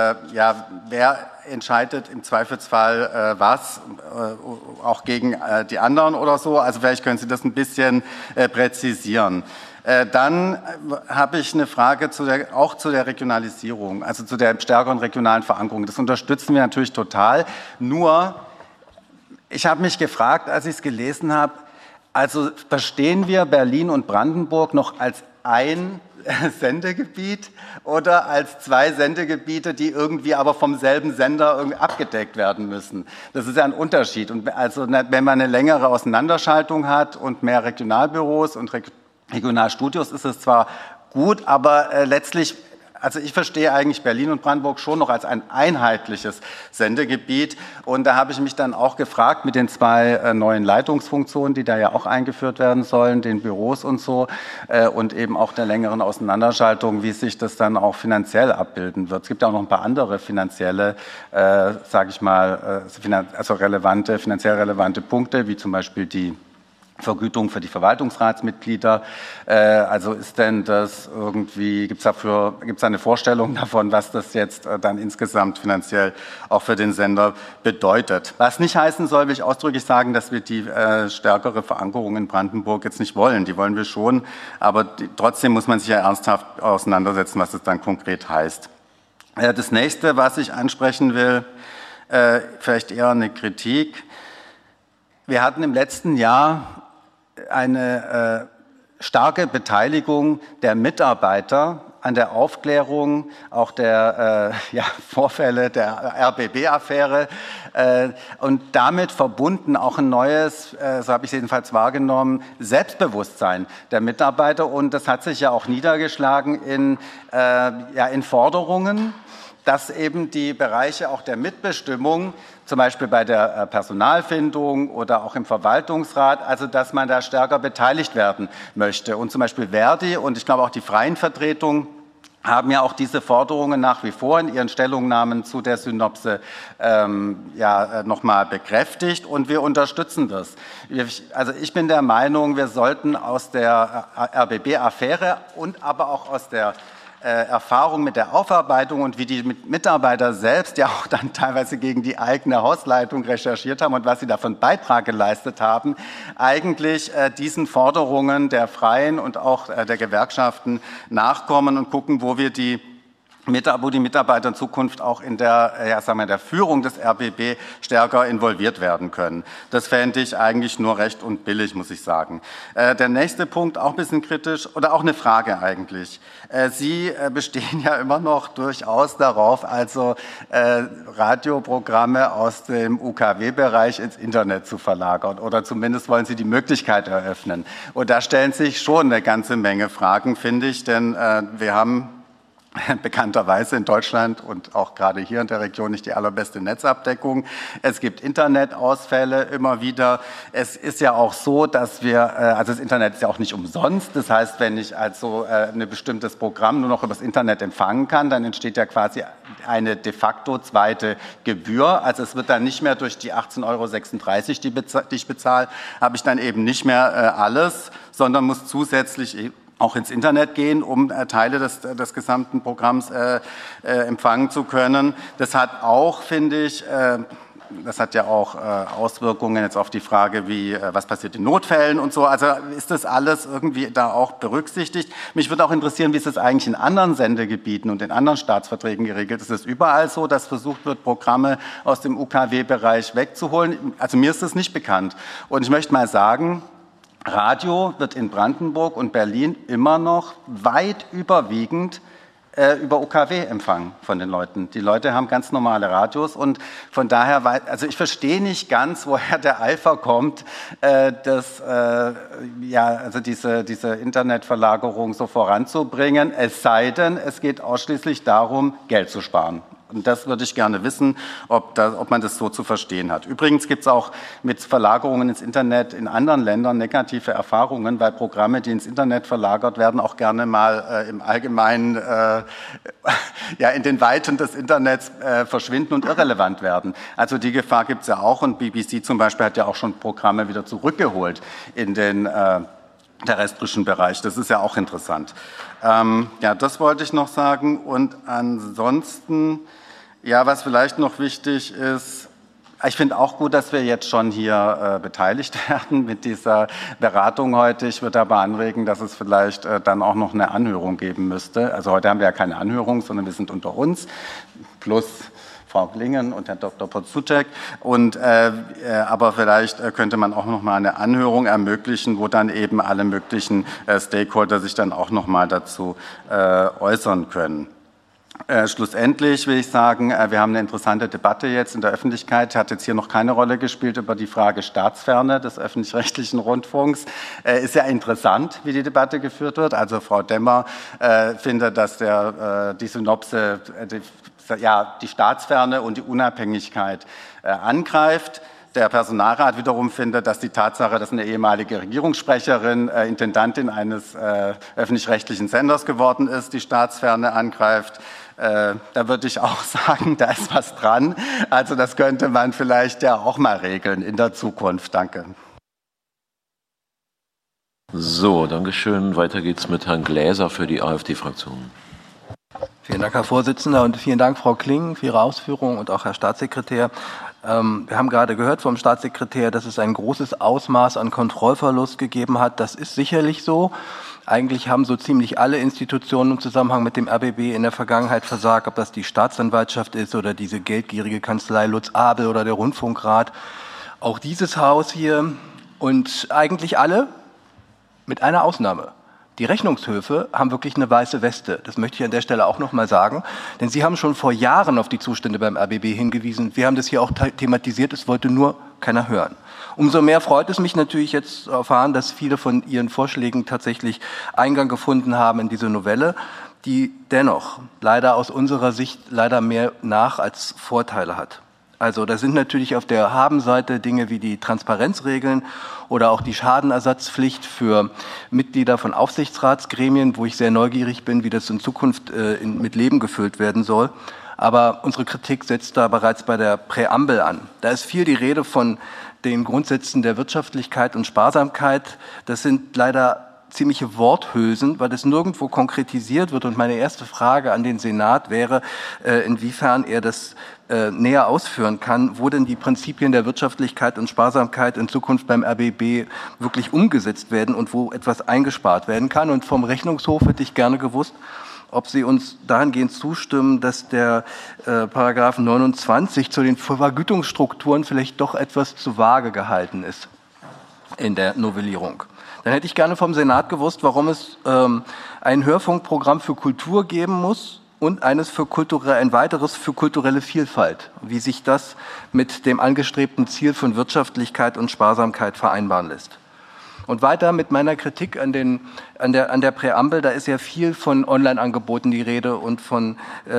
wer entscheidet im Zweifelsfall was, auch gegen die anderen oder so? Also vielleicht können Sie das ein bisschen präzisieren. Dann habe ich eine Frage auch zu der Regionalisierung, also zu der stärkeren regionalen Verankerung. Das unterstützen wir natürlich total. Nur, ich habe mich gefragt, als ich es gelesen habe, also verstehen wir Berlin und Brandenburg noch als ein Sendegebiet oder als zwei Sendegebiete, die irgendwie aber vom selben Sender irgendwie abgedeckt werden müssen. Das ist ja ein Unterschied. Und also wenn man eine längere Auseinanderschaltung hat und mehr Regionalbüros und Regionalstudios, ist es zwar gut, aber letztlich, also ich verstehe eigentlich Berlin und Brandenburg schon noch als ein einheitliches Sendegebiet. Und da habe ich mich dann auch gefragt mit den zwei neuen Leitungsfunktionen, die da ja auch eingeführt werden sollen, den Büros und so, und eben auch der längeren Auseinanderschaltung, wie sich das dann auch finanziell abbilden wird. Es gibt ja auch noch ein paar andere finanzielle, sage ich mal, also finanziell relevante Punkte, wie zum Beispiel die Vergütung für die Verwaltungsratsmitglieder. Also ist denn das irgendwie, gibt's eine Vorstellung davon, was das jetzt dann insgesamt finanziell auch für den Sender bedeutet? Was nicht heißen soll, will ich ausdrücklich sagen, dass wir die stärkere Verankerung in Brandenburg jetzt nicht wollen. Die wollen wir schon, aber trotzdem muss man sich ja ernsthaft auseinandersetzen, was es dann konkret heißt. Das nächste, was ich ansprechen will, vielleicht eher eine Kritik. Wir hatten im letzten Jahr eine starke Beteiligung der Mitarbeiter an der Aufklärung auch der Vorfälle der RBB-Affäre und damit verbunden auch ein neues, so habe ich es jedenfalls wahrgenommen, Selbstbewusstsein der Mitarbeiter. Und das hat sich ja auch niedergeschlagen in Forderungen, dass eben die Bereiche auch der Mitbestimmung, zum Beispiel bei der Personalfindung oder auch im Verwaltungsrat, also dass man da stärker beteiligt werden möchte. Und zum Beispiel Verdi und ich glaube auch die freien Vertretungen haben ja auch diese Forderungen nach wie vor in ihren Stellungnahmen zu der Synopse nochmal bekräftigt und wir unterstützen das. Also ich bin der Meinung, wir sollten aus der RBB-Affäre und aber auch aus der Erfahrung mit der Aufarbeitung und wie die Mitarbeiter selbst ja auch dann teilweise gegen die eigene Hausleitung recherchiert haben und was sie davon Beitrag geleistet haben, eigentlich diesen Forderungen der Freien und auch der Gewerkschaften nachkommen und gucken, wo die Mitarbeiter in Zukunft auch in der Führung des RBB stärker involviert werden können. Das fände ich eigentlich nur recht und billig, muss ich sagen. Der nächste Punkt, auch ein bisschen kritisch, oder auch eine Frage eigentlich. Sie bestehen ja immer noch durchaus darauf, also Radioprogramme aus dem UKW-Bereich ins Internet zu verlagern, oder zumindest wollen Sie die Möglichkeit eröffnen. Und da stellen sich schon eine ganze Menge Fragen, finde ich, denn wir haben bekannterweise in Deutschland und auch gerade hier in der Region nicht die allerbeste Netzabdeckung. Es gibt Internetausfälle immer wieder. Es ist ja auch so, dass also das Internet ist ja auch nicht umsonst. Das heißt, wenn ich also ein bestimmtes Programm nur noch übers Internet empfangen kann, dann entsteht ja quasi eine de facto zweite Gebühr. Also es wird dann nicht mehr durch die 18,36 €, die ich bezahle, habe ich dann eben nicht mehr alles, sondern muss zusätzlich auch ins Internet gehen, um Teile des gesamten Programms empfangen zu können. Das hat auch, finde ich, das hat ja auch Auswirkungen jetzt auf die Frage, was passiert in Notfällen und so. Also ist das alles irgendwie da auch berücksichtigt? Mich würde auch interessieren, wie ist es eigentlich in anderen Sendegebieten und in anderen Staatsverträgen geregelt? Ist es überall so, dass versucht wird, Programme aus dem UKW-Bereich wegzuholen? Also mir ist das nicht bekannt. Und ich möchte mal sagen, Radio wird in Brandenburg und Berlin immer noch weit überwiegend über UKW empfangen von den Leuten. Die Leute haben ganz normale Radios und von daher, also ich verstehe nicht ganz, woher der Eifer kommt, also diese Internetverlagerung so voranzubringen, es sei denn, es geht ausschließlich darum, Geld zu sparen. Und das würde ich gerne wissen, ob man das so zu verstehen hat. Übrigens gibt es auch mit Verlagerungen ins Internet in anderen Ländern negative Erfahrungen, weil Programme, die ins Internet verlagert werden, auch gerne mal im Allgemeinen in den Weiten des Internets verschwinden und irrelevant werden. Also die Gefahr gibt es ja auch und BBC zum Beispiel hat ja auch schon Programme wieder zurückgeholt in den terrestrischen Bereich. Das ist ja auch interessant. Das wollte ich noch sagen. Und ansonsten, was vielleicht noch wichtig ist, Ich finde auch gut, dass wir jetzt schon hier beteiligt werden mit dieser Beratung heute. Ich würde aber anregen, dass es vielleicht dann auch noch eine Anhörung geben müsste. Also heute haben wir ja keine Anhörung, sondern wir sind unter uns, plus Frau Klingen und Herr Dr. Podzucek. Aber vielleicht könnte man auch noch mal eine Anhörung ermöglichen, wo dann eben alle möglichen Stakeholder sich dann auch noch mal dazu äußern können. Schlussendlich will ich sagen, wir haben eine interessante Debatte jetzt in der Öffentlichkeit, hat jetzt hier noch keine Rolle gespielt über die Frage Staatsferne des öffentlich-rechtlichen Rundfunks. Ist ja interessant, wie die Debatte geführt wird. Also Frau Demmer findet, dass die Synopse die Staatsferne und die Unabhängigkeit angreift. Der Personalrat wiederum findet, dass die Tatsache, dass eine ehemalige Regierungssprecherin Intendantin eines öffentlich-rechtlichen Senders geworden ist, die Staatsferne angreift. Da würde ich auch sagen, da ist was dran. Also das könnte man vielleicht ja auch mal regeln in der Zukunft. Danke. So, Dankeschön. Weiter geht's mit Herrn Gläser für die AfD-Fraktion. Vielen Dank, Herr Vorsitzender, und vielen Dank, Frau Kling, für Ihre Ausführungen und auch Herr Staatssekretär. Wir haben gerade gehört vom Staatssekretär, dass es ein großes Ausmaß an Kontrollverlust gegeben hat. Das ist sicherlich so. Eigentlich haben so ziemlich alle Institutionen im Zusammenhang mit dem RBB in der Vergangenheit versagt, ob das die Staatsanwaltschaft ist oder diese geldgierige Kanzlei Lutz Abel oder der Rundfunkrat. Auch dieses Haus hier und eigentlich alle, mit einer Ausnahme. Die Rechnungshöfe haben wirklich eine weiße Weste. Das möchte ich an der Stelle auch noch mal sagen. Denn sie haben schon vor Jahren auf die Zustände beim RBB hingewiesen. Wir haben das hier auch thematisiert. Es wollte nur keiner hören. Umso mehr freut es mich natürlich jetzt zu erfahren, dass viele von Ihren Vorschlägen tatsächlich Eingang gefunden haben in diese Novelle, die dennoch leider aus unserer Sicht leider mehr Nach- als Vorteile hat. Also da sind natürlich auf der Habenseite Dinge wie die Transparenzregeln oder auch die Schadenersatzpflicht für Mitglieder von Aufsichtsratsgremien, wo ich sehr neugierig bin, wie das in Zukunft mit Leben gefüllt werden soll. Aber unsere Kritik setzt da bereits bei der Präambel an. Da ist viel die Rede von den Grundsätzen der Wirtschaftlichkeit und Sparsamkeit. Das sind leider ziemliche Worthülsen, weil das nirgendwo konkretisiert wird. Und meine erste Frage an den Senat wäre, inwiefern er das näher ausführen kann, wo denn die Prinzipien der Wirtschaftlichkeit und Sparsamkeit in Zukunft beim RBB wirklich umgesetzt werden und wo etwas eingespart werden kann. Und vom Rechnungshof hätte ich gerne gewusst, ob Sie uns dahingehend zustimmen, dass der Paragraph 29 zu den Vergütungsstrukturen vielleicht doch etwas zu vage gehalten ist in der Novellierung. Dann hätte ich gerne vom Senat gewusst, warum es ein Hörfunkprogramm für Kultur geben muss und ein weiteres für kulturelle Vielfalt. Wie sich das mit dem angestrebten Ziel von Wirtschaftlichkeit und Sparsamkeit vereinbaren lässt. Und weiter mit meiner Kritik an der Präambel, da ist ja viel von Online-Angeboten die Rede und von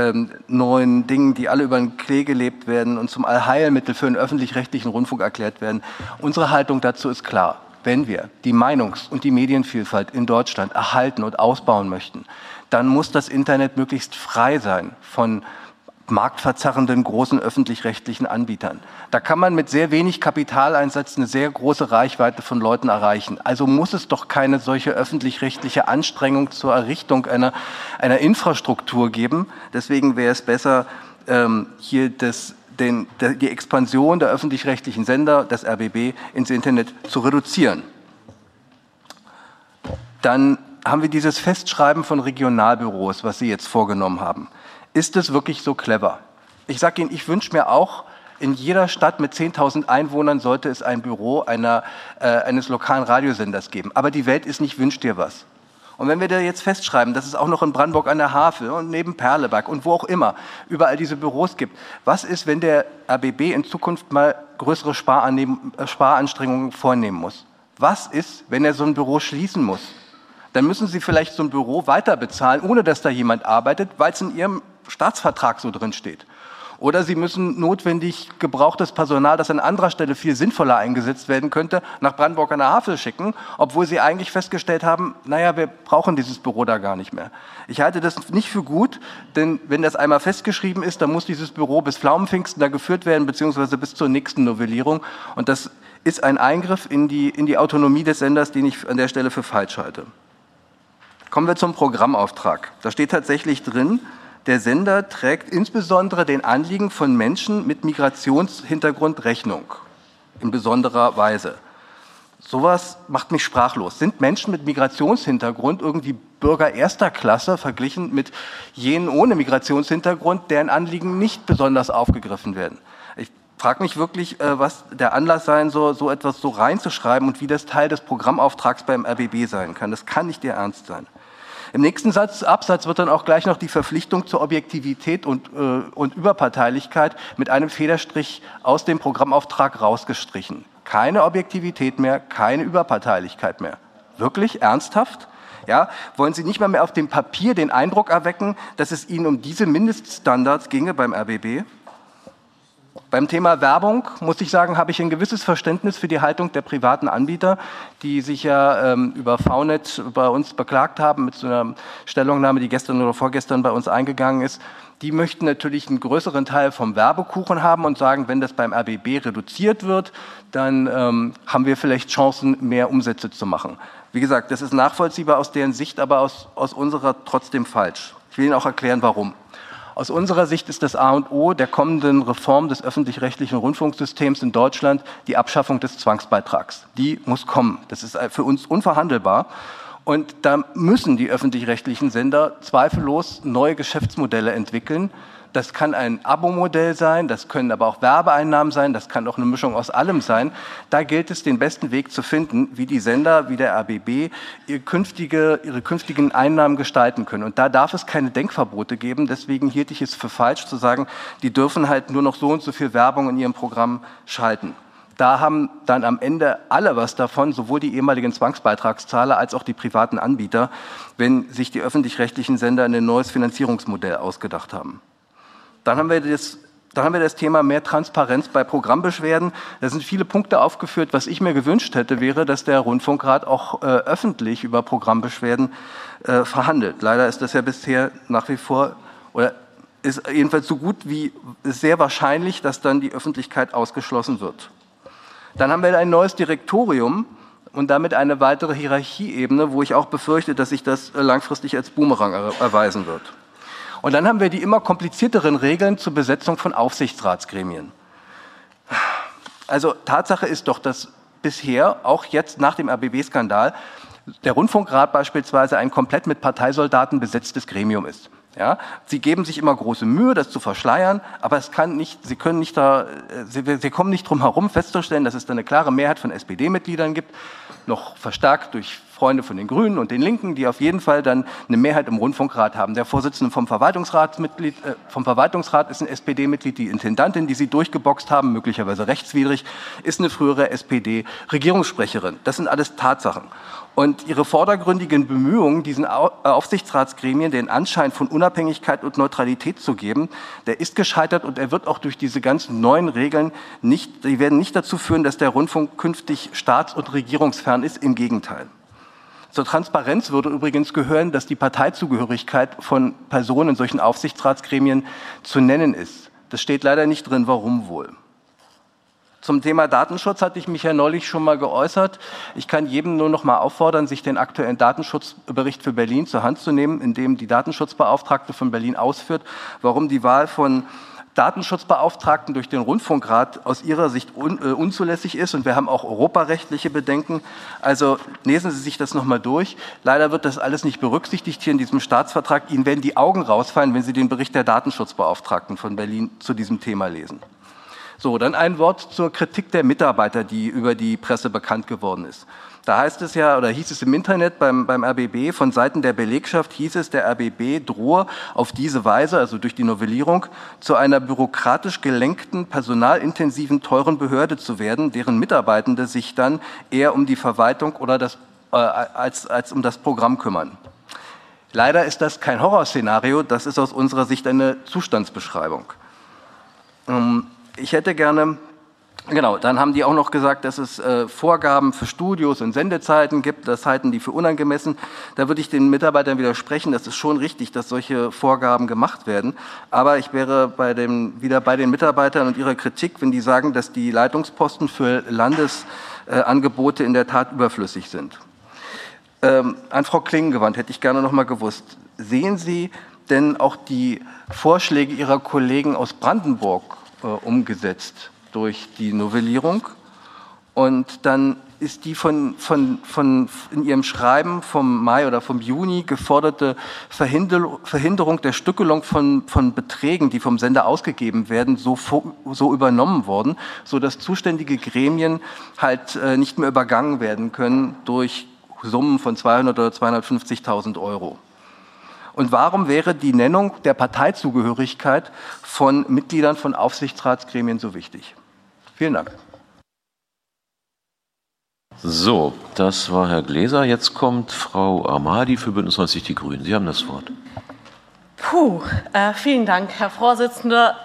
neuen Dingen, die alle über den Klee gelebt werden und zum Allheilmittel für den öffentlich-rechtlichen Rundfunk erklärt werden. Unsere Haltung dazu ist klar. Wenn wir die Meinungs- und die Medienvielfalt in Deutschland erhalten und ausbauen möchten, dann muss das Internet möglichst frei sein von marktverzerrenden großen öffentlich-rechtlichen Anbietern. Da kann man mit sehr wenig Kapitaleinsatz eine sehr große Reichweite von Leuten erreichen. Also muss es doch keine solche öffentlich-rechtliche Anstrengung zur Errichtung einer Infrastruktur geben. Deswegen wäre es besser, hier die Expansion der öffentlich-rechtlichen Sender, des RBB, ins Internet zu reduzieren. Dann haben wir dieses Festschreiben von Regionalbüros, was Sie jetzt vorgenommen haben. Ist es wirklich so clever? Ich sage Ihnen, ich wünsche mir auch, in jeder Stadt mit 10.000 Einwohnern sollte es ein Büro eines lokalen Radiosenders geben. Aber die Welt ist nicht wünsch dir was. Und wenn wir da jetzt festschreiben, dass es auch noch in Brandenburg an der Havel und neben Perleberg und wo auch immer überall diese Büros gibt, was ist, wenn der RBB in Zukunft mal größere Sparanstrengungen vornehmen muss? Was ist, wenn er so ein Büro schließen muss? Dann müssen Sie vielleicht so ein Büro weiter bezahlen, ohne dass da jemand arbeitet, weil es in Ihrem Staatsvertrag so drin steht. Oder Sie müssen notwendig gebrauchtes Personal, das an anderer Stelle viel sinnvoller eingesetzt werden könnte, nach Brandenburg an der Havel schicken, obwohl Sie eigentlich festgestellt haben, naja, wir brauchen dieses Büro da gar nicht mehr. Ich halte das nicht für gut, denn wenn das einmal festgeschrieben ist, dann muss dieses Büro bis Pflaumenpfingsten da geführt werden, beziehungsweise bis zur nächsten Novellierung. Und das ist ein Eingriff in die Autonomie des Senders, den ich an der Stelle für falsch halte. Kommen wir zum Programmauftrag. Da steht tatsächlich drin, Der Sender trägt insbesondere den Anliegen von Menschen mit Migrationshintergrund Rechnung, in besonderer Weise. Sowas macht mich sprachlos. Sind Menschen mit Migrationshintergrund irgendwie Bürger erster Klasse verglichen mit jenen ohne Migrationshintergrund, deren Anliegen nicht besonders aufgegriffen werden? Ich frage mich wirklich, was der Anlass sein soll, so etwas so reinzuschreiben und wie das Teil des Programmauftrags beim RBB sein kann. Das kann nicht Ihr Ernst sein. Im nächsten Absatz wird dann auch gleich noch die Verpflichtung zur Objektivität und Überparteilichkeit mit einem Federstrich aus dem Programmauftrag rausgestrichen. Keine Objektivität mehr, keine Überparteilichkeit mehr. Wirklich? Ernsthaft? Ja, wollen Sie nicht mal mehr auf dem Papier den Eindruck erwecken, dass es Ihnen um diese Mindeststandards ginge beim RBB? Beim Thema Werbung, muss ich sagen, habe ich ein gewisses Verständnis für die Haltung der privaten Anbieter, die sich ja über VNet bei uns beklagt haben mit so einer Stellungnahme, die gestern oder vorgestern bei uns eingegangen ist. Die möchten natürlich einen größeren Teil vom Werbekuchen haben und sagen, wenn das beim RBB reduziert wird, dann haben wir vielleicht Chancen, mehr Umsätze zu machen. Wie gesagt, das ist nachvollziehbar aus deren Sicht, aber aus unserer trotzdem falsch. Ich will Ihnen auch erklären, warum. Aus unserer Sicht ist das A und O der kommenden Reform des öffentlich-rechtlichen Rundfunksystems in Deutschland die Abschaffung des Zwangsbeitrags. Die muss kommen. Das ist für uns unverhandelbar. Und da müssen die öffentlich-rechtlichen Sender zweifellos neue Geschäftsmodelle entwickeln. Das kann ein Abo-Modell sein, das können aber auch Werbeeinnahmen sein, das kann auch eine Mischung aus allem sein. Da gilt es, den besten Weg zu finden, wie die Sender, wie der RBB ihre künftigen Einnahmen gestalten können. Und da darf es keine Denkverbote geben. Deswegen hielt ich es für falsch zu sagen, die dürfen halt nur noch so und so viel Werbung in ihrem Programm schalten. Da haben dann am Ende alle was davon, sowohl die ehemaligen Zwangsbeitragszahler als auch die privaten Anbieter, wenn sich die öffentlich-rechtlichen Sender ein neues Finanzierungsmodell ausgedacht haben. Dann haben wir das Thema mehr Transparenz bei Programmbeschwerden. Da sind viele Punkte aufgeführt. Was ich mir gewünscht hätte, wäre, dass der Rundfunkrat auch öffentlich über Programmbeschwerden verhandelt. Leider ist das ja bisher nach wie vor, oder ist jedenfalls so gut wie sehr wahrscheinlich, dass dann die Öffentlichkeit ausgeschlossen wird. Dann haben wir ein neues Direktorium und damit eine weitere Hierarchieebene, wo ich auch befürchte, dass sich das langfristig als Boomerang erweisen wird. Und dann haben wir die immer komplizierteren Regeln zur Besetzung von Aufsichtsratsgremien. Also Tatsache ist doch, dass bisher, auch jetzt nach dem RBB-Skandal, der Rundfunkrat beispielsweise ein komplett mit Parteisoldaten besetztes Gremium ist. Ja, sie geben sich immer große Mühe, das zu verschleiern, aber sie kommen nicht drum herum festzustellen, dass es da eine klare Mehrheit von SPD-Mitgliedern gibt, noch verstärkt durch Freunde von den Grünen und den Linken, die auf jeden Fall dann eine Mehrheit im Rundfunkrat haben. Der Vorsitzende vom Verwaltungsrat ist ein SPD-Mitglied, die Intendantin, die sie durchgeboxt haben, möglicherweise rechtswidrig, ist eine frühere SPD-Regierungssprecherin. Das sind alles Tatsachen. Und ihre vordergründigen Bemühungen, diesen Aufsichtsratsgremien den Anschein von Unabhängigkeit und Neutralität zu geben, der ist gescheitert und er wird auch durch diese ganzen neuen Regeln die werden nicht dazu führen, dass der Rundfunk künftig staats- und regierungsfern ist, im Gegenteil. Zur Transparenz würde übrigens gehören, dass die Parteizugehörigkeit von Personen in solchen Aufsichtsratsgremien zu nennen ist. Das steht leider nicht drin, warum wohl. Zum Thema Datenschutz hatte ich mich ja neulich schon mal geäußert. Ich kann jedem nur noch mal auffordern, sich den aktuellen Datenschutzbericht für Berlin zur Hand zu nehmen, in dem die Datenschutzbeauftragte von Berlin ausführt, warum die Wahl von Datenschutzbeauftragten durch den Rundfunkrat aus ihrer Sicht unzulässig ist. Und wir haben auch europarechtliche Bedenken. Also lesen Sie sich das nochmal durch. Leider wird das alles nicht berücksichtigt hier in diesem Staatsvertrag. Ihnen werden die Augen rausfallen, wenn Sie den Bericht der Datenschutzbeauftragten von Berlin zu diesem Thema lesen. So, dann ein Wort zur Kritik der Mitarbeiter, die über die Presse bekannt geworden ist. Da heißt es ja, oder hieß es im Internet beim RBB, von Seiten der Belegschaft hieß es, der RBB drohe auf diese Weise, also durch die Novellierung, zu einer bürokratisch gelenkten, personalintensiven, teuren Behörde zu werden, deren Mitarbeitende sich dann eher um die Verwaltung oder als um das Programm kümmern. Leider ist das kein Horrorszenario, das ist aus unserer Sicht eine Zustandsbeschreibung. Ich hätte gerne, dann haben die auch noch gesagt, dass es Vorgaben für Studios und Sendezeiten gibt, das halten die für unangemessen. Da würde ich den Mitarbeitern widersprechen, das ist schon richtig, dass solche Vorgaben gemacht werden. Aber ich wäre wieder bei den Mitarbeitern und ihrer Kritik, wenn die sagen, dass die Leitungsposten für Landesangebote in der Tat überflüssig sind. An Frau Kling gewandt, hätte ich gerne noch mal gewusst. Sehen Sie denn auch die Vorschläge Ihrer Kollegen aus Brandenburg umgesetzt durch die Novellierung? Und dann ist die von in Ihrem Schreiben vom Mai oder vom Juni geforderte Verhinderung der Stückelung von Beträgen, die vom Sender ausgegeben werden, so übernommen worden, sodass zuständige Gremien halt nicht mehr übergangen werden können durch Summen von 200 oder 250.000 Euro. Und warum wäre die Nennung der Parteizugehörigkeit von Mitgliedern von Aufsichtsratsgremien so wichtig? Vielen Dank. So, das war Herr Gläser. Jetzt kommt Frau Ahmadi für Bündnis 90 Die Grünen. Sie haben das Wort. Vielen Dank, Herr Vorsitzender.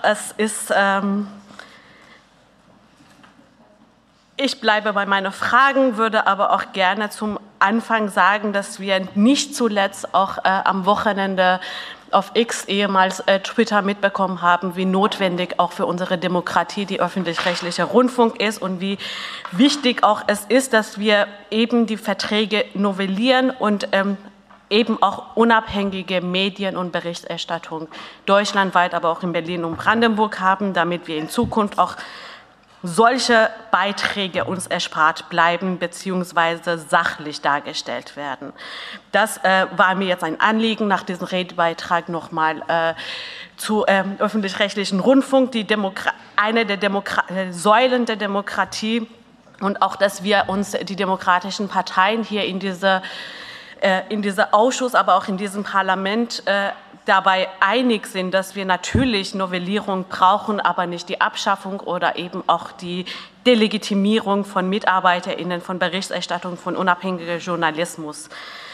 Ich bleibe bei meinen Fragen, würde aber auch gerne zum Anfang sagen, dass wir nicht zuletzt auch am Wochenende auf X, ehemals Twitter, mitbekommen haben, wie notwendig auch für unsere Demokratie die öffentlich-rechtliche Rundfunk ist und wie wichtig auch es ist, dass wir eben die Verträge novellieren und eben auch unabhängige Medien und Berichterstattung deutschlandweit, aber auch in Berlin und Brandenburg haben, damit wir in Zukunft auch solche Beiträge uns erspart bleiben bzw. sachlich dargestellt werden. Das war mir jetzt ein Anliegen, nach diesem Redebeitrag nochmal zu öffentlich-rechtlichen Rundfunk, eine der Säulen der Demokratie, und auch, dass wir uns die demokratischen Parteien hier in dieser Ausschuss, aber auch in diesem Parlament dabei einig sind, dass wir natürlich Novellierung brauchen, aber nicht die Abschaffung oder eben auch die Delegitimierung von MitarbeiterInnen, von Berichterstattung, von unabhängigem Journalismus.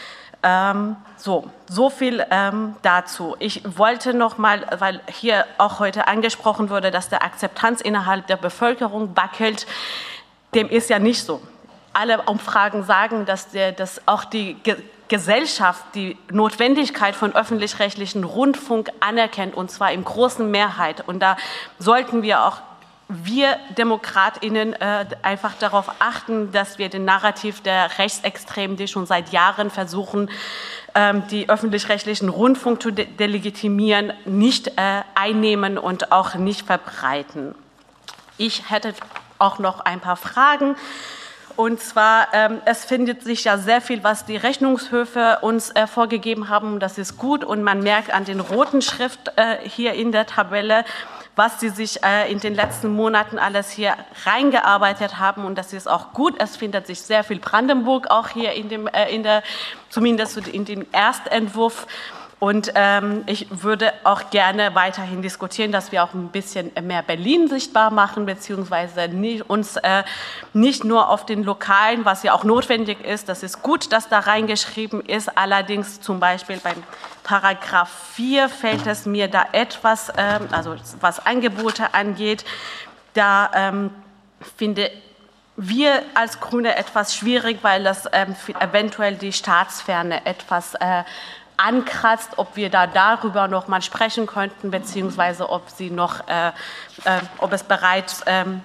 So viel dazu. Ich wollte noch mal, weil hier auch heute angesprochen wurde, dass der Akzeptanz innerhalb der Bevölkerung wackelt, dem ist ja nicht so. Alle Umfragen sagen, dass auch die Gesellschaft die Notwendigkeit von öffentlich-rechtlichen Rundfunk anerkennt, und zwar in großen Mehrheit. Und da sollten wir DemokratInnen einfach darauf achten, dass wir den Narrativ der Rechtsextremen, die schon seit Jahren versuchen, die öffentlich-rechtlichen Rundfunk zu delegitimieren, nicht einnehmen und auch nicht verbreiten. Ich hätte auch noch ein paar Fragen. Und zwar, es findet sich ja sehr viel, was die Rechnungshöfe uns vorgegeben haben. Das ist gut, und man merkt an den roten Schrift hier in der Tabelle, was sie sich in den letzten Monaten alles hier reingearbeitet haben. Und das ist auch gut. Es findet sich sehr viel Brandenburg auch hier zumindest in dem Erstentwurf. Und ich würde auch gerne weiterhin diskutieren, dass wir auch ein bisschen mehr Berlin sichtbar machen, beziehungsweise uns nicht nur auf den Lokalen, was ja auch notwendig ist. Das ist gut, dass da reingeschrieben ist. Allerdings zum Beispiel beim Paragraph 4 fällt es mir da etwas, also was Angebote angeht, da finde wir als Grüne etwas schwierig, weil das eventuell die Staatsferne etwas ankratzt, ob wir darüber noch mal sprechen könnten, beziehungsweise ob es bereits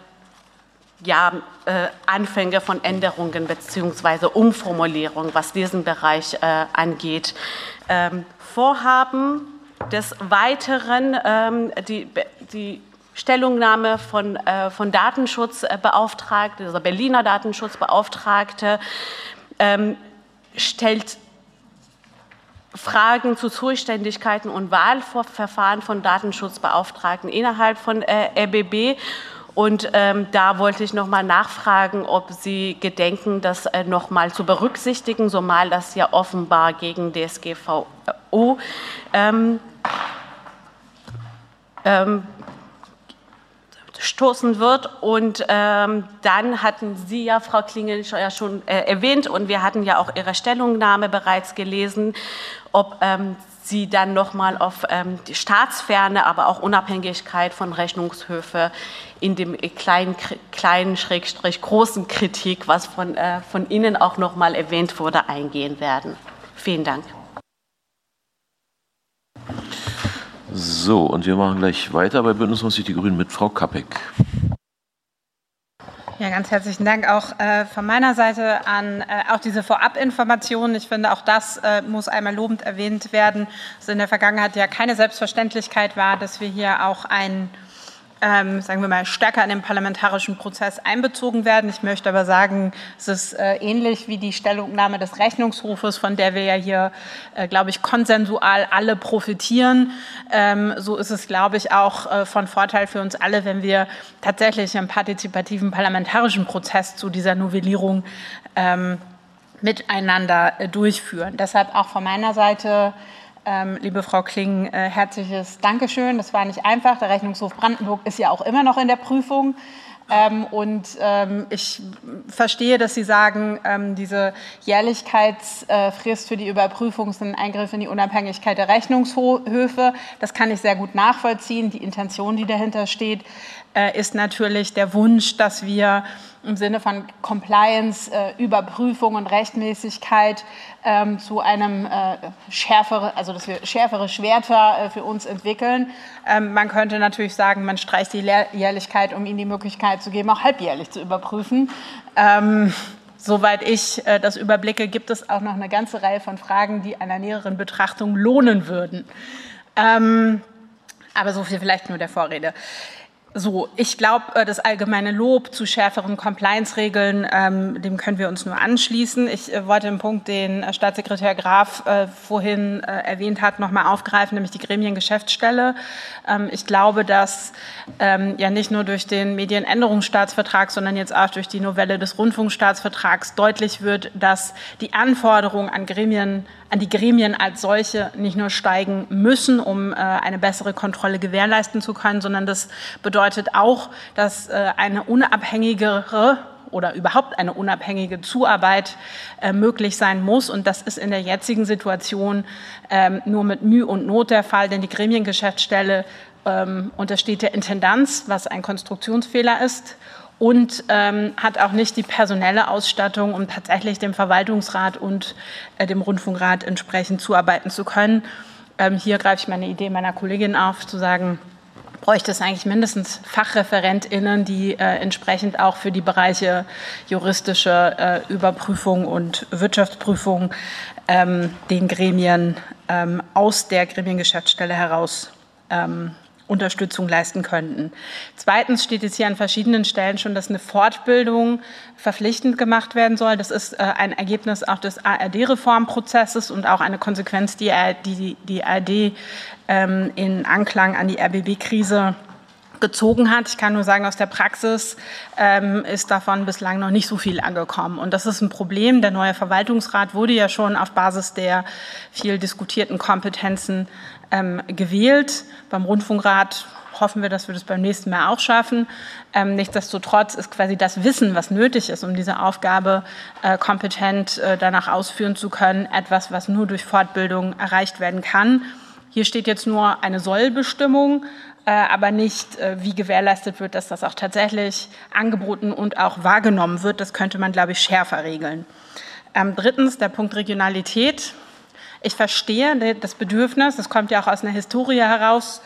Anfänge von Änderungen beziehungsweise Umformulierung, was diesen Bereich angeht, vorhaben. Des Weiteren die Stellungnahme von Datenschutzbeauftragte, also Berliner Datenschutzbeauftragte, stellt Fragen zu Zuständigkeiten und Wahlverfahren von Datenschutzbeauftragten innerhalb von RBB. Und da wollte ich noch mal nachfragen, ob Sie gedenken, das noch mal zu berücksichtigen, zumal das ja offenbar gegen DSGVO stoßen wird. Und dann hatten Sie ja, Frau Klingel, ja schon erwähnt, und wir hatten ja auch Ihre Stellungnahme bereits gelesen, ob Sie dann nochmal auf die Staatsferne, aber auch Unabhängigkeit von Rechnungshöfe in dem kleinen Schrägstrich großen Kritik, was von Ihnen auch nochmal erwähnt wurde, eingehen werden. Vielen Dank. So, und wir machen gleich weiter bei Bündnis 90 Die Grünen mit Frau Kappek. Ja, ganz herzlichen Dank auch von meiner Seite an auch diese Vorabinformationen. Ich finde, auch das muss einmal lobend erwähnt werden, dass in der Vergangenheit ja keine Selbstverständlichkeit war, dass wir hier auch sagen wir mal, stärker in den parlamentarischen Prozess einbezogen werden. Ich möchte aber sagen, es ist ähnlich wie die Stellungnahme des Rechnungshofes, von der wir ja hier, glaube ich, konsensual alle profitieren. So ist es, glaube ich, auch von Vorteil für uns alle, wenn wir tatsächlich einen partizipativen parlamentarischen Prozess zu dieser Novellierung miteinander durchführen. Deshalb auch von meiner Seite, liebe Frau Kling, herzliches Dankeschön. Das war nicht einfach. Der Rechnungshof Brandenburg ist ja auch immer noch in der Prüfung. Ich verstehe, dass Sie sagen, diese Jährlichkeitsfrist für die Überprüfung ist ein Eingriff in die Unabhängigkeit der Rechnungshöfe. Das kann ich sehr gut nachvollziehen. Die Intention, die dahinter steht, ist natürlich der Wunsch, dass wir im Sinne von Compliance, Überprüfung und Rechtmäßigkeit zu einem dass wir schärfere Schwerter für uns entwickeln. Man könnte natürlich sagen, man streicht die Jährlichkeit, um ihnen die Möglichkeit zu geben, auch halbjährlich zu überprüfen. Soweit ich das überblicke, gibt es auch noch eine ganze Reihe von Fragen, die einer näheren Betrachtung lohnen würden. Aber so viel vielleicht nur der Vorrede. So, ich glaube, das allgemeine Lob zu schärferen Compliance-Regeln, dem können wir uns nur anschließen. Ich wollte den Punkt, den Staatssekretär Graf vorhin erwähnt hat, noch mal aufgreifen, nämlich die Gremiengeschäftsstelle. Ich glaube, dass ja nicht nur durch den Medienänderungsstaatsvertrag, sondern jetzt auch durch die Novelle des Rundfunkstaatsvertrags deutlich wird, dass die Anforderungen an die Gremien als solche nicht nur steigen müssen, um eine bessere Kontrolle gewährleisten zu können, sondern das bedeutet auch, dass eine unabhängigere oder überhaupt eine unabhängige Zuarbeit möglich sein muss. Und das ist in der jetzigen Situation nur mit Mühe und Not der Fall, denn die Gremiengeschäftsstelle untersteht der Intendanz, was ein Konstruktionsfehler ist, und hat auch nicht die personelle Ausstattung, um tatsächlich dem Verwaltungsrat und dem Rundfunkrat entsprechend zuarbeiten zu können. Hier greife ich meine Idee meiner Kollegin auf, zu sagen, bräuchte es eigentlich mindestens FachreferentInnen, die entsprechend auch für die Bereiche juristische Überprüfung und Wirtschaftsprüfung den Gremien aus der Gremiengeschäftsstelle heraus Unterstützung leisten könnten. Zweitens steht es hier an verschiedenen Stellen schon, dass eine Fortbildung verpflichtend gemacht werden soll. Das ist ein Ergebnis auch des ARD-Reformprozesses und auch eine Konsequenz, die die ARD in Anklang an die RBB-Krise gezogen hat. Ich kann nur sagen, aus der Praxis ist davon bislang noch nicht so viel angekommen. Und das ist ein Problem. Der neue Verwaltungsrat wurde ja schon auf Basis der viel diskutierten Kompetenzen gewählt. Beim Rundfunkrat hoffen wir, dass wir das beim nächsten Mal auch schaffen. Nichtsdestotrotz ist quasi das Wissen, was nötig ist, um diese Aufgabe kompetent danach ausführen zu können, etwas, was nur durch Fortbildung erreicht werden kann. Hier steht jetzt nur eine Sollbestimmung, aber nicht, wie gewährleistet wird, dass das auch tatsächlich angeboten und auch wahrgenommen wird. Das könnte man, glaube ich, schärfer regeln. Drittens, der Punkt Regionalität. Ich verstehe das Bedürfnis, das kommt ja auch aus einer Historie heraus,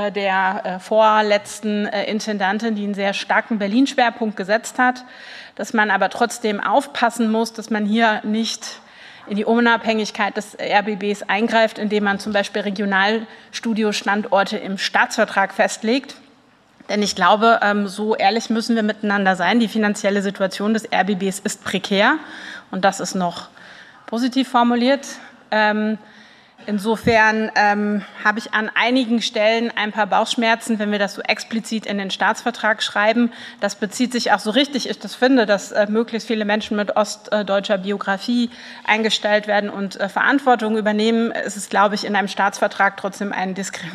der vorletzten Intendantin, die einen sehr starken Berlin-Schwerpunkt gesetzt hat, dass man aber trotzdem aufpassen muss, dass man hier nicht in die Unabhängigkeit des RBBs eingreift, indem man zum Beispiel Regionalstudiostandorte im Staatsvertrag festlegt. Denn ich glaube, so ehrlich müssen wir miteinander sein. Die finanzielle Situation des RBBs ist prekär und das ist noch positiv formuliert. Insofern habe ich an einigen Stellen ein paar Bauchschmerzen, wenn wir das so explizit in den Staatsvertrag schreiben. Das bezieht sich auch so richtig, ich das finde, dass möglichst viele Menschen mit ostdeutscher Biografie eingestellt werden und Verantwortung übernehmen. Es ist, glaube ich, in einem Staatsvertrag trotzdem ein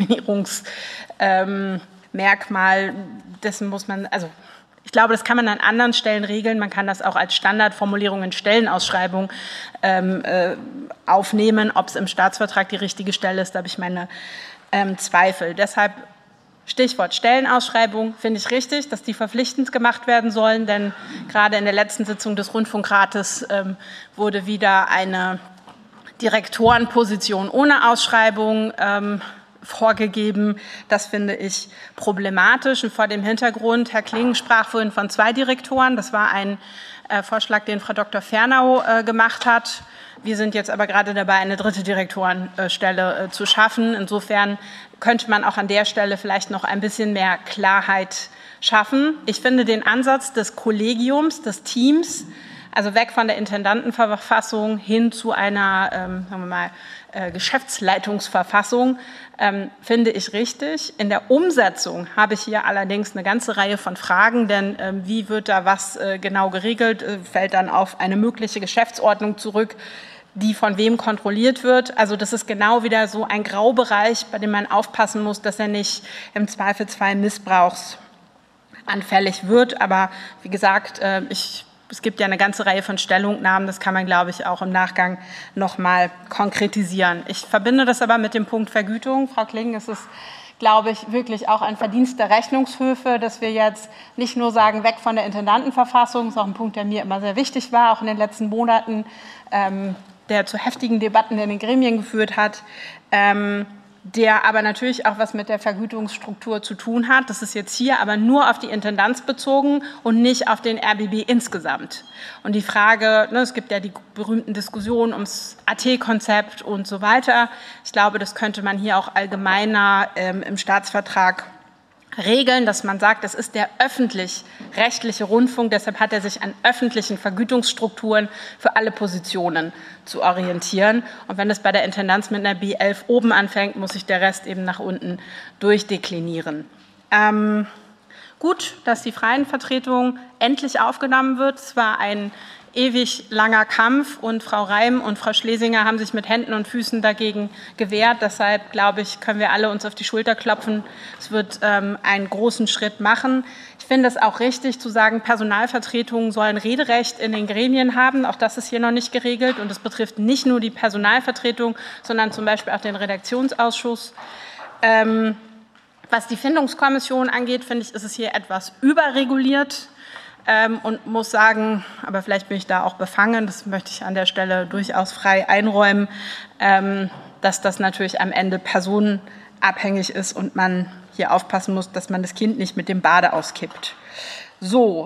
Diskriminierungsmerkmal. Dessen muss man, also ich glaube, das kann man an anderen Stellen regeln. Man kann das auch als Standardformulierung in Stellenausschreibung aufnehmen. Ob es im Staatsvertrag die richtige Stelle ist, da habe ich meine Zweifel. Deshalb Stichwort Stellenausschreibung finde ich richtig, dass die verpflichtend gemacht werden sollen. Denn gerade in der letzten Sitzung des Rundfunkrates wurde wieder eine Direktorenposition ohne Ausschreibung vorgegeben. Das finde ich problematisch. Und vor dem Hintergrund, Herr Kling sprach vorhin von 2 Direktoren. Das war ein Vorschlag, den Frau Dr. Fernau gemacht hat. Wir sind jetzt aber gerade dabei, eine 3. Direktorenstelle zu schaffen. Insofern könnte man auch an der Stelle vielleicht noch ein bisschen mehr Klarheit schaffen. Ich finde den Ansatz des Kollegiums, des Teams, also weg von der Intendantenverfassung hin zu einer, sagen wir mal, Geschäftsleitungsverfassung, finde ich richtig. In der Umsetzung habe ich hier allerdings eine ganze Reihe von Fragen, denn wie wird da was genau geregelt, fällt dann auf eine mögliche Geschäftsordnung zurück, die von wem kontrolliert wird. Also das ist genau wieder so ein Graubereich, bei dem man aufpassen muss, dass er nicht im Zweifelsfall missbrauchsanfällig wird. Aber wie gesagt, es gibt ja eine ganze Reihe von Stellungnahmen, das kann man, glaube ich, auch im Nachgang noch mal konkretisieren. Ich verbinde das aber mit dem Punkt Vergütung. Frau Kling, es ist, glaube ich, wirklich auch ein Verdienst der Rechnungshöfe, dass wir jetzt nicht nur sagen, weg von der Intendantenverfassung, das ist auch ein Punkt, der mir immer sehr wichtig war, auch in den letzten Monaten, der zu heftigen Debatten in den Gremien geführt hat, der aber natürlich auch was mit der Vergütungsstruktur zu tun hat. Das ist jetzt hier aber nur auf die Intendanz bezogen und nicht auf den RBB insgesamt. Und die Frage, es gibt ja die berühmten Diskussionen ums AT-Konzept und so weiter. Ich glaube, das könnte man hier auch allgemeiner im Staatsvertrag regeln, dass man sagt, das ist der öffentlich-rechtliche Rundfunk, deshalb hat er sich an öffentlichen Vergütungsstrukturen für alle Positionen zu orientieren. Und wenn es bei der Intendanz mit einer B11 oben anfängt, muss sich der Rest eben nach unten durchdeklinieren. Gut, dass die freien Vertretung endlich aufgenommen wird. Es war ein ewig langer Kampf und Frau Reim und Frau Schlesinger haben sich mit Händen und Füßen dagegen gewehrt. Deshalb, glaube ich, können wir alle uns auf die Schulter klopfen. Es wird einen großen Schritt machen. Ich finde es auch richtig zu sagen, Personalvertretungen sollen Rederecht in den Gremien haben. Auch das ist hier noch nicht geregelt und es betrifft nicht nur die Personalvertretung, sondern zum Beispiel auch den Redaktionsausschuss. Was die Findungskommission angeht, finde ich, ist es hier etwas überreguliert. Und muss sagen, aber vielleicht bin ich da auch befangen, das möchte ich an der Stelle durchaus frei einräumen, dass das natürlich am Ende personenabhängig ist und man hier aufpassen muss, dass man das Kind nicht mit dem Bade auskippt. So,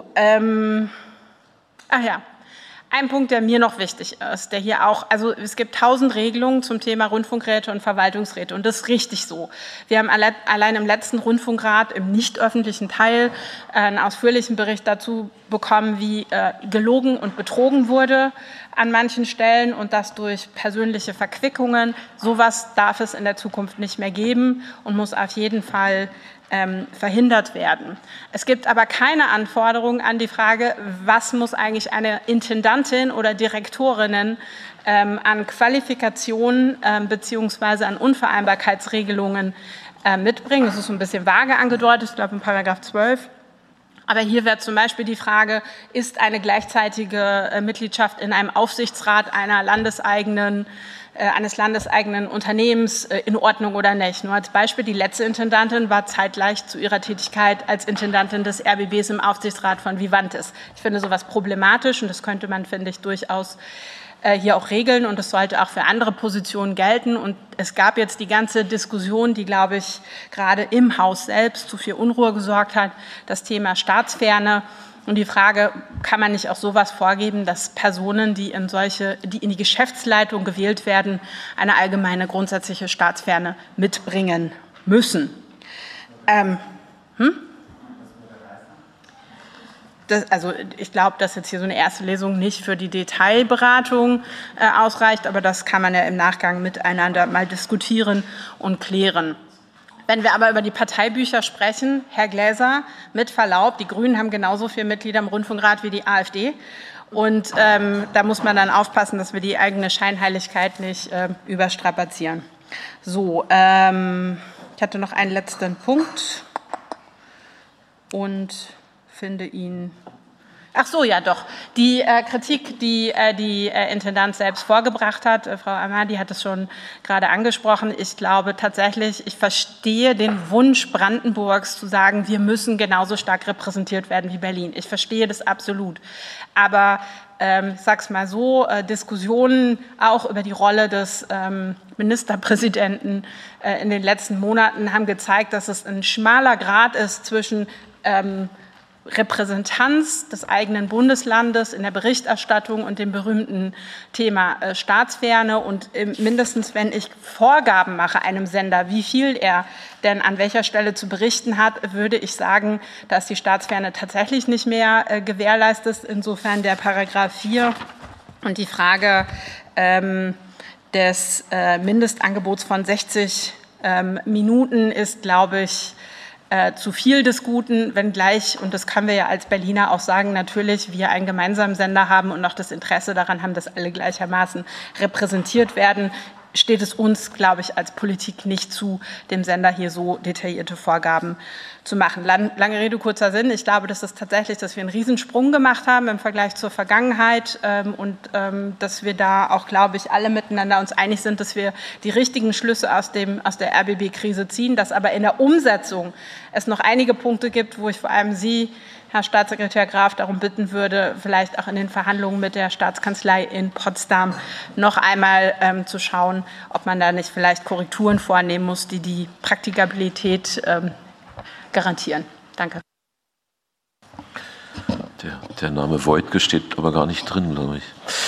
ein Punkt, der mir noch wichtig ist, der hier auch, also es gibt 1000 Regelungen zum Thema Rundfunkräte und Verwaltungsräte und das ist richtig so. Wir haben allein im letzten Rundfunkrat im nicht öffentlichen Teil einen ausführlichen Bericht dazu bekommen, wie gelogen und betrogen wurde an manchen Stellen und das durch persönliche Verquickungen. Sowas darf es in der Zukunft nicht mehr geben und muss auf jeden Fall verhindert werden. Es gibt aber keine Anforderungen an die Frage, was muss eigentlich eine Intendantin oder Direktorinnen an Qualifikationen beziehungsweise an Unvereinbarkeitsregelungen mitbringen. Das ist so ein bisschen vage angedeutet, ich glaube in § 12. Aber hier wäre zum Beispiel die Frage, ist eine gleichzeitige Mitgliedschaft in einem Aufsichtsrat eines landeseigenen Unternehmens in Ordnung oder nicht. Nur als Beispiel, die letzte Intendantin war zeitgleich zu ihrer Tätigkeit als Intendantin des RBBs im Aufsichtsrat von Vivantes. Ich finde sowas problematisch und das könnte man, finde ich, durchaus hier auch regeln und das sollte auch für andere Positionen gelten. Und es gab jetzt die ganze Diskussion, die, glaube ich, gerade im Haus selbst zu viel Unruhe gesorgt hat, das Thema Staatsferne. Und die Frage, kann man nicht auch sowas vorgeben, dass Personen, die in die Geschäftsleitung gewählt werden, eine allgemeine grundsätzliche Staatsferne mitbringen müssen? Also ich glaube, dass jetzt hier so eine erste Lesung nicht für die Detailberatung ausreicht, aber das kann man ja im Nachgang miteinander mal diskutieren und klären. Wenn wir aber über die Parteibücher sprechen, Herr Gläser, mit Verlaub, die Grünen haben genauso viele Mitglieder im Rundfunkrat wie die AfD. Und da muss man dann aufpassen, dass wir die eigene Scheinheiligkeit nicht überstrapazieren. So, ich hatte noch einen letzten Punkt und finde ihn. Ach so, ja doch. Die Kritik, die die Intendanz selbst vorgebracht hat, Frau Amadi hat es schon gerade angesprochen. Ich glaube tatsächlich, ich verstehe den Wunsch Brandenburgs zu sagen, wir müssen genauso stark repräsentiert werden wie Berlin. Ich verstehe das absolut. Aber ich sage es mal so, Diskussionen auch über die Rolle des Ministerpräsidenten in den letzten Monaten haben gezeigt, dass es ein schmaler Grat ist zwischen Repräsentanz des eigenen Bundeslandes in der Berichterstattung und dem berühmten Thema Staatsferne. Und mindestens, wenn ich Vorgaben mache einem Sender, wie viel er denn an welcher Stelle zu berichten hat, würde ich sagen, dass die Staatsferne tatsächlich nicht mehr gewährleistet ist. Insofern der Paragraph 4 und die Frage des Mindestangebots von 60 Minuten ist, glaube ich, zu viel des Guten, wenngleich, und das können wir ja als Berliner auch sagen, natürlich wir einen gemeinsamen Sender haben und auch das Interesse daran haben, dass alle gleichermaßen repräsentiert werden, steht es uns, glaube ich, als Politik nicht zu, dem Sender hier so detaillierte Vorgaben zu machen. Lange Rede, kurzer Sinn. Ich glaube, dass wir einen Riesensprung gemacht haben im Vergleich zur Vergangenheit und dass wir da auch, glaube ich, alle miteinander uns einig sind, dass wir die richtigen Schlüsse aus der RBB-Krise ziehen, dass aber in der Umsetzung es noch einige Punkte gibt, wo ich vor allem Sie, Herr Staatssekretär Graf, darum bitten würde, vielleicht auch in den Verhandlungen mit der Staatskanzlei in Potsdam noch einmal zu schauen, ob man da nicht vielleicht Korrekturen vornehmen muss, die die Praktikabilität garantieren. Danke. Der Name Voigtke steht aber gar nicht drin, glaube ich.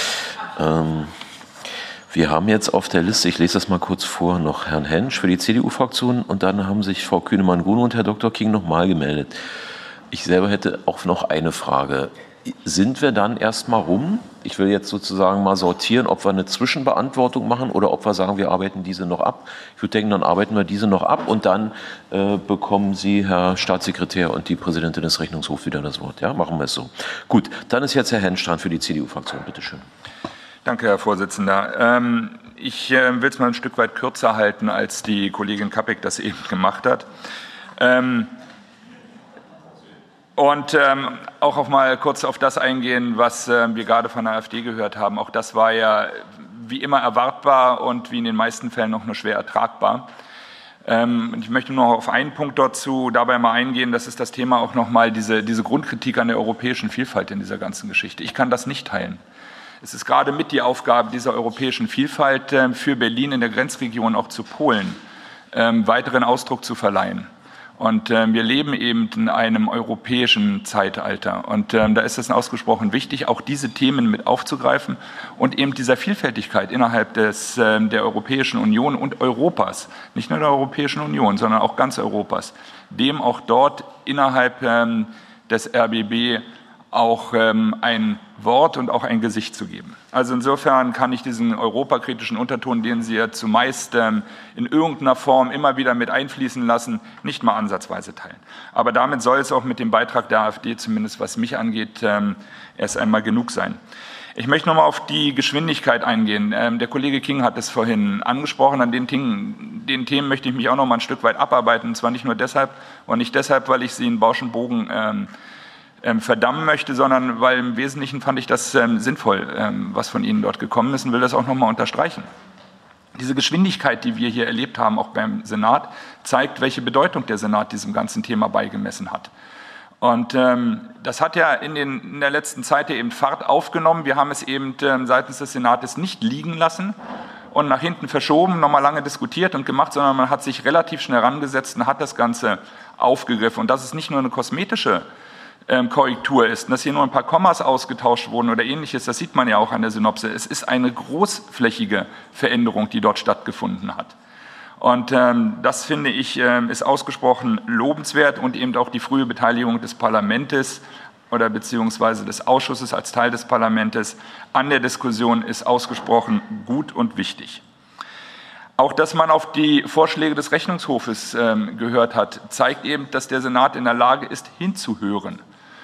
Wir haben jetzt auf der Liste, ich lese das mal kurz vor, noch Herrn Hensch für die CDU-Fraktion und dann haben sich Frau Kühnemann-Grun und Herr Dr. King nochmal gemeldet. Ich selber hätte auch noch eine Frage. Sind wir dann erstmal rum? Ich will jetzt sozusagen mal sortieren, ob wir eine Zwischenbeantwortung machen oder ob wir sagen, wir arbeiten diese noch ab. Ich würde denken, dann arbeiten wir diese noch ab und dann bekommen Sie, Herr Staatssekretär und die Präsidentin des Rechnungshofs, wieder das Wort. Ja, machen wir es so. Gut, dann ist jetzt Herr Hensch dran für die CDU-Fraktion. Bitte schön. Danke, Herr Vorsitzender. Ich will es mal ein Stück weit kürzer halten, als die Kollegin Kappek das eben gemacht hat. Und auch mal kurz auf das eingehen, was wir gerade von der AfD gehört haben. Auch das war ja wie immer erwartbar und wie in den meisten Fällen noch nur schwer ertragbar. Ich möchte nur noch auf einen Punkt dabei mal eingehen. Das ist das Thema auch noch mal diese Grundkritik an der europäischen Vielfalt in dieser ganzen Geschichte. Ich kann das nicht teilen. Es ist gerade mit die Aufgabe dieser europäischen Vielfalt für Berlin in der Grenzregion auch zu Polen weiteren Ausdruck zu verleihen. Und wir leben eben in einem europäischen Zeitalter. Und da ist es ausgesprochen wichtig, auch diese Themen mit aufzugreifen und eben dieser Vielfältigkeit innerhalb der Europäischen Union und Europas, nicht nur der Europäischen Union, sondern auch ganz Europas, dem auch dort innerhalb des RBB auch ein Wort und auch ein Gesicht zu geben. Also insofern kann ich diesen europakritischen Unterton, den Sie ja zumeist in irgendeiner Form immer wieder mit einfließen lassen, nicht mal ansatzweise teilen. Aber damit soll es auch mit dem Beitrag der AfD, zumindest was mich angeht, erst einmal genug sein. Ich möchte nochmal auf die Geschwindigkeit eingehen. Der Kollege King hat es vorhin angesprochen. An den Themen möchte ich mich auch noch mal ein Stück weit abarbeiten. Und zwar nicht nur deshalb, und nicht deshalb, weil ich sie in Bausch und Bogen verdammen möchte, sondern weil im Wesentlichen fand ich das sinnvoll, was von Ihnen dort gekommen ist und will das auch noch mal unterstreichen. Diese Geschwindigkeit, die wir hier erlebt haben, auch beim Senat, zeigt, welche Bedeutung der Senat diesem ganzen Thema beigemessen hat. Und das hat ja in der letzten Zeit eben Fahrt aufgenommen. Wir haben es eben seitens des Senates nicht liegen lassen und nach hinten verschoben, nochmal lange diskutiert und gemacht, sondern man hat sich relativ schnell rangesetzt und hat das Ganze aufgegriffen. Und das ist nicht nur eine kosmetische Korrektur ist, dass hier nur ein paar Kommas ausgetauscht wurden oder ähnliches, das sieht man ja auch an der Synopse. Es ist eine großflächige Veränderung, die dort stattgefunden hat. Und das, finde ich, ist ausgesprochen lobenswert und eben auch die frühe Beteiligung des Parlaments oder beziehungsweise des Ausschusses als Teil des Parlaments an der Diskussion ist ausgesprochen gut und wichtig. Auch, dass man auf die Vorschläge des Rechnungshofes gehört hat, zeigt eben, dass der Senat in der Lage ist, hinzuhören.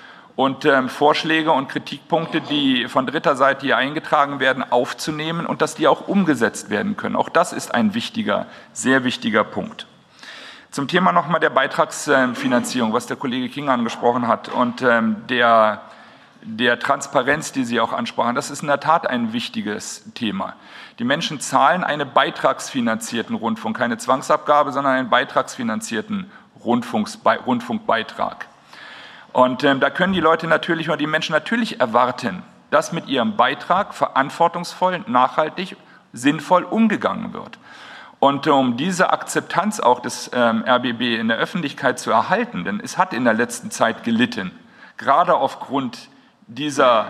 Und Vorschläge und Kritikpunkte, die von dritter Seite hier eingetragen werden, aufzunehmen und dass die auch umgesetzt werden können. Auch das ist ein wichtiger, sehr wichtiger Punkt. Zum Thema nochmal der Beitragsfinanzierung, was der Kollege King angesprochen hat und der der Transparenz, die Sie auch ansprachen, das ist in der Tat ein wichtiges Thema. Die Menschen zahlen einen beitragsfinanzierten Rundfunk, keine Zwangsabgabe, sondern einen beitragsfinanzierten Rundfunkbeitrag. Und da können die Leute natürlich oder die Menschen natürlich erwarten, dass mit ihrem Beitrag verantwortungsvoll, nachhaltig, sinnvoll umgegangen wird. Und um diese Akzeptanz auch des RBB in der Öffentlichkeit zu erhalten, denn es hat in der letzten Zeit gelitten, gerade aufgrund dieser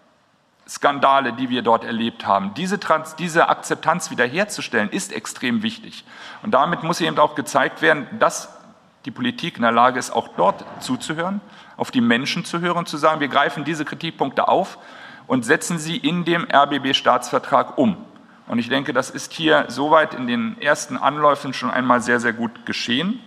Skandale, die wir dort erlebt haben. Diese Akzeptanz wiederherzustellen, ist extrem wichtig. Und damit muss eben auch gezeigt werden, dass die Politik in der Lage ist, auch dort zuzuhören, auf die Menschen zu hören und zu sagen, wir greifen diese Kritikpunkte auf und setzen sie in dem RBB-Staatsvertrag um. Und ich denke, das ist hier soweit in den ersten Anläufen schon einmal sehr, sehr gut geschehen.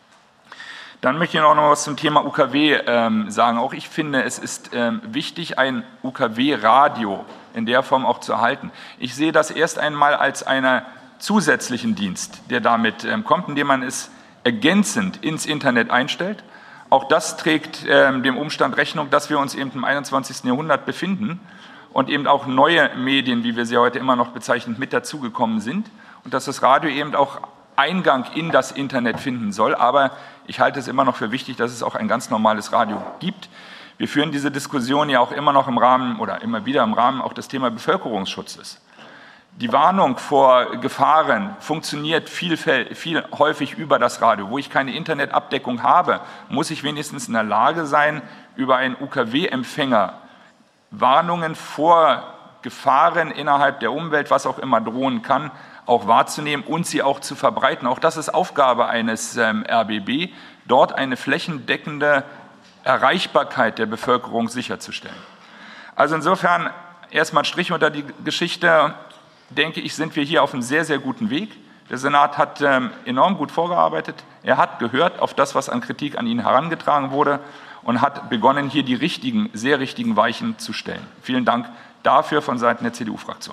Dann möchte ich noch was zum Thema UKW sagen. Auch ich finde, es ist wichtig, ein UKW-Radio in der Form auch zu erhalten. Ich sehe das erst einmal als einen zusätzlichen Dienst, der damit kommt, indem man es ergänzend ins Internet einstellt. Auch das trägt dem Umstand Rechnung, dass wir uns eben im 21. Jahrhundert befinden und eben auch neue Medien, wie wir sie heute immer noch bezeichnen, mit dazugekommen sind und dass das Radio eben auch Eingang in das Internet finden soll. Aber ich halte es immer noch für wichtig, dass es auch ein ganz normales Radio gibt. Wir führen diese Diskussion ja auch immer noch im Rahmen oder immer wieder im Rahmen auch des Thema Bevölkerungsschutzes. Die Warnung vor Gefahren funktioniert viel häufig über das Radio. Wo ich keine Internetabdeckung habe, muss ich wenigstens in der Lage sein, über einen UKW-Empfänger Warnungen vor Gefahren innerhalb der Umwelt, was auch immer drohen kann, auch wahrzunehmen und sie auch zu verbreiten. Auch das ist Aufgabe eines RBB, dort eine flächendeckende Erreichbarkeit der Bevölkerung sicherzustellen. Also insofern erstmal ein Strich unter die Geschichte. Denke ich, sind wir hier auf einem sehr, sehr guten Weg. Der Senat hat enorm gut vorgearbeitet. Er hat gehört auf das, was an Kritik an ihn herangetragen wurde und hat begonnen, hier die richtigen, sehr richtigen Weichen zu stellen. Vielen Dank dafür von Seiten der CDU-Fraktion.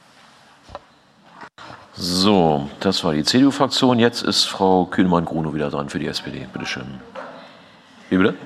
So, das war die CDU-Fraktion. Jetzt ist Frau Kühnemann-Grunow wieder dran für die SPD. Bitte schön. Wie bitte?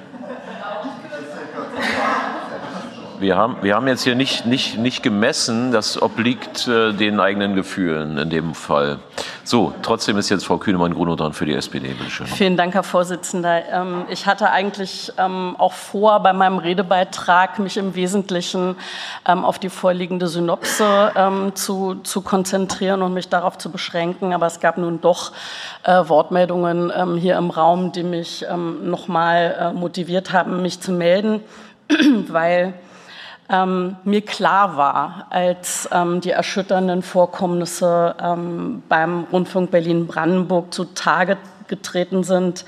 Wir haben jetzt hier nicht gemessen, das obliegt den eigenen Gefühlen in dem Fall. So, trotzdem ist jetzt Frau Kühnemann-Grunow dran für die SPD. Bitte schön. Vielen Dank, Herr Vorsitzender. Ich hatte eigentlich auch vor, bei meinem Redebeitrag mich im Wesentlichen auf die vorliegende Synopse zu konzentrieren und mich darauf zu beschränken. Aber es gab nun doch Wortmeldungen hier im Raum, die mich nochmal motiviert haben, mich zu melden, weil mir klar war, als die erschütternden Vorkommnisse beim Rundfunk Berlin-Brandenburg zutage getreten sind,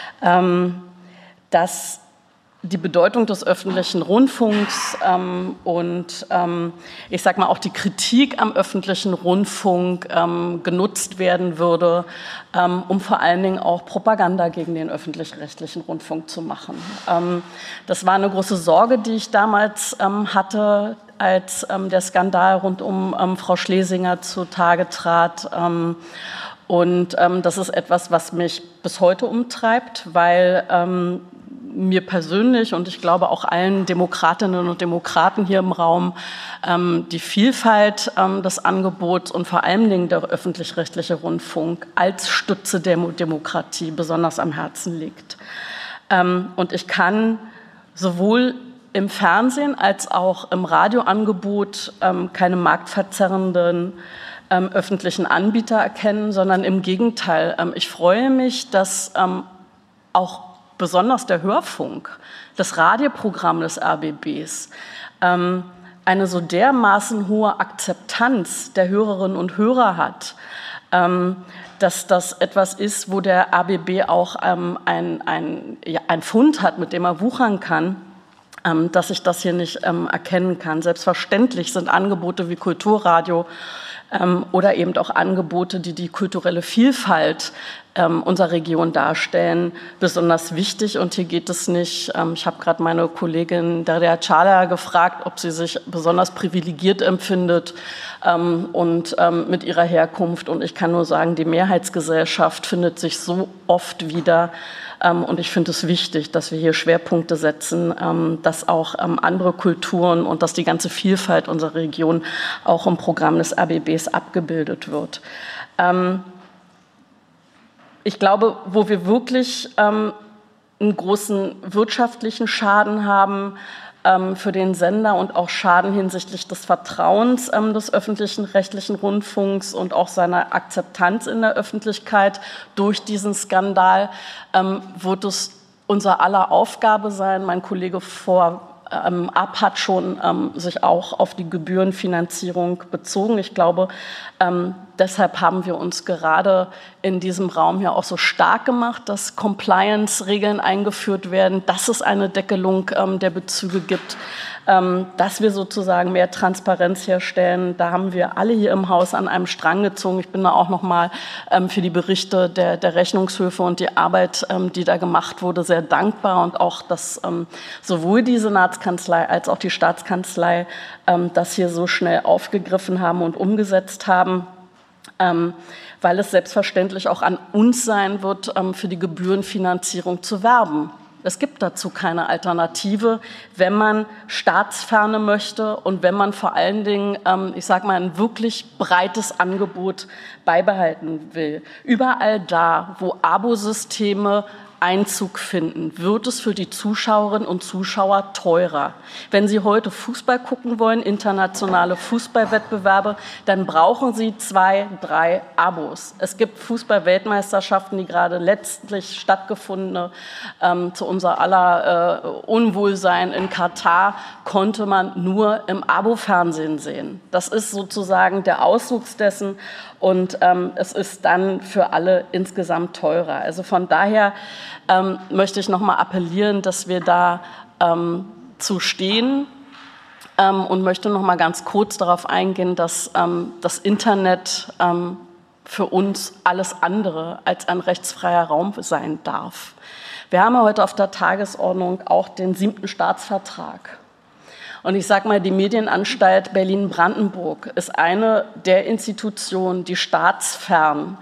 dass die Bedeutung des öffentlichen Rundfunks und ich sage mal auch die Kritik am öffentlichen Rundfunk genutzt werden würde, um vor allen Dingen auch Propaganda gegen den öffentlich-rechtlichen Rundfunk zu machen. Das war eine große Sorge, die ich damals hatte, als der Skandal rund um Frau Schlesinger zutage trat. Und das ist etwas, was mich bis heute umtreibt, weil mir persönlich und ich glaube auch allen Demokratinnen und Demokraten hier im Raum die Vielfalt des Angebots und vor allen Dingen der öffentlich-rechtliche Rundfunk als Stütze der Demokratie besonders am Herzen liegt. Und ich kann sowohl im Fernsehen als auch im Radioangebot keine marktverzerrenden öffentlichen Anbieter erkennen, sondern im Gegenteil. Ich freue mich, dass auch besonders der Hörfunk, das Radioprogramm des RBBs, eine so dermaßen hohe Akzeptanz der Hörerinnen und Hörer hat, dass das etwas ist, wo der RBB auch ein Fund hat, mit dem er wuchern kann, dass ich das hier nicht erkennen kann. Selbstverständlich sind Angebote wie Kulturradio oder eben auch Angebote, die die kulturelle Vielfalt unserer Region darstellen, besonders wichtig. Und hier geht es nicht, ich habe gerade meine Kollegin Daria Cala gefragt, ob sie sich besonders privilegiert empfindet und mit ihrer Herkunft. Und ich kann nur sagen, die Mehrheitsgesellschaft findet sich so oft wieder Und ich finde es wichtig, dass wir hier Schwerpunkte setzen, dass auch andere Kulturen und dass die ganze Vielfalt unserer Region auch im Programm des RBBs abgebildet wird. Ich glaube, wo wir wirklich einen großen wirtschaftlichen Schaden haben für den Sender und auch Schaden hinsichtlich des Vertrauens des öffentlichen rechtlichen Rundfunks und auch seiner Akzeptanz in der Öffentlichkeit durch diesen Skandal, wird es unser aller Aufgabe sein. Mein Kollege vorab hat schon sich auch auf die Gebührenfinanzierung bezogen. Ich glaube, deshalb haben wir uns gerade in diesem Raum hier auch so stark gemacht, dass Compliance-Regeln eingeführt werden, dass es eine Deckelung der Bezüge gibt, dass wir sozusagen mehr Transparenz herstellen. Da haben wir alle hier im Haus an einem Strang gezogen. Ich bin da auch noch mal für die Berichte der Rechnungshöfe und die Arbeit, die da gemacht wurde, sehr dankbar. Und auch, dass sowohl die Senatskanzlei als auch die Staatskanzlei das hier so schnell aufgegriffen haben und umgesetzt haben, weil es selbstverständlich auch an uns sein wird, für die Gebührenfinanzierung zu werben. Es gibt dazu keine Alternative, wenn man Staatsferne möchte und wenn man vor allen Dingen, ich sage mal, ein wirklich breites Angebot beibehalten will. Überall da, wo Abosysteme Einzug finden, wird es für die Zuschauerinnen und Zuschauer teurer. Wenn Sie heute Fußball gucken wollen, internationale Fußballwettbewerbe, dann brauchen Sie 2, 3 Abos. Es gibt Fußball-Weltmeisterschaften, die gerade letztlich stattgefunden, zu unser aller Unwohlsein in Katar, konnte man nur im Abo-Fernsehen sehen. Das ist sozusagen der Auswuchs dessen. Und es ist dann für alle insgesamt teurer. Also von daher möchte ich noch mal appellieren, dass wir da zu stehen und möchte noch mal ganz kurz darauf eingehen, dass das Internet für uns alles andere als ein rechtsfreier Raum sein darf. Wir haben heute auf der Tagesordnung auch den 7. Staatsvertrag. Und ich sage mal, die Medienanstalt Berlin-Brandenburg ist eine der Institutionen, die staatsfern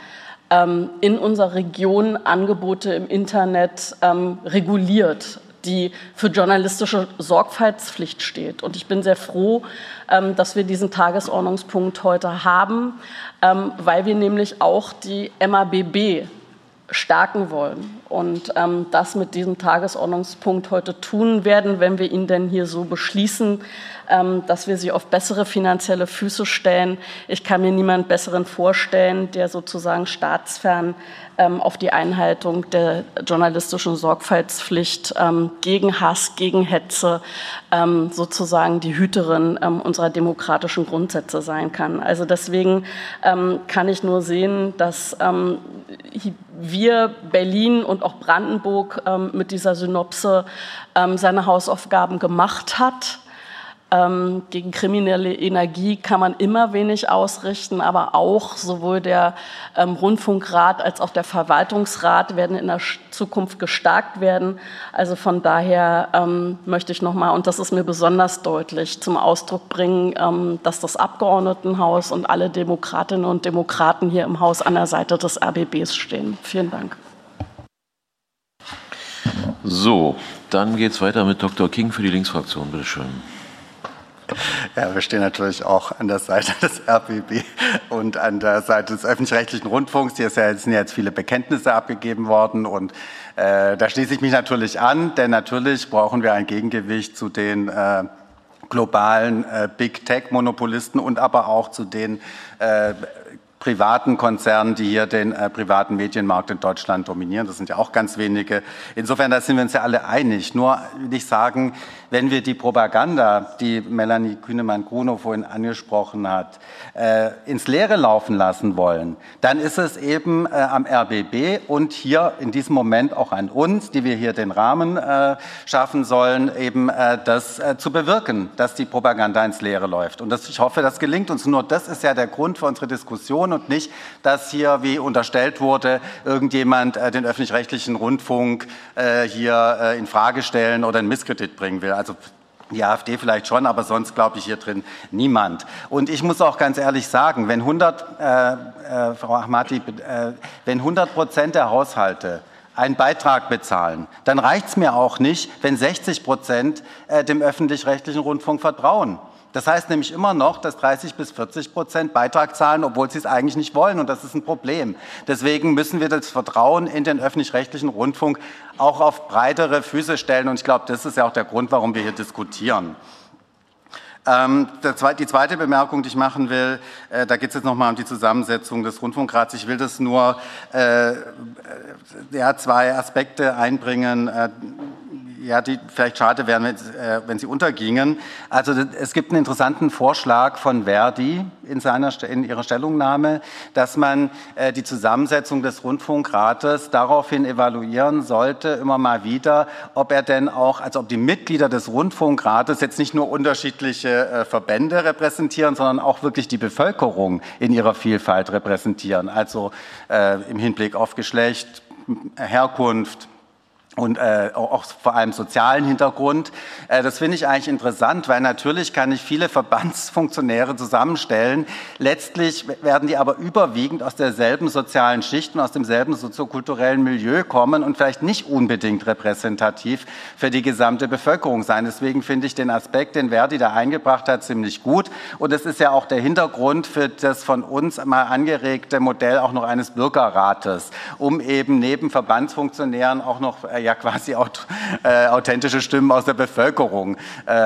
in unserer Region Angebote im Internet reguliert, die für journalistische Sorgfaltspflicht steht. Und ich bin sehr froh, dass wir diesen Tagesordnungspunkt heute haben, weil wir nämlich auch die MABB stärken wollen und das mit diesem Tagesordnungspunkt heute tun werden, wenn wir ihn denn hier so beschließen, dass wir sie auf bessere finanzielle Füße stellen. Ich kann mir niemand Besseren vorstellen, der sozusagen staatsfern auf die Einhaltung der journalistischen Sorgfaltspflicht gegen Hass, gegen Hetze sozusagen die Hüterin unserer demokratischen Grundsätze sein kann. Also deswegen kann ich nur sehen, dass wir Berlin und auch Brandenburg mit dieser Synopse seine Hausaufgaben gemacht hat. Gegen kriminelle Energie kann man immer wenig ausrichten, aber auch sowohl der Rundfunkrat als auch der Verwaltungsrat werden in der Zukunft gestärkt werden. Also von daher möchte ich nochmal, und das ist mir besonders deutlich, zum Ausdruck bringen, dass das Abgeordnetenhaus und alle Demokratinnen und Demokraten hier im Haus an der Seite des RBBs stehen. Vielen Dank. So, dann geht es weiter mit Dr. King für die Linksfraktion. Bitte schön. Ja, wir stehen natürlich auch an der Seite des RBB und an der Seite des öffentlich-rechtlichen Rundfunks. Hier sind jetzt viele Bekenntnisse abgegeben worden und da schließe ich mich natürlich an, denn natürlich brauchen wir ein Gegengewicht zu den globalen Big-Tech-Monopolisten und aber auch zu den privaten Konzernen, die hier den privaten Medienmarkt in Deutschland dominieren. Das sind ja auch ganz wenige. Insofern, da sind wir uns ja alle einig. Nur will ich sagen, wenn wir die Propaganda, die Melanie Kühnemann-Grunow vorhin angesprochen hat, ins Leere laufen lassen wollen, dann ist es eben am RBB und hier in diesem Moment auch an uns, die wir hier den Rahmen schaffen sollen, eben das zu bewirken, dass die Propaganda ins Leere läuft. Und ich hoffe, das gelingt uns. Nur das ist ja der Grund für unsere Diskussion und nicht, dass hier, wie unterstellt wurde, irgendjemand den öffentlich-rechtlichen Rundfunk hier in Frage stellen oder in Misskredit bringen will. Also die AfD vielleicht schon, aber sonst glaube ich hier drin niemand. Und ich muss auch ganz ehrlich sagen, wenn 100% der Haushalte einen Beitrag bezahlen, dann reicht es mir auch nicht, wenn 60% dem öffentlich-rechtlichen Rundfunk vertrauen. Das heißt nämlich immer noch, dass 30-40% Beitrag zahlen, obwohl sie es eigentlich nicht wollen. Und das ist ein Problem. Deswegen müssen wir das Vertrauen in den öffentlich-rechtlichen Rundfunk auch auf breitere Füße stellen. Und ich glaube, das ist ja auch der Grund, warum wir hier diskutieren. Die zweite Bemerkung, die ich machen will, da geht es jetzt nochmal um die Zusammensetzung des Rundfunkrats. Ich will das nur zwei Aspekte einbringen, die vielleicht schade wären, wenn sie untergingen. Also es gibt einen interessanten Vorschlag von Verdi in ihrer Stellungnahme, dass man die Zusammensetzung des Rundfunkrates daraufhin evaluieren sollte, immer mal wieder, ob er denn auch, also ob die Mitglieder des Rundfunkrates jetzt nicht nur unterschiedliche Verbände repräsentieren, sondern auch wirklich die Bevölkerung in ihrer Vielfalt repräsentieren. Also im Hinblick auf Geschlecht, Herkunft, und auch vor allem sozialen Hintergrund. Das finde ich eigentlich interessant, weil natürlich kann ich viele Verbandsfunktionäre zusammenstellen. Letztlich werden die aber überwiegend aus derselben sozialen Schicht und aus demselben soziokulturellen Milieu kommen und vielleicht nicht unbedingt repräsentativ für die gesamte Bevölkerung sein. Deswegen finde ich den Aspekt, den Verdi da eingebracht hat, ziemlich gut. Und es ist ja auch der Hintergrund für das von uns mal angeregte Modell auch noch eines Bürgerrates, um eben neben Verbandsfunktionären auch noch quasi authentische Stimmen aus der Bevölkerung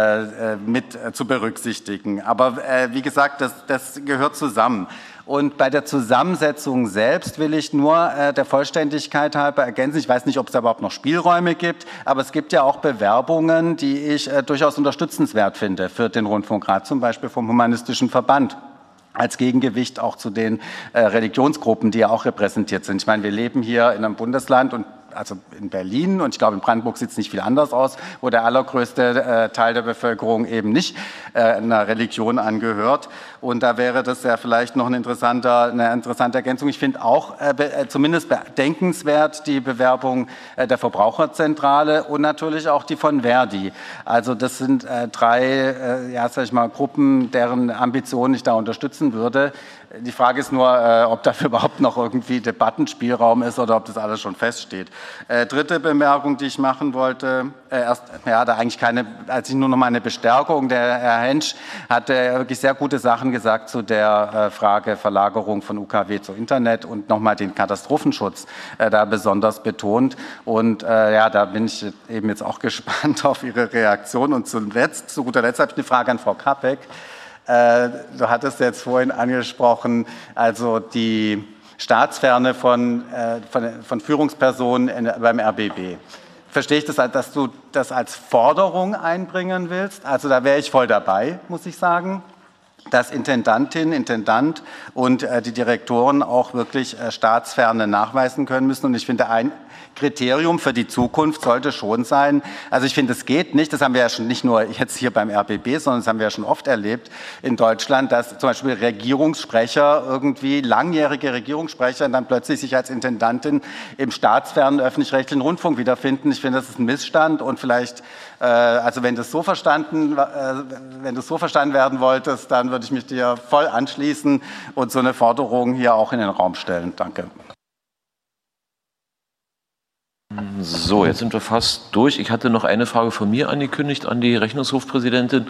mit zu berücksichtigen. Aber wie gesagt, das gehört zusammen. Und bei der Zusammensetzung selbst will ich nur der Vollständigkeit halber ergänzen. Ich weiß nicht, ob es da überhaupt noch Spielräume gibt, aber es gibt ja auch Bewerbungen, die ich durchaus unterstützenswert finde für den Rundfunkrat, zum Beispiel vom Humanistischen Verband, als Gegengewicht auch zu den Religionsgruppen, die ja auch repräsentiert sind. Ich meine, wir leben hier in einem Bundesland und also in Berlin, und ich glaube in Brandenburg sieht es nicht viel anders aus, wo der allergrößte Teil der Bevölkerung eben nicht einer Religion angehört. Und da wäre das ja vielleicht noch eine interessante Ergänzung. Ich finde auch zumindest bedenkenswert die Bewerbung der Verbraucherzentrale und natürlich auch die von Verdi. Also das sind drei, Gruppen, deren Ambitionen ich da unterstützen würde. Die Frage ist nur, ob dafür überhaupt noch irgendwie Debattenspielraum ist oder ob das alles schon feststeht. Dritte Bemerkung, die ich machen wollte, eigentlich nur noch mal eine Bestärkung. Der Herr Hensch hatte wirklich sehr gute Sachen gesagt zu der Frage Verlagerung von UKW zu Internet und nochmal den Katastrophenschutz da besonders betont. Und da bin ich eben jetzt auch gespannt auf Ihre Reaktion. Und zu guter Letzt habe ich eine Frage an Frau Kappek. Du hattest jetzt vorhin angesprochen, also die Staatsferne von Führungspersonen beim RBB. Verstehe ich das, dass du das als Forderung einbringen willst? Also da wäre ich voll dabei, muss ich sagen, dass Intendantin, Intendant und die Direktoren auch wirklich Staatsferne nachweisen können müssen. Und ich finde, ein Kriterium für die Zukunft sollte schon sein, also ich finde, es geht nicht, das haben wir ja schon nicht nur jetzt hier beim RBB, sondern das haben wir ja schon oft erlebt in Deutschland, dass zum Beispiel Regierungssprecher langjährige Regierungssprecher dann plötzlich sich als Intendantin im staatsfernen öffentlich-rechtlichen Rundfunk wiederfinden. Ich finde, das ist ein Missstand und vielleicht, wenn du so verstanden werden wolltest, dann würde ich mich dir voll anschließen und so eine Forderung hier auch in den Raum stellen. Danke. So, jetzt sind wir fast durch. Ich hatte noch eine Frage von mir angekündigt an die Rechnungshofpräsidentin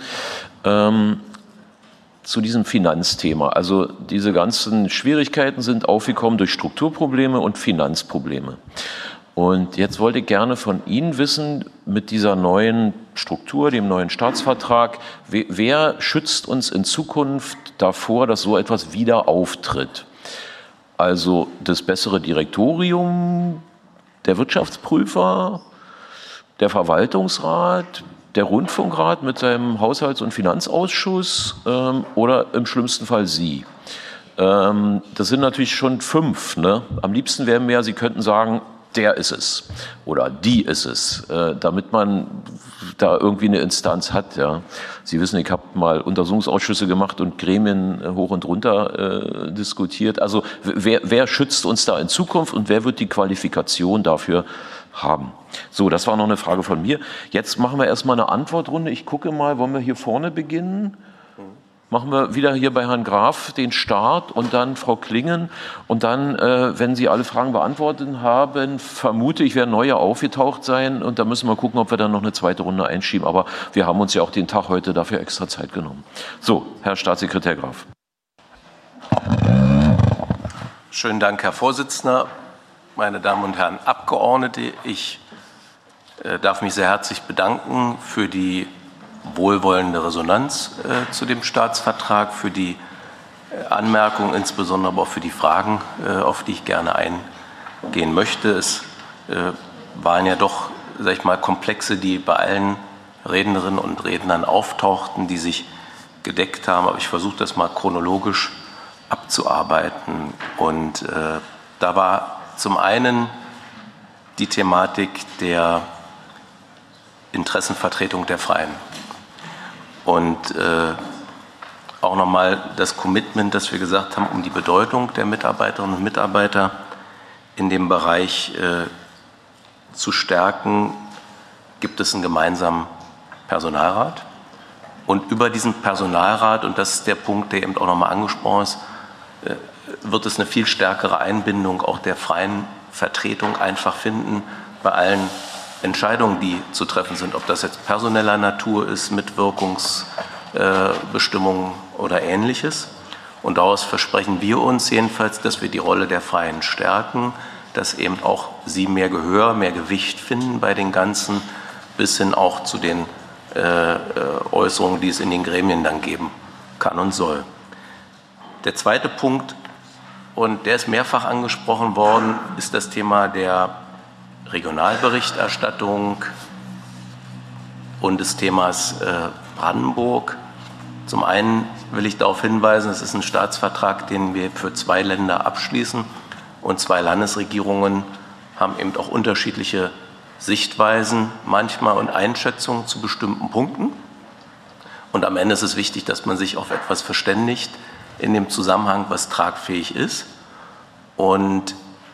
zu diesem Finanzthema. Also diese ganzen Schwierigkeiten sind aufgekommen durch Strukturprobleme und Finanzprobleme. Und jetzt wollte ich gerne von Ihnen wissen, mit dieser neuen Struktur, dem neuen Staatsvertrag, wer schützt uns in Zukunft davor, dass so etwas wieder auftritt? Also das bessere Direktorium, der Wirtschaftsprüfer, der Verwaltungsrat, der Rundfunkrat mit seinem Haushalts- und Finanzausschuss oder im schlimmsten Fall Sie. Das sind natürlich schon 5. Ne? Am liebsten wäre mir, Sie könnten sagen, der ist es oder die ist es, damit man da irgendwie eine Instanz hat. Ja. Sie wissen, ich habe mal Untersuchungsausschüsse gemacht und Gremien hoch und runter diskutiert. Also wer schützt uns da in Zukunft und wer wird die Qualifikation dafür haben? So, das war noch eine Frage von mir. Jetzt machen wir erstmal eine Antwortrunde. Ich gucke mal, wollen wir hier vorne beginnen? machen wir wieder hier bei Herrn Graf den Start und dann Frau Klingen. Und dann, wenn Sie alle Fragen beantwortet haben, vermute ich, werden neue aufgetaucht sein. Und da müssen wir gucken, ob wir dann noch eine zweite Runde einschieben. Aber wir haben uns ja auch den Tag heute dafür extra Zeit genommen. So, Herr Staatssekretär Graf. Schönen Dank, Herr Vorsitzender, meine Damen und Herren Abgeordnete. Ich darf mich sehr herzlich bedanken für die wohlwollende Resonanz zu dem Staatsvertrag, für die Anmerkungen, insbesondere aber auch für die Fragen, auf die ich gerne eingehen möchte. Es waren ja doch, sag ich mal, Komplexe, die bei allen Rednerinnen und Rednern auftauchten, die sich gedeckt haben. Aber ich versuche das mal chronologisch abzuarbeiten. Und da war zum einen die Thematik der Interessenvertretung der Freien. Und auch nochmal das Commitment, das wir gesagt haben, um die Bedeutung der Mitarbeiterinnen und Mitarbeiter in dem Bereich zu stärken, gibt es einen gemeinsamen Personalrat. Und über diesen Personalrat, und das ist der Punkt, der eben auch nochmal angesprochen ist, wird es eine viel stärkere Einbindung auch der freien Vertretung einfach finden bei allen Entscheidungen, die zu treffen sind, ob das jetzt personeller Natur ist, Mitwirkungsbestimmungen oder Ähnliches. Und daraus versprechen wir uns jedenfalls, dass wir die Rolle der Freien stärken, dass eben auch sie mehr Gehör, mehr Gewicht finden bei den Ganzen, bis hin auch zu den Äußerungen, die es in den Gremien dann geben kann und soll. Der zweite Punkt, und der ist mehrfach angesprochen worden, ist das Thema der Regionalberichterstattung und des Themas Brandenburg. Zum einen will ich darauf hinweisen, es ist ein Staatsvertrag, den wir für 2 Länder abschließen, und 2 Landesregierungen haben eben auch unterschiedliche Sichtweisen manchmal und Einschätzungen zu bestimmten Punkten. Und am Ende ist es wichtig, dass man sich auf etwas verständigt in dem Zusammenhang, was tragfähig ist. Und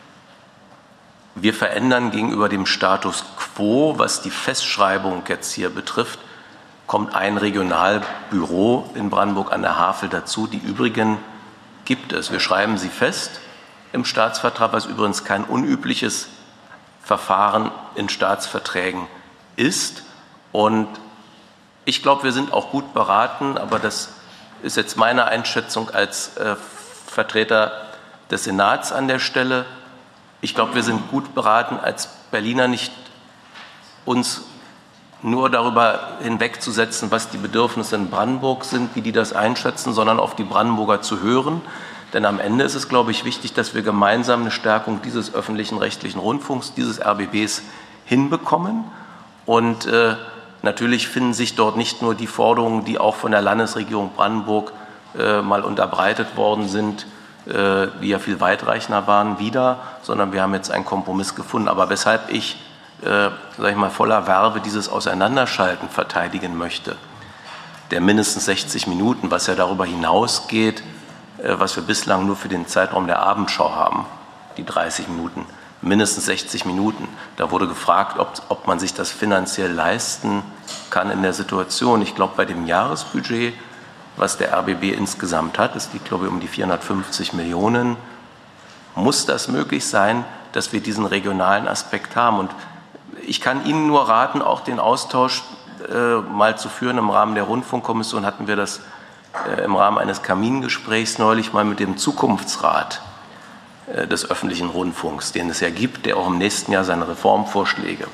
wir verändern gegenüber dem Status quo, was die Festschreibung jetzt hier betrifft, kommt ein Regionalbüro in Brandenburg an der Havel dazu. Die übrigen gibt es. Wir schreiben sie fest im Staatsvertrag, was übrigens kein unübliches Verfahren in Staatsverträgen ist. Und ich glaube, wir sind auch gut beraten, aber das ist jetzt meine Einschätzung als Vertreter des Senats an der Stelle. Ich glaube, wir sind gut beraten, als Berliner nicht uns nur darüber hinwegzusetzen, was die Bedürfnisse in Brandenburg sind, wie die das einschätzen, sondern auf die Brandenburger zu hören. Denn am Ende ist es, glaube ich, wichtig, dass wir gemeinsam eine Stärkung dieses öffentlichen rechtlichen Rundfunks, dieses RBBs hinbekommen. Und natürlich finden sich dort nicht nur die Forderungen, die auch von der Landesregierung Brandenburg mal unterbreitet worden sind, die ja viel weitreichender waren, wieder, sondern wir haben jetzt einen Kompromiss gefunden. Aber weshalb ich, sage ich mal, voller Verve dieses Auseinanderschalten verteidigen möchte, der mindestens 60 Minuten, was ja darüber hinausgeht, was wir bislang nur für den Zeitraum der Abendschau haben, die 30 Minuten, mindestens 60 Minuten. Da wurde gefragt, ob man sich das finanziell leisten kann in der Situation. Ich glaube, bei dem Jahresbudget, was der RBB insgesamt hat, es liegt, glaube ich, um die 450 Millionen, muss das möglich sein, dass wir diesen regionalen Aspekt haben. Und ich kann Ihnen nur raten, auch den Austausch mal zu führen. Im Rahmen der Rundfunkkommission hatten wir das im Rahmen eines Kamingesprächs neulich mal mit dem Zukunftsrat des öffentlichen Rundfunks, den es ja gibt, der auch im nächsten Jahr seine Reformvorschläge.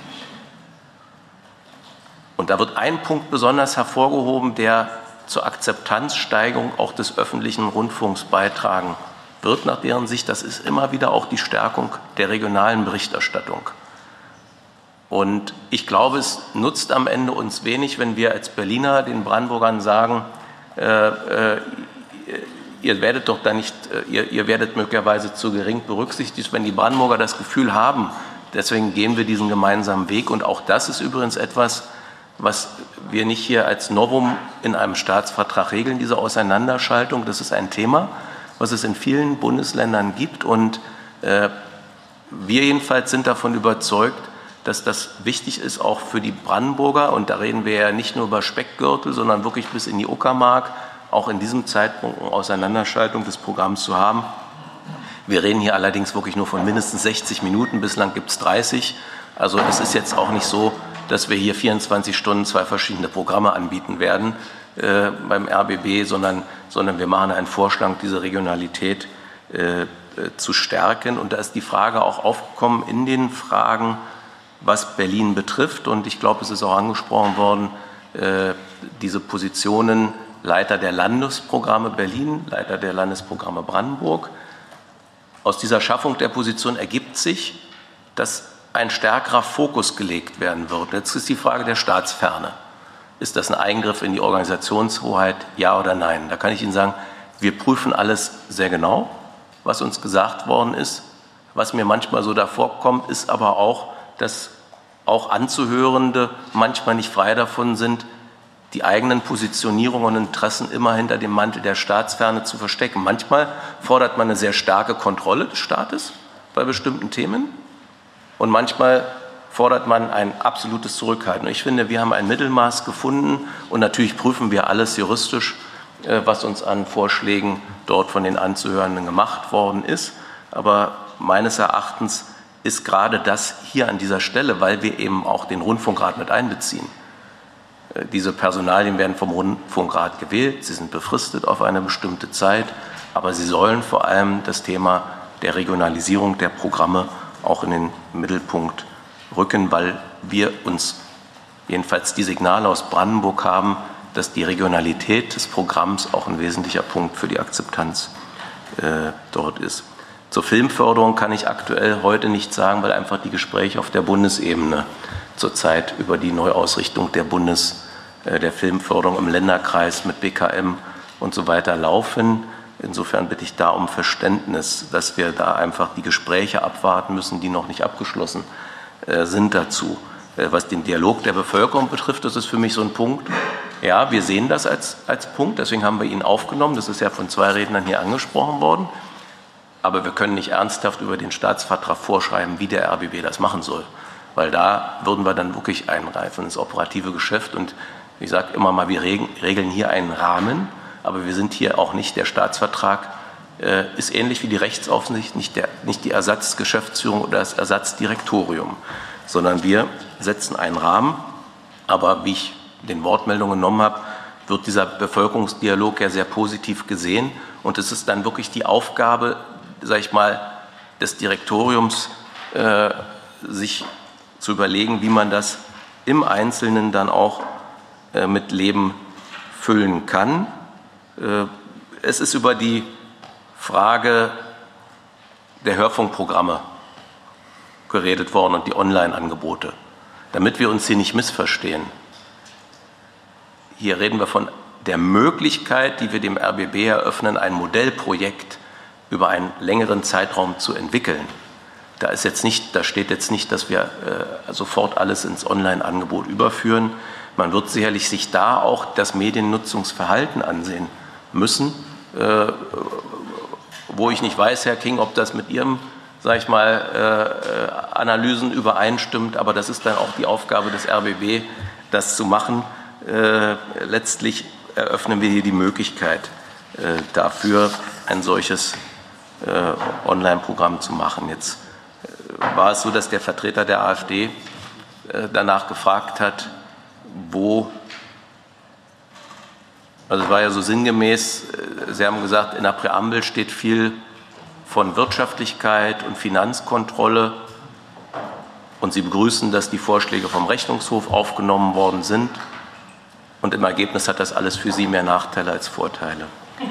Und da wird ein Punkt besonders hervorgehoben, der zur Akzeptanzsteigerung auch des öffentlichen Rundfunks beitragen wird, nach deren Sicht. Das ist immer wieder auch die Stärkung der regionalen Berichterstattung. Und ich glaube, es nutzt am Ende uns wenig, wenn wir als Berliner den Brandenburgern sagen, ihr werdet doch da nicht, ihr werdet möglicherweise zu gering berücksichtigt, wenn die Brandenburger das Gefühl haben. Deswegen gehen wir diesen gemeinsamen Weg. Und auch das ist übrigens etwas, was wir nicht hier als Novum in einem Staatsvertrag regeln, diese Auseinanderschaltung. Das ist ein Thema, was es in vielen Bundesländern gibt. Und wir jedenfalls sind davon überzeugt, dass das wichtig ist auch für die Brandenburger. Und da reden wir ja nicht nur über Speckgürtel, sondern wirklich bis in die Uckermark, auch in diesem Zeitpunkt eine Auseinanderschaltung des Programms zu haben. Wir reden hier allerdings wirklich nur von mindestens 60 Minuten, bislang gibt es 30. Also es ist jetzt auch nicht so, dass wir hier 24 Stunden 2 verschiedene Programme anbieten werden beim RBB, sondern wir machen einen Vorschlag, diese Regionalität zu stärken. Und da ist die Frage auch aufgekommen in den Fragen, was Berlin betrifft. Und ich glaube, es ist auch angesprochen worden, diese Positionen Leiter der Landesprogramme Berlin, Leiter der Landesprogramme Brandenburg. Aus dieser Schaffung der Position ergibt sich, dass ein stärkerer Fokus gelegt werden wird. Jetzt ist die Frage der Staatsferne. Ist das ein Eingriff in die Organisationshoheit, ja oder nein? Da kann ich Ihnen sagen, wir prüfen alles sehr genau, was uns gesagt worden ist. Was mir manchmal so davor kommt, ist aber auch, dass auch Anzuhörende manchmal nicht frei davon sind, die eigenen Positionierungen und Interessen immer hinter dem Mantel der Staatsferne zu verstecken. Manchmal fordert man eine sehr starke Kontrolle des Staates bei bestimmten Themen und manchmal fordert man ein absolutes Zurückhalten. Ich finde, wir haben ein Mittelmaß gefunden und natürlich prüfen wir alles juristisch, was uns an Vorschlägen dort von den Anzuhörenden gemacht worden ist. Aber meines Erachtens ist gerade das hier an dieser Stelle, weil wir eben auch den Rundfunkrat mit einbeziehen. Diese Personalien werden vom Rundfunkrat gewählt, sie sind befristet auf eine bestimmte Zeit, aber sie sollen vor allem das Thema der Regionalisierung der Programme auch in den Mittelpunkt rücken, weil wir uns jedenfalls die Signale aus Brandenburg haben, dass die Regionalität des Programms auch ein wesentlicher Punkt für die Akzeptanz dort ist. Zur Filmförderung kann ich aktuell heute nichts sagen, weil einfach die Gespräche auf der Bundesebene zurzeit über die Neuausrichtung der Filmförderung im Länderkreis mit BKM und so weiter laufen. Insofern bitte ich da um Verständnis, dass wir da einfach die Gespräche abwarten müssen, die noch nicht abgeschlossen sind dazu. Was den Dialog der Bevölkerung betrifft, das ist für mich so ein Punkt. Ja, wir sehen das als Punkt, deswegen haben wir ihn aufgenommen. Das ist ja von 2 Rednern hier angesprochen worden. Aber wir können nicht ernsthaft über den Staatsvertrag vorschreiben, wie der RBB das machen soll. Weil da würden wir dann wirklich eingreifen ins operative Geschäft. Und ich sage immer mal, wir regeln hier einen Rahmen, aber wir sind hier auch nicht, der Staatsvertrag ist ähnlich wie die Rechtsaufsicht, nicht die Ersatzgeschäftsführung oder das Ersatzdirektorium, sondern wir setzen einen Rahmen. Aber wie ich den Wortmeldungen genommen habe, wird dieser Bevölkerungsdialog ja sehr positiv gesehen. Und es ist dann wirklich die Aufgabe, sage ich mal, des Direktoriums, sich zu überlegen, wie man das im Einzelnen dann auch mit Leben füllen kann. Es ist über die Frage der Hörfunkprogramme geredet worden und die Online-Angebote. Damit wir uns hier nicht missverstehen. Hier reden wir von der Möglichkeit, die wir dem RBB eröffnen, ein Modellprojekt über einen längeren Zeitraum zu entwickeln. Da steht jetzt nicht, dass wir sofort alles ins Online-Angebot überführen. Man wird sicherlich sich da auch das Mediennutzungsverhalten ansehen müssen, wo ich nicht weiß, Herr King, ob das mit Ihrem, sage ich mal, Analysen übereinstimmt, aber das ist dann auch die Aufgabe des RBB, das zu machen. Letztlich eröffnen wir hier die Möglichkeit dafür, ein solches Online-Programm zu machen. Jetzt war es so, dass der Vertreter der AfD danach gefragt hat, also es war ja so sinngemäß, Sie haben gesagt, in der Präambel steht viel von Wirtschaftlichkeit und Finanzkontrolle und Sie begrüßen, dass die Vorschläge vom Rechnungshof aufgenommen worden sind und im Ergebnis hat das alles für Sie mehr Nachteile als Vorteile.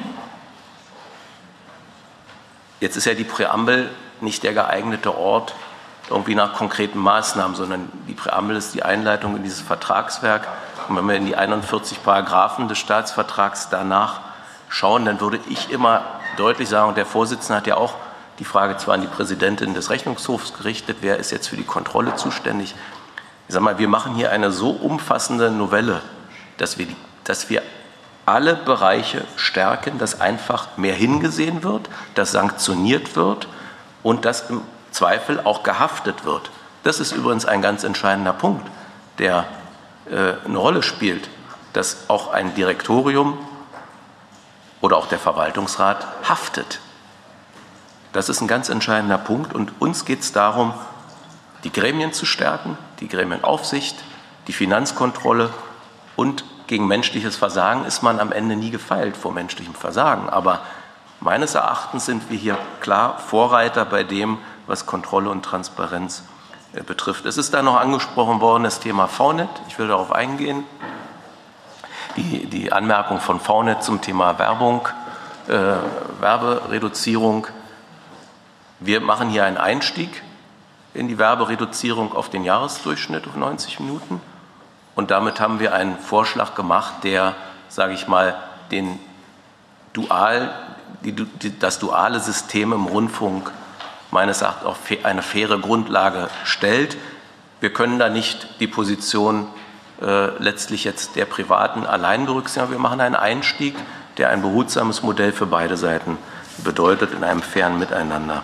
Jetzt ist ja die Präambel nicht der geeignete Ort irgendwie nach konkreten Maßnahmen, sondern die Präambel ist die Einleitung in dieses Vertragswerk. Und wenn wir in die 41 Paragraphen des Staatsvertrags danach schauen, dann würde ich immer deutlich sagen, und der Vorsitzende hat ja auch die Frage zwar an die Präsidentin des Rechnungshofs gerichtet, wer ist jetzt für die Kontrolle zuständig. Ich sage mal, wir machen hier eine so umfassende Novelle, dass wir alle Bereiche stärken, dass einfach mehr hingesehen wird, dass sanktioniert wird und dass im Zweifel auch gehaftet wird. Das ist übrigens ein ganz entscheidender Punkt, der eine Rolle spielt, dass auch ein Direktorium oder auch der Verwaltungsrat haftet. Das ist ein ganz entscheidender Punkt und uns geht es darum, die Gremien zu stärken, die Gremienaufsicht, die Finanzkontrolle und gegen menschliches Versagen ist man am Ende nie gefeilt vor menschlichem Versagen. Aber meines Erachtens sind wir hier klar Vorreiter bei dem, was Kontrolle und Transparenz betrifft. Es ist da noch angesprochen worden, das Thema VNet. Ich will darauf eingehen. Die Anmerkung von VNet zum Thema Werbung, Werbereduzierung. Wir machen hier einen Einstieg in die Werbereduzierung auf den Jahresdurchschnitt auf 90 Minuten. Und damit haben wir einen Vorschlag gemacht, der, sage ich mal, das duale System im Rundfunk meines Erachtens auf eine faire Grundlage stellt. Wir können da nicht die Position letztlich jetzt der Privaten allein berücksichtigen. Wir machen einen Einstieg, der ein behutsames Modell für beide Seiten bedeutet, in einem fairen Miteinander.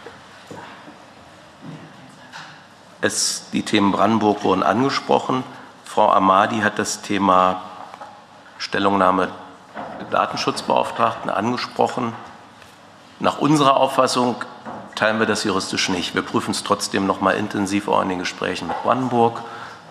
Die Themen Brandenburg wurden angesprochen. Frau Amadi hat das Thema Stellungnahme der Datenschutzbeauftragten angesprochen. Nach unserer Auffassung teilen wir das juristisch nicht. Wir prüfen es trotzdem noch mal intensiv auch in den Gesprächen mit Brandenburg,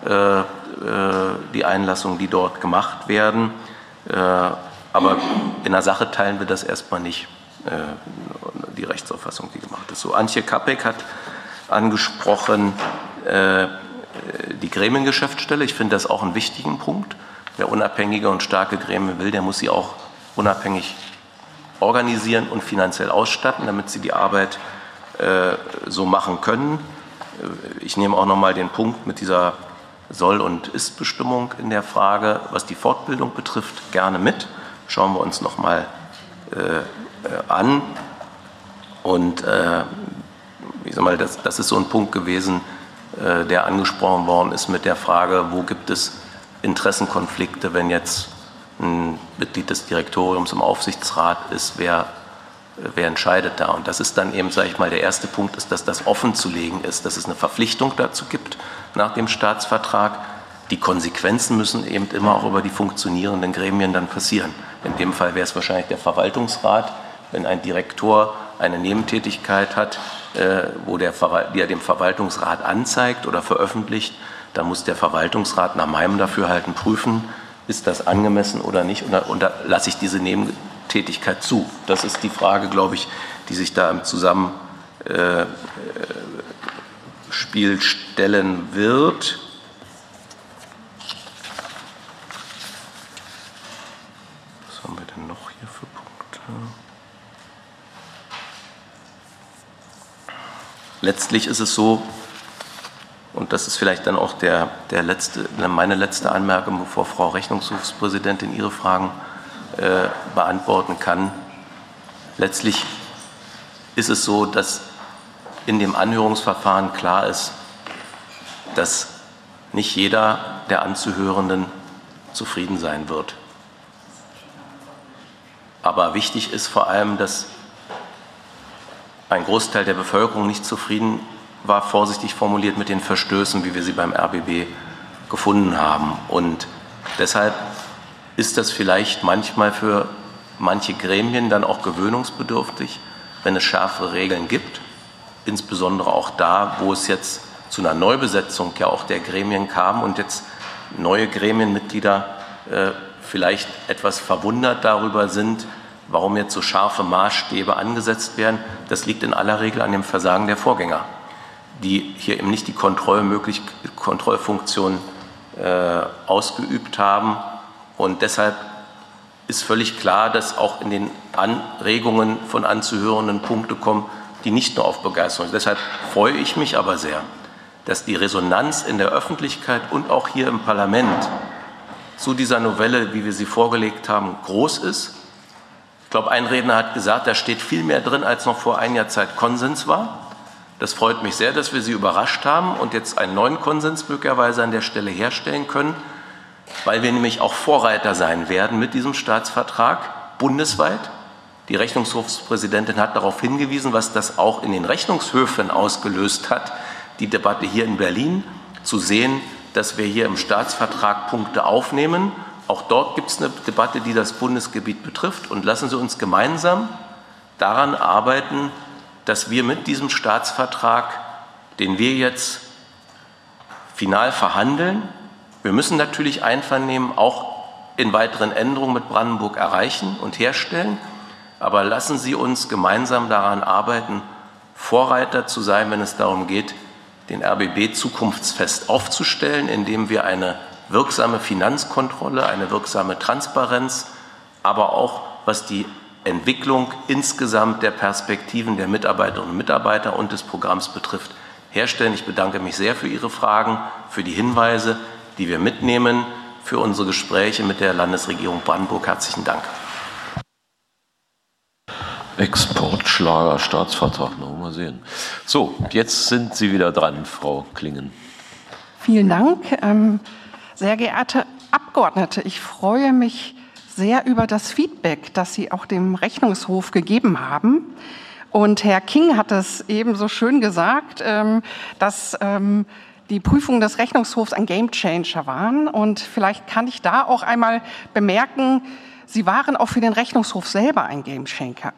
die Einlassungen, die dort gemacht werden. Aber in der Sache teilen wir das erstmal nicht, die Rechtsauffassung, die gemacht ist. So, Antje Kappek hat angesprochen die Gremiengeschäftsstelle. Ich finde das auch einen wichtigen Punkt. Wer unabhängige und starke Gremien will, der muss sie auch unabhängig organisieren und finanziell ausstatten, damit sie die Arbeit so machen können. Ich nehme auch noch mal den Punkt mit dieser Soll- und Ist-Bestimmung in der Frage, was die Fortbildung betrifft, gerne mit. Schauen wir uns noch mal an. Und ich sag mal, das ist so ein Punkt gewesen, der angesprochen worden ist mit der Frage, wo gibt es Interessenkonflikte, wenn jetzt ein Mitglied des Direktoriums im Aufsichtsrat ist, wer entscheidet da? Und das ist dann eben, sage ich mal, der erste Punkt ist, dass das offen zu legen ist, dass es eine Verpflichtung dazu gibt nach dem Staatsvertrag. Die Konsequenzen müssen eben immer auch über die funktionierenden Gremien dann passieren. In dem Fall wäre es wahrscheinlich der Verwaltungsrat, wenn ein Direktor eine Nebentätigkeit hat, die er dem Verwaltungsrat anzeigt oder veröffentlicht, dann muss der Verwaltungsrat nach meinem Dafürhalten prüfen, ist das angemessen oder nicht, und da lasse ich diese Nebentätigkeit zu. Das ist die Frage, glaube ich, die sich da im Zusammenspiel stellen wird. Was haben wir denn noch hier für Punkte? Letztlich ist es so, und das ist vielleicht dann auch meine letzte Anmerkung, bevor Frau Rechnungshofspräsidentin Ihre Fragen beantworten kann. Letztlich ist es so, dass in dem Anhörungsverfahren klar ist, dass nicht jeder der Anzuhörenden zufrieden sein wird. Aber wichtig ist vor allem, dass ein Großteil der Bevölkerung nicht zufrieden war, vorsichtig formuliert, mit den Verstößen, wie wir sie beim RBB gefunden haben. Und deshalb ist das vielleicht manchmal für manche Gremien dann auch gewöhnungsbedürftig, wenn es schärfere Regeln gibt, insbesondere auch da, wo es jetzt zu einer Neubesetzung ja auch der Gremien kam und jetzt neue Gremienmitglieder vielleicht etwas verwundert darüber sind, warum jetzt so scharfe Maßstäbe angesetzt werden. Das liegt in aller Regel an dem Versagen der Vorgänger, die hier eben nicht die Kontrollfunktion ausgeübt haben. Und deshalb ist völlig klar, dass auch in den Anregungen von Anzuhörenden Punkte kommen, die nicht nur auf Begeisterung sind. Deshalb freue ich mich aber sehr, dass die Resonanz in der Öffentlichkeit und auch hier im Parlament zu dieser Novelle, wie wir sie vorgelegt haben, groß ist. Ich glaube, ein Redner hat gesagt, da steht viel mehr drin, als noch vor einiger Zeit Konsens war. Das freut mich sehr, dass wir Sie überrascht haben und jetzt einen neuen Konsens möglicherweise an der Stelle herstellen können, weil wir nämlich auch Vorreiter sein werden mit diesem Staatsvertrag bundesweit. Die Rechnungshofspräsidentin hat darauf hingewiesen, was das auch in den Rechnungshöfen ausgelöst hat, die Debatte hier in Berlin, zu sehen, dass wir hier im Staatsvertrag Punkte aufnehmen, Auch dort gibt es eine Debatte, die das Bundesgebiet betrifft. Und lassen Sie uns gemeinsam daran arbeiten, dass wir mit diesem Staatsvertrag, den wir jetzt final verhandeln, wir müssen natürlich Einvernehmen auch in weiteren Änderungen mit Brandenburg erreichen und herstellen. Aber lassen Sie uns gemeinsam daran arbeiten, Vorreiter zu sein, wenn es darum geht, den RBB zukunftsfest aufzustellen, indem wir eine wirksame Finanzkontrolle, eine wirksame Transparenz, aber auch was die Entwicklung insgesamt der Perspektiven der Mitarbeiterinnen und Mitarbeiter und des Programms betrifft, herstellen. Ich bedanke mich sehr für Ihre Fragen, für die Hinweise, die wir mitnehmen, für unsere Gespräche mit der Landesregierung Brandenburg. Herzlichen Dank. Exportschlager, Staatsvertrag, mal sehen. So, jetzt sind Sie wieder dran, Frau Klingen. Vielen Dank. Sehr geehrte Abgeordnete, ich freue mich sehr über das Feedback, das Sie auch dem Rechnungshof gegeben haben. Und Herr King hat es eben so schön gesagt, dass die Prüfungen des Rechnungshofs ein Gamechanger waren. Und vielleicht kann ich da auch einmal bemerken, sie waren auch für den Rechnungshof selber ein Gamechanger.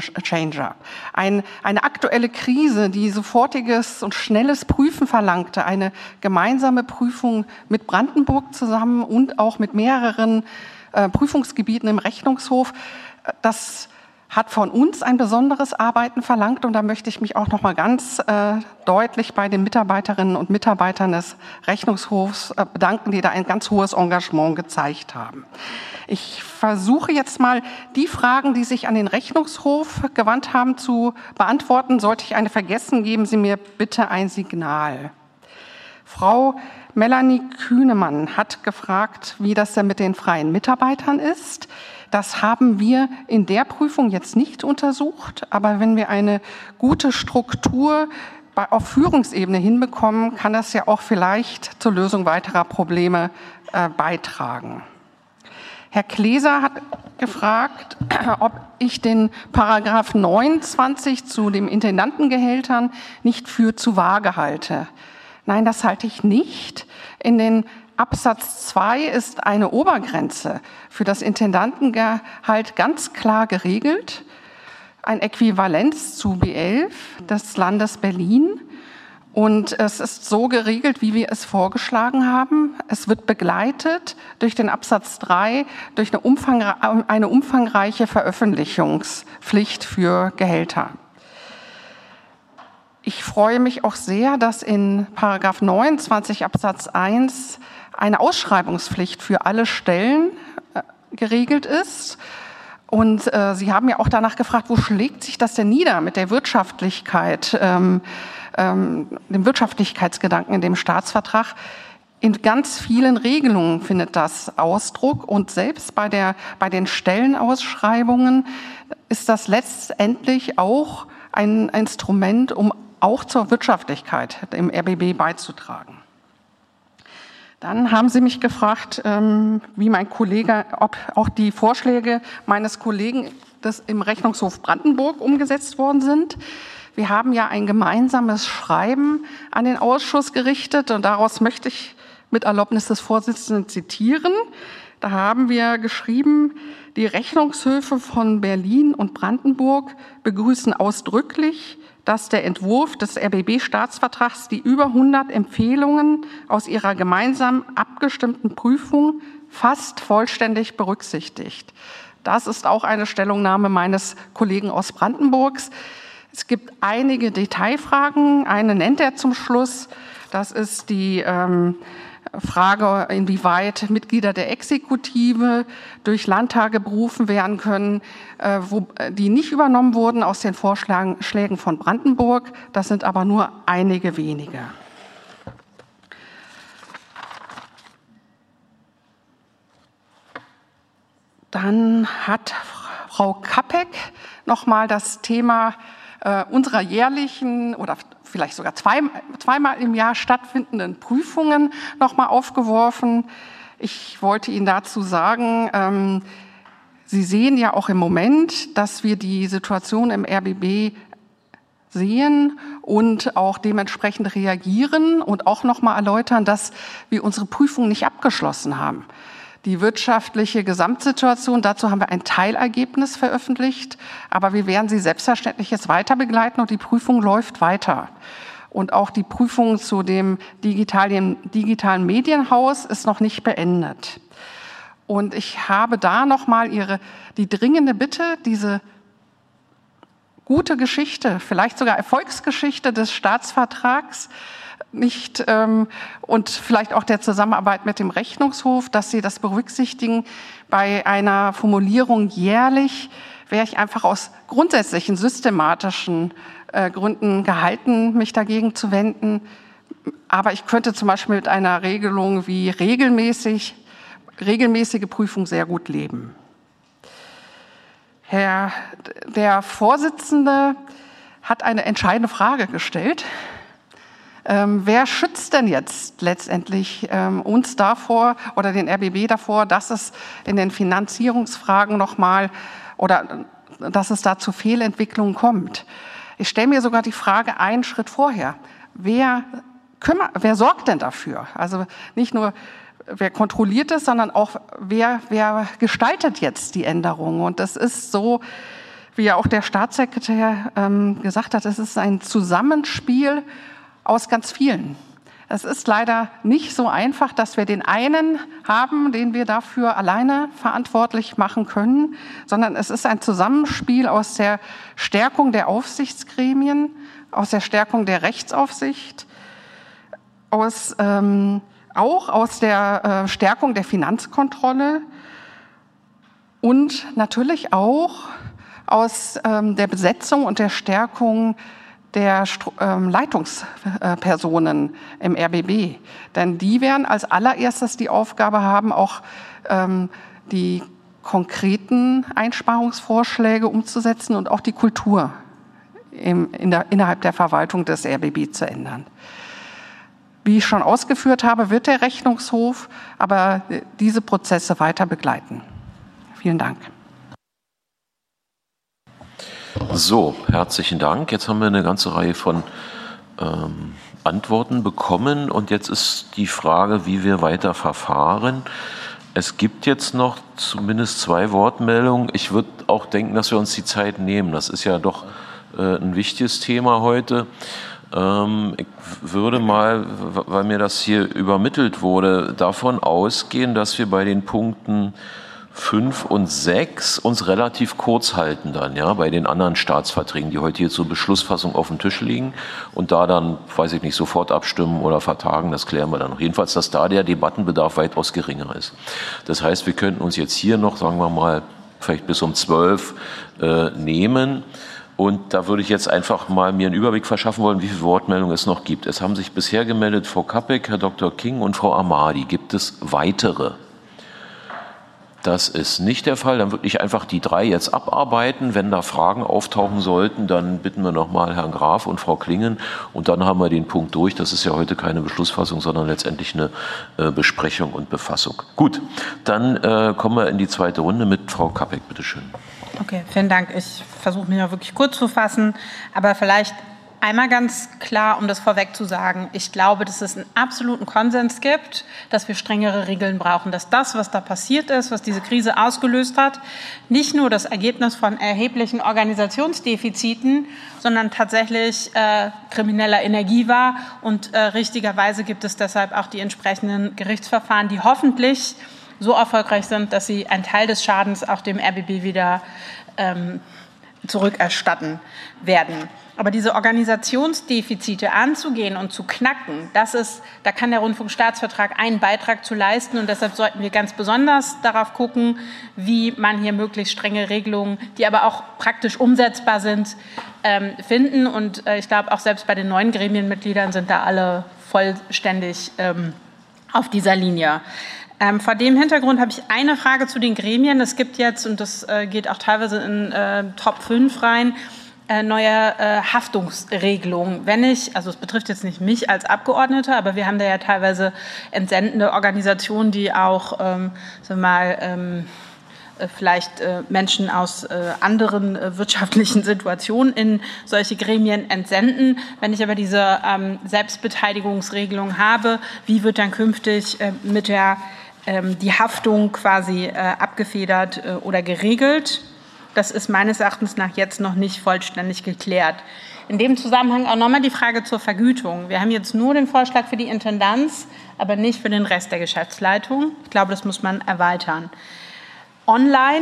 Eine aktuelle Krise, die sofortiges und schnelles Prüfen verlangte, eine gemeinsame Prüfung mit Brandenburg zusammen und auch mit mehreren Prüfungsgebieten im Rechnungshof, das hat von uns ein besonderes Arbeiten verlangt. Und da möchte ich mich auch noch mal ganz deutlich bei den Mitarbeiterinnen und Mitarbeitern des Rechnungshofs bedanken, die da ein ganz hohes Engagement gezeigt haben. Ich versuche jetzt mal, die Fragen, die sich an den Rechnungshof gewandt haben, zu beantworten. Sollte ich eine vergessen, geben Sie mir bitte ein Signal. Frau Melanie Kühnemann hat gefragt, wie das denn mit den freien Mitarbeitern ist. Das haben wir in der Prüfung jetzt nicht untersucht, aber wenn wir eine gute Struktur auf Führungsebene hinbekommen, kann das ja auch vielleicht zur Lösung weiterer Probleme beitragen. Herr Kleser hat gefragt, ob ich den Paragraph 29 zu den Intendantengehältern nicht für zu vage halte. Nein, das halte ich nicht. In den Absatz 2 ist eine Obergrenze für das Intendantengehalt ganz klar geregelt. Ein Äquivalenz zu B11 des Landes Berlin. Und es ist so geregelt, wie wir es vorgeschlagen haben. Es wird begleitet durch den Absatz 3, durch eine umfangreiche Veröffentlichungspflicht für Gehälter. Ich freue mich auch sehr, dass in Paragraph 29 Absatz 1 eine Ausschreibungspflicht für alle Stellen geregelt ist. Und Sie haben ja auch danach gefragt, wo schlägt sich das denn nieder mit der Wirtschaftlichkeit, dem Wirtschaftlichkeitsgedanken in dem Staatsvertrag. In ganz vielen Regelungen findet das Ausdruck und selbst bei den Stellenausschreibungen ist das letztendlich auch ein Instrument, um auch zur Wirtschaftlichkeit im RBB beizutragen. Dann haben Sie mich gefragt, wie mein Kollege, ob auch die Vorschläge meines Kollegen im Rechnungshof Brandenburg umgesetzt worden sind. Wir haben ja ein gemeinsames Schreiben an den Ausschuss gerichtet und daraus möchte ich mit Erlaubnis des Vorsitzenden zitieren. Da haben wir geschrieben, die Rechnungshöfe von Berlin und Brandenburg begrüßen ausdrücklich, dass der Entwurf des RBB-Staatsvertrags die über 100 Empfehlungen aus ihrer gemeinsam abgestimmten Prüfung fast vollständig berücksichtigt. Das ist auch eine Stellungnahme meines Kollegen aus Brandenburgs. Es gibt einige Detailfragen. Eine nennt er zum Schluss. Das ist die Frage, inwieweit Mitglieder der Exekutive durch Landtage berufen werden können, die nicht übernommen wurden aus den Vorschlägen von Brandenburg. Das sind aber nur einige wenige. Dann hat Frau Kappeck nochmal das Thema unserer jährlichen oder vielleicht sogar zweimal im Jahr stattfindenden Prüfungen nochmal aufgeworfen. Ich wollte Ihnen dazu sagen, Sie sehen ja auch im Moment, dass wir die Situation im RBB sehen und auch dementsprechend reagieren und auch nochmal erläutern, dass wir unsere Prüfung nicht abgeschlossen haben. die wirtschaftliche Gesamtsituation. Dazu haben wir ein Teilergebnis veröffentlicht, aber wir werden sie selbstverständlich jetzt weiter begleiten und die Prüfung läuft weiter. Und auch die Prüfung zu dem digitalen Medienhaus ist noch nicht beendet. Und ich habe da nochmal die dringende Bitte, diese gute Geschichte, vielleicht sogar Erfolgsgeschichte des Staatsvertrags nicht und vielleicht auch der Zusammenarbeit mit dem Rechnungshof, dass Sie das berücksichtigen. Bei einer Formulierung jährlich wäre ich einfach aus grundsätzlichen systematischen Gründen gehalten, mich dagegen zu wenden. Aber ich könnte zum Beispiel mit einer Regelung wie regelmäßige Prüfung sehr gut leben. Der Vorsitzende hat eine entscheidende Frage gestellt. Wer schützt denn jetzt letztendlich uns davor oder den RBB davor, dass es in den Finanzierungsfragen nochmal oder dass es da zu Fehlentwicklungen kommt? Ich stelle mir sogar die Frage einen Schritt vorher. Wer sorgt denn dafür? Also nicht nur, wer kontrolliert es, sondern auch, wer gestaltet jetzt die Änderungen? Und das ist so, wie ja auch der Staatssekretär gesagt hat, es ist ein Zusammenspiel aus ganz vielen. Es ist leider nicht so einfach, dass wir den einen haben, den wir dafür alleine verantwortlich machen können, sondern es ist ein Zusammenspiel aus der Stärkung der Aufsichtsgremien, aus der Stärkung der Rechtsaufsicht, auch aus der Stärkung der Finanzkontrolle und natürlich auch aus der Besetzung und der Stärkung der Leitungspersonen im RBB. Denn die werden als allererstes die Aufgabe haben, auch die konkreten Einsparungsvorschläge umzusetzen und auch die Kultur innerhalb der Verwaltung des RBB zu ändern. Wie ich schon ausgeführt habe, wird der Rechnungshof aber diese Prozesse weiter begleiten. Vielen Dank. So, herzlichen Dank. Jetzt haben wir eine ganze Reihe von Antworten bekommen und jetzt ist die Frage, wie wir weiter verfahren. Es gibt jetzt noch zumindest 2 Wortmeldungen. Ich würde auch denken, dass wir uns die Zeit nehmen. Das ist ja doch ein wichtiges Thema heute. Ich würde mal, weil mir das hier übermittelt wurde, davon ausgehen, dass wir bei den Punkten 5 und 6 uns relativ kurz halten dann, ja, bei den anderen Staatsverträgen, die heute hier zur Beschlussfassung auf dem Tisch liegen und da dann, weiß ich nicht, sofort abstimmen oder vertagen, das klären wir dann noch. Jedenfalls, dass da der Debattenbedarf weitaus geringer ist. Das heißt, wir könnten uns jetzt hier noch, sagen wir mal, vielleicht bis um 12 nehmen. Und da würde ich jetzt einfach mal mir einen Überblick verschaffen wollen, wie viele Wortmeldungen es noch gibt. Es haben sich bisher gemeldet Frau Kappek, Herr Dr. King und Frau Amadi. Gibt es weitere? Das ist nicht der Fall. Dann würde ich einfach die 3 jetzt abarbeiten. Wenn da Fragen auftauchen sollten, dann bitten wir nochmal Herrn Graf und Frau Klingen. Und dann haben wir den Punkt durch. Das ist ja heute keine Beschlussfassung, sondern letztendlich eine Besprechung und Befassung. Gut, dann kommen wir in die zweite Runde mit Frau Kappek. Bitte schön. Okay, vielen Dank. Ich versuche mich noch wirklich kurz zu fassen, aber vielleicht einmal ganz klar, um das vorweg zu sagen, ich glaube, dass es einen absoluten Konsens gibt, dass wir strengere Regeln brauchen, dass das, was da passiert ist, was diese Krise ausgelöst hat, nicht nur das Ergebnis von erheblichen Organisationsdefiziten, sondern tatsächlich krimineller Energie war und richtigerweise gibt es deshalb auch die entsprechenden Gerichtsverfahren, die hoffentlich so erfolgreich sind, dass sie einen Teil des Schadens auch dem RBB wieder zurückerstatten werden. Aber diese Organisationsdefizite anzugehen und zu knacken, da kann der Rundfunkstaatsvertrag einen Beitrag zu leisten. Und deshalb sollten wir ganz besonders darauf gucken, wie man hier möglichst strenge Regelungen, die aber auch praktisch umsetzbar sind, finden. Und ich glaube, auch selbst bei den neuen Gremienmitgliedern sind da alle vollständig auf dieser Linie. Vor dem Hintergrund habe ich eine Frage zu den Gremien. Es gibt jetzt, und das geht auch teilweise in Top 5 rein, neue Haftungsregelungen. Also es betrifft jetzt nicht mich als Abgeordnete, aber wir haben da ja teilweise entsendende Organisationen, die auch vielleicht Menschen aus anderen wirtschaftlichen Situationen in solche Gremien entsenden. Wenn ich aber diese Selbstbeteiligungsregelung habe, wie wird dann künftig mit der die Haftung quasi abgefedert oder geregelt. Das ist meines Erachtens nach jetzt noch nicht vollständig geklärt. In dem Zusammenhang auch nochmal die Frage zur Vergütung. Wir haben jetzt nur den Vorschlag für die Intendanz, aber nicht für den Rest der Geschäftsleitung. Ich glaube, das muss man erweitern. Online,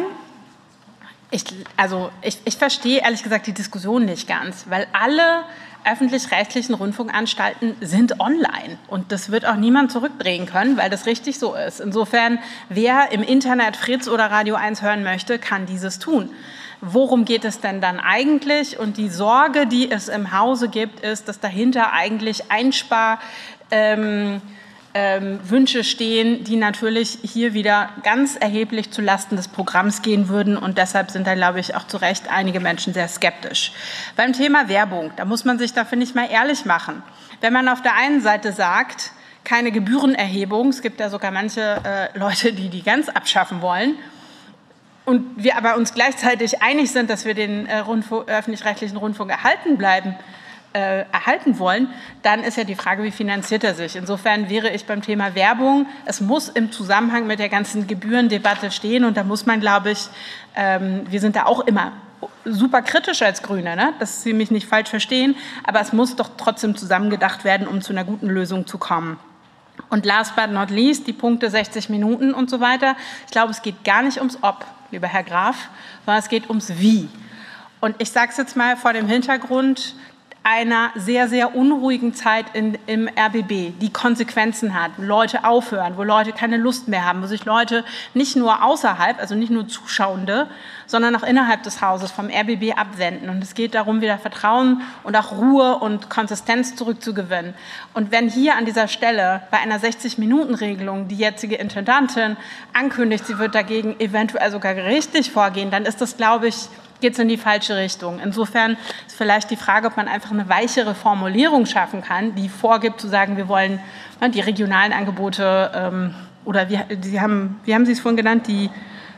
ich verstehe ehrlich gesagt die Diskussion nicht ganz, weil alle öffentlich-rechtlichen Rundfunkanstalten sind online und das wird auch niemand zurückdrehen können, weil das richtig so ist. Insofern, wer im Internet Fritz oder Radio 1 hören möchte, kann dieses tun. Worum geht es denn dann eigentlich? Und die Sorge, die es im Hause gibt, ist, dass dahinter eigentlich Wünsche stehen, die natürlich hier wieder ganz erheblich zulasten des Programms gehen würden. Und deshalb sind da, glaube ich, auch zu Recht einige Menschen sehr skeptisch. Beim Thema Werbung, da muss man sich da, finde ich, mal ehrlich machen. Wenn man auf der einen Seite sagt, keine Gebührenerhebung, es gibt ja sogar manche Leute, die ganz abschaffen wollen, und wir aber uns gleichzeitig einig sind, dass wir den öffentlich-rechtlichen Rundfunk erhalten wollen, dann ist ja die Frage, wie finanziert er sich? Insofern wäre ich beim Thema Werbung, es muss im Zusammenhang mit der ganzen Gebührendebatte stehen und da muss man, glaube ich, wir sind da auch immer super kritisch als Grüne, ne? Dass Sie mich nicht falsch verstehen, aber es muss doch trotzdem zusammengedacht werden, um zu einer guten Lösung zu kommen. Und last but not least, die Punkte 60 Minuten und so weiter. Ich glaube, es geht gar nicht ums Ob, lieber Herr Graf, sondern es geht ums Wie. Und ich sage es jetzt mal vor dem Hintergrund einer sehr, sehr unruhigen Zeit im RBB, die Konsequenzen hat, wo Leute aufhören, wo Leute keine Lust mehr haben, wo sich Leute nicht nur außerhalb, also nicht nur Zuschauende, sondern auch innerhalb des Hauses vom RBB abwenden. Und es geht darum, wieder Vertrauen und auch Ruhe und Konsistenz zurückzugewinnen. Und wenn hier an dieser Stelle bei einer 60-Minuten-Regelung die jetzige Intendantin ankündigt, sie wird dagegen eventuell sogar gerichtlich vorgehen, dann ist das, glaube ich, geht es in die falsche Richtung. Insofern ist vielleicht die Frage, ob man einfach eine weichere Formulierung schaffen kann, die vorgibt, zu sagen, wir wollen die regionalen Angebote oder wie haben Sie es vorhin genannt, die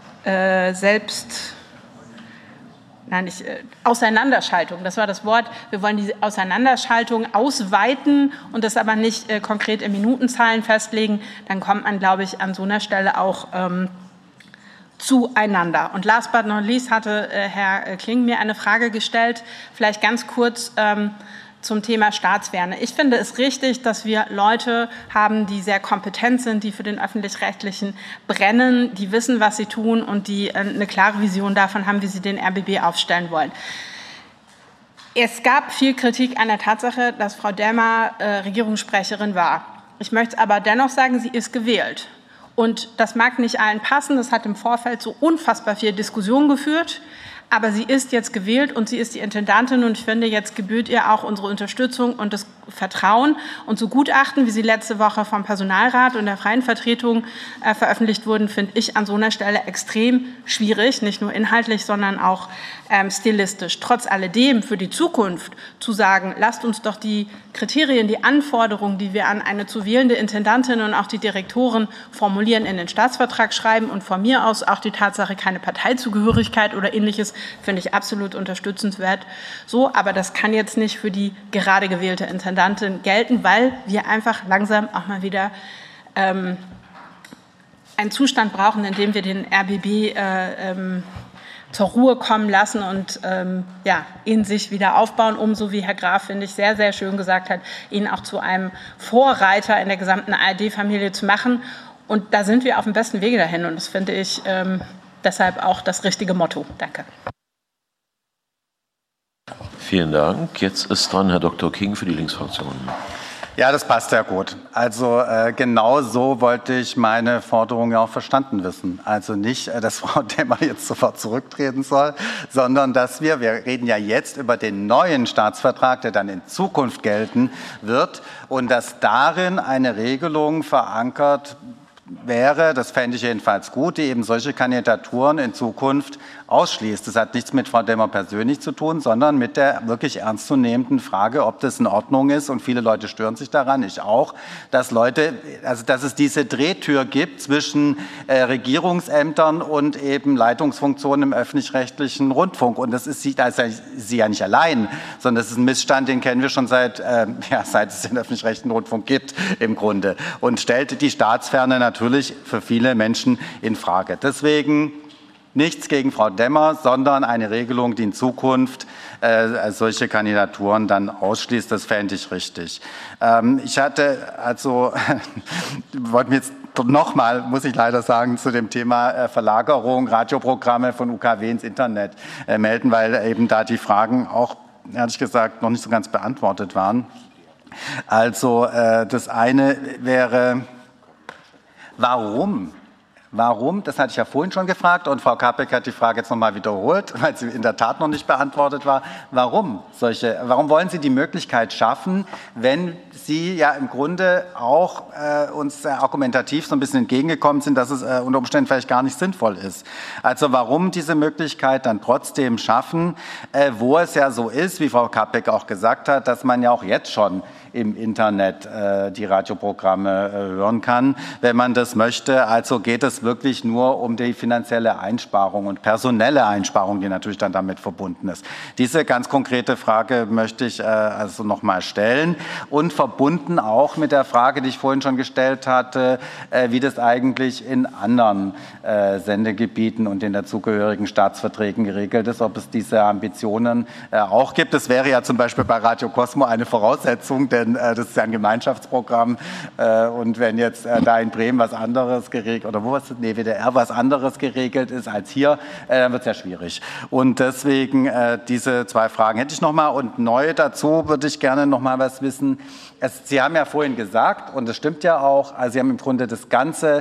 Auseinanderschaltung, das war das Wort. Wir wollen die Auseinanderschaltung ausweiten und das aber nicht konkret in Minutenzahlen festlegen. Dann kommt man, glaube ich, an so einer Stelle auch zueinander. Und last but not least hatte Herr Kling mir eine Frage gestellt, vielleicht ganz kurz zum Thema Staatsferne. Ich finde es richtig, dass wir Leute haben, die sehr kompetent sind, die für den Öffentlich-Rechtlichen brennen, die wissen, was sie tun und die eine klare Vision davon haben, wie sie den RBB aufstellen wollen. Es gab viel Kritik an der Tatsache, dass Frau Demmer Regierungssprecherin war. Ich möchte aber dennoch sagen, sie ist gewählt. Und das mag nicht allen passen, das hat im Vorfeld so unfassbar viel Diskussion geführt, aber sie ist jetzt gewählt und sie ist die Intendantin und ich finde, jetzt gebührt ihr auch unsere Unterstützung und das Vertrauen. Und so Gutachten, wie sie letzte Woche vom Personalrat und der Freien Vertretung veröffentlicht wurden, finde ich an so einer Stelle extrem schwierig, nicht nur inhaltlich, sondern auch stilistisch. Trotz alledem für die Zukunft zu sagen, lasst uns doch die Kriterien, die Anforderungen, die wir an eine zu wählende Intendantin und auch die Direktoren formulieren, in den Staatsvertrag schreiben und von mir aus auch die Tatsache, keine Parteizugehörigkeit oder Ähnliches, finde ich absolut unterstützenswert. So, aber das kann jetzt nicht für die gerade gewählte Intendantin gelten, weil wir einfach langsam auch mal wieder einen Zustand brauchen, in dem wir den RBB zur Ruhe kommen lassen und ihn sich wieder aufbauen, um, so wie Herr Graf, finde ich, sehr, sehr schön gesagt hat, ihn auch zu einem Vorreiter in der gesamten ARD-Familie zu machen. Und da sind wir auf dem besten Wege dahin. Und das finde ich deshalb auch das richtige Motto. Danke. Vielen Dank. Jetzt ist dran Herr Dr. King für die Linksfraktion. Ja, das passt ja gut. Also genau so wollte ich meine Forderung ja auch verstanden wissen. Also nicht, dass Frau Demmer jetzt sofort zurücktreten soll, sondern dass wir reden ja jetzt über den neuen Staatsvertrag, der dann in Zukunft gelten wird und dass darin eine Regelung verankert wäre, das fände ich jedenfalls gut, die eben solche Kandidaturen in Zukunft ausschließt. Das hat nichts mit Frau Demmer persönlich zu tun, sondern mit der wirklich ernstzunehmenden Frage, ob das in Ordnung ist, und viele Leute stören sich daran, ich auch, dass es diese Drehtür gibt zwischen Regierungsämtern und eben Leitungsfunktionen im öffentlich-rechtlichen Rundfunk. Und das ist sie ja nicht allein, sondern das ist ein Missstand, den kennen wir schon seit es den öffentlich-rechtlichen Rundfunk gibt im Grunde, und stellt die Staatsferne natürlich natürlich für viele Menschen in Frage. Deswegen nichts gegen Frau Demmer, sondern eine Regelung, die in Zukunft solche Kandidaturen dann ausschließt. Das fände ich richtig. Ich hatte also, wollte mir jetzt nochmal, muss ich leider sagen, zu dem Thema Verlagerung, Radioprogramme von UKW ins Internet melden, weil eben da die Fragen auch, ehrlich gesagt, noch nicht so ganz beantwortet waren. Also das eine wäre, warum, das hatte ich ja vorhin schon gefragt und Frau Kapek hat die Frage jetzt nochmal wiederholt, weil sie in der Tat noch nicht beantwortet war. Warum wollen Sie die Möglichkeit schaffen, wenn Sie ja im Grunde auch uns argumentativ so ein bisschen entgegengekommen sind, dass es unter Umständen vielleicht gar nicht sinnvoll ist? Also warum diese Möglichkeit dann trotzdem schaffen, wo es ja so ist, wie Frau Kapek auch gesagt hat, dass man ja auch jetzt schon im Internet die Radioprogramme hören kann, wenn man das möchte. Also geht es wirklich nur um die finanzielle Einsparung und personelle Einsparung, die natürlich dann damit verbunden ist. Diese ganz konkrete Frage möchte ich also nochmal stellen und verbunden auch mit der Frage, die ich vorhin schon gestellt hatte, wie das eigentlich in anderen Sendegebieten und den dazugehörigen Staatsverträgen geregelt ist, ob es diese Ambitionen auch gibt. Das wäre ja zum Beispiel bei Radio Cosmo eine Voraussetzung, denn das ist ja ein Gemeinschaftsprogramm und wenn jetzt da in Bremen was anderes geregelt oder WDR was anderes geregelt ist als hier, dann wird es ja schwierig. Und deswegen diese zwei Fragen hätte ich nochmal und neu dazu würde ich gerne nochmal was wissen. Sie haben ja vorhin gesagt, und das stimmt ja auch, also Sie haben im Grunde das ganze,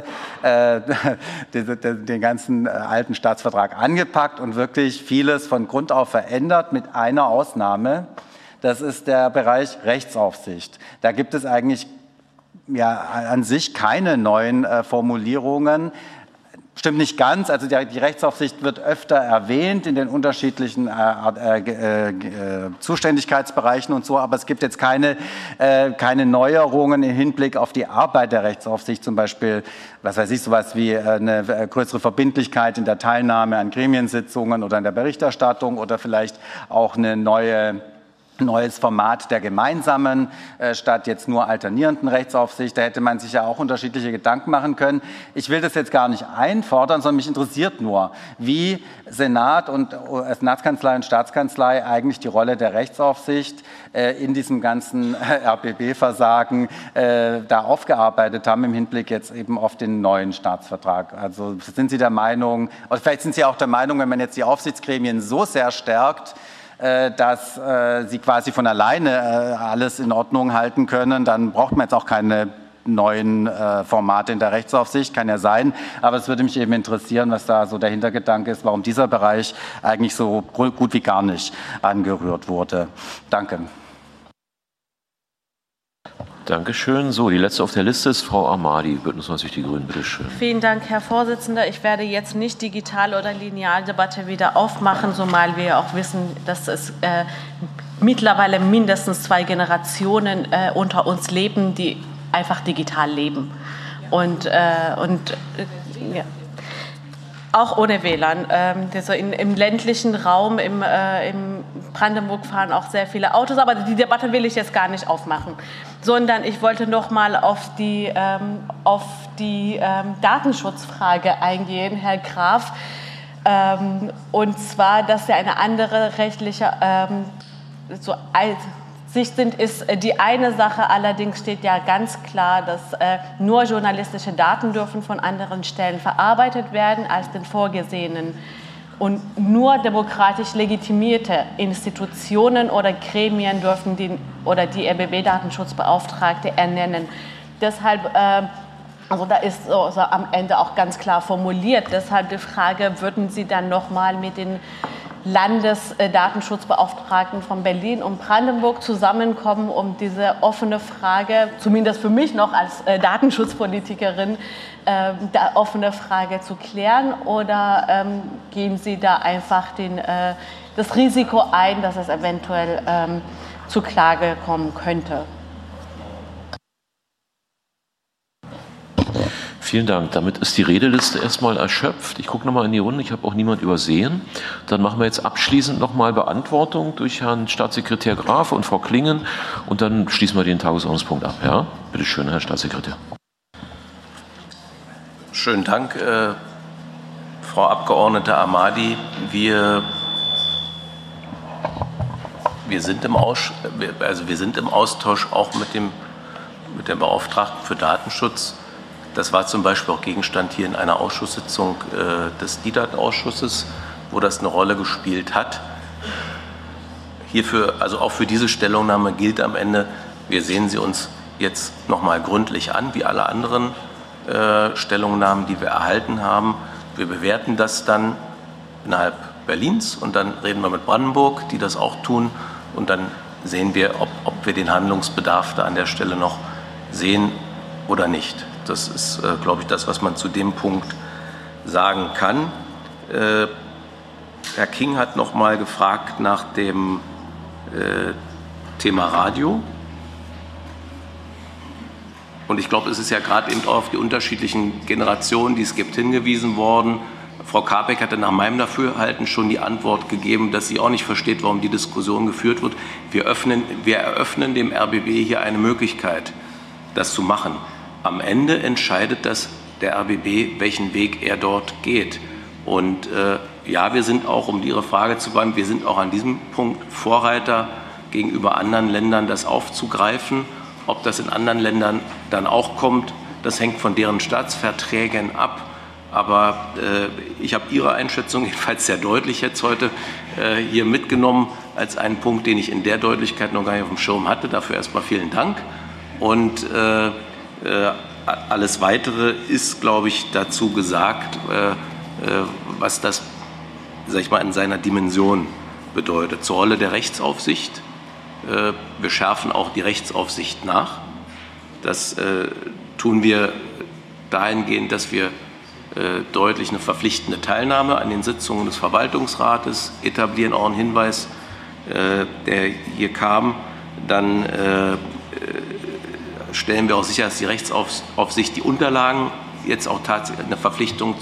den ganzen alten Staatsvertrag angepackt und wirklich vieles von Grund auf verändert, mit einer Ausnahme. Das ist der Bereich Rechtsaufsicht. Da gibt es eigentlich ja an sich keine neuen Formulierungen. Stimmt nicht ganz, also die Rechtsaufsicht wird öfter erwähnt in den unterschiedlichen Zuständigkeitsbereichen und so, aber es gibt jetzt keine Neuerungen im Hinblick auf die Arbeit der Rechtsaufsicht, zum Beispiel, was weiß ich, sowas wie eine größere Verbindlichkeit in der Teilnahme an Gremiensitzungen oder in der Berichterstattung oder vielleicht auch eine neues Format der gemeinsamen, statt jetzt nur alternierenden Rechtsaufsicht. Da hätte man sich ja auch unterschiedliche Gedanken machen können. Ich will das jetzt gar nicht einfordern, sondern mich interessiert nur, wie Senat und Senatskanzlei und Staatskanzlei eigentlich die Rolle der Rechtsaufsicht in diesem ganzen RBB-Versagen da aufgearbeitet haben im Hinblick jetzt eben auf den neuen Staatsvertrag. Also sind Sie der Meinung, oder vielleicht sind Sie auch der Meinung, wenn man jetzt die Aufsichtsgremien so sehr stärkt, dass sie quasi von alleine alles in Ordnung halten können, dann braucht man jetzt auch keine neuen Formate in der Rechtsaufsicht, kann ja sein. Aber es würde mich eben interessieren, was da so der Hintergedanke ist, warum dieser Bereich eigentlich so gut wie gar nicht angerührt wurde. Danke. Dankeschön. So, die letzte auf der Liste ist Frau Ahmadi, Bündnis 90 Die Grünen. Bitte schön. Vielen Dank, Herr Vorsitzender. Ich werde jetzt nicht digitale oder Linealdebatte wieder aufmachen, zumal wir auch wissen, dass es mittlerweile mindestens 2 Generationen unter uns leben, die einfach digital leben. Und auch ohne WLAN. Also im ländlichen Raum, im Brandenburg fahren auch sehr viele Autos, aber die Debatte will ich jetzt gar nicht aufmachen, sondern ich wollte noch mal auf die Datenschutzfrage eingehen, Herr Graf, und zwar, dass ja eine andere rechtliche Sicht sind, ist die eine Sache, allerdings steht ja ganz klar, dass nur journalistische Daten dürfen von anderen Stellen verarbeitet werden als den vorgesehenen. Und nur demokratisch legitimierte Institutionen oder Gremien dürfen die RBB-Datenschutzbeauftragte ernennen. Deshalb, also da ist so am Ende auch ganz klar formuliert, deshalb die Frage, würden Sie dann nochmal mit den Landesdatenschutzbeauftragten von Berlin und Brandenburg zusammenkommen, um diese offene Frage, zumindest für mich noch als Datenschutzpolitikerin, offene Frage zu klären, oder gehen Sie da einfach das Risiko ein, dass es eventuell zu Klage kommen könnte? Vielen Dank. Damit ist die Redeliste erstmal erschöpft. Ich gucke nochmal in die Runde. Ich habe auch niemand übersehen. Dann machen wir jetzt abschließend nochmal Beantwortung durch Herrn Staatssekretär Graf und Frau Klingen. Und dann schließen wir den Tagesordnungspunkt ab. Ja? Bitte schön, Herr Staatssekretär. Schönen Dank, Frau Abgeordnete Ahmadi. Wir sind im Austausch auch mit dem Beauftragten für Datenschutz. Das war zum Beispiel auch Gegenstand hier in einer Ausschusssitzung des DIDAT-Ausschusses, wo das eine Rolle gespielt hat. Hierfür, also auch für diese Stellungnahme gilt am Ende, wir sehen sie uns jetzt nochmal gründlich an, wie alle anderen Stellungnahmen, die wir erhalten haben. Wir bewerten das dann innerhalb Berlins und dann reden wir mit Brandenburg, die das auch tun, und dann sehen wir, ob wir den Handlungsbedarf da an der Stelle noch sehen oder nicht. Das ist, glaube ich, das, was man zu dem Punkt sagen kann. Herr King hat noch mal gefragt nach dem Thema Radio. Und ich glaube, es ist ja gerade eben auch auf die unterschiedlichen Generationen, die es gibt, hingewiesen worden. Frau Kapek hatte nach meinem Dafürhalten schon die Antwort gegeben, dass sie auch nicht versteht, warum die Diskussion geführt wird. Wir eröffnen dem RBB hier eine Möglichkeit, das zu machen. Am Ende entscheidet das der RBB, welchen Weg er dort geht. Und ja, wir sind auch, um Ihre Frage zu beantworten, wir sind auch an diesem Punkt Vorreiter gegenüber anderen Ländern, das aufzugreifen. Ob das in anderen Ländern dann auch kommt, das hängt von deren Staatsverträgen ab. Aber ich habe Ihre Einschätzung jedenfalls sehr deutlich jetzt heute hier mitgenommen als einen Punkt, den ich in der Deutlichkeit noch gar nicht auf dem Schirm hatte. Dafür erstmal vielen Dank. Und alles Weitere ist, glaube ich, dazu gesagt, was das, sag ich mal, in seiner Dimension bedeutet. Zur Rolle der Rechtsaufsicht. Wir schärfen auch die Rechtsaufsicht nach. Das tun wir dahingehend, dass wir deutlich eine verpflichtende Teilnahme an den Sitzungen des Verwaltungsrates etablieren, auch einen Hinweis, der hier kam. Dann stellen wir auch sicher, dass die Rechtsaufsicht die Unterlagen jetzt auch tatsächlich eine Verpflichtung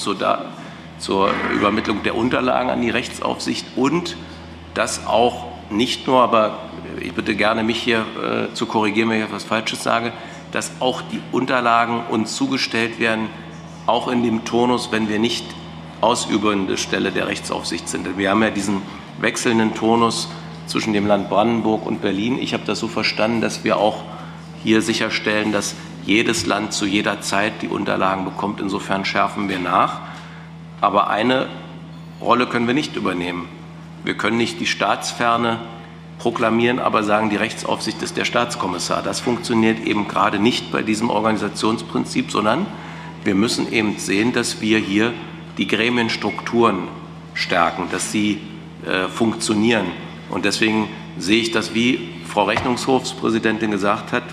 zur Übermittlung der Unterlagen an die Rechtsaufsicht und das auch nicht nur, aber ich bitte gerne mich hier zu korrigieren, wenn ich etwas Falsches sage, dass auch die Unterlagen uns zugestellt werden, auch in dem Turnus, wenn wir nicht ausübende Stelle der Rechtsaufsicht sind. Wir haben ja diesen wechselnden Turnus zwischen dem Land Brandenburg und Berlin. Ich habe das so verstanden, dass wir auch hier sicherstellen, dass jedes Land zu jeder Zeit die Unterlagen bekommt. Insofern schärfen wir nach. Aber eine Rolle können wir nicht übernehmen. Wir können nicht die Staatsferne proklamieren, aber sagen, die Rechtsaufsicht ist der Staatskommissar. Das funktioniert eben gerade nicht bei diesem Organisationsprinzip, sondern wir müssen eben sehen, dass wir hier die Gremienstrukturen stärken, dass sie funktionieren. Und deswegen sehe ich das, wie Frau Rechnungshofspräsidentin gesagt hat,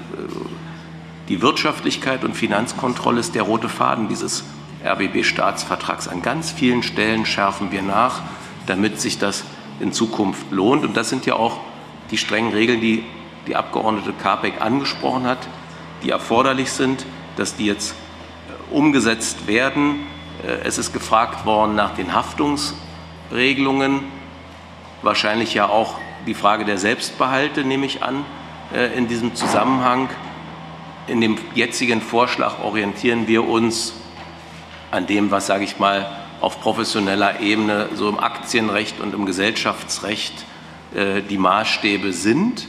die Wirtschaftlichkeit und Finanzkontrolle ist der rote Faden dieses RBB-Staatsvertrags. An ganz vielen Stellen schärfen wir nach, damit sich das in Zukunft lohnt. Und das sind ja auch die strengen Regeln, die die Abgeordnete Kapek angesprochen hat, die erforderlich sind, dass die jetzt umgesetzt werden. Es ist gefragt worden nach den Haftungsregelungen, wahrscheinlich ja auch die Frage der Selbstbehalte, nehme ich an, in diesem Zusammenhang. In dem jetzigen Vorschlag orientieren wir uns an dem, was, sage ich mal, auf professioneller Ebene so im Aktienrecht und im Gesellschaftsrecht die Maßstäbe sind.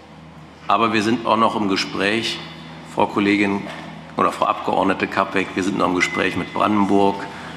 Aber wir sind auch noch im Gespräch, Frau Kollegin oder Frau Abgeordnete Kapek, wir sind noch im Gespräch mit Brandenburg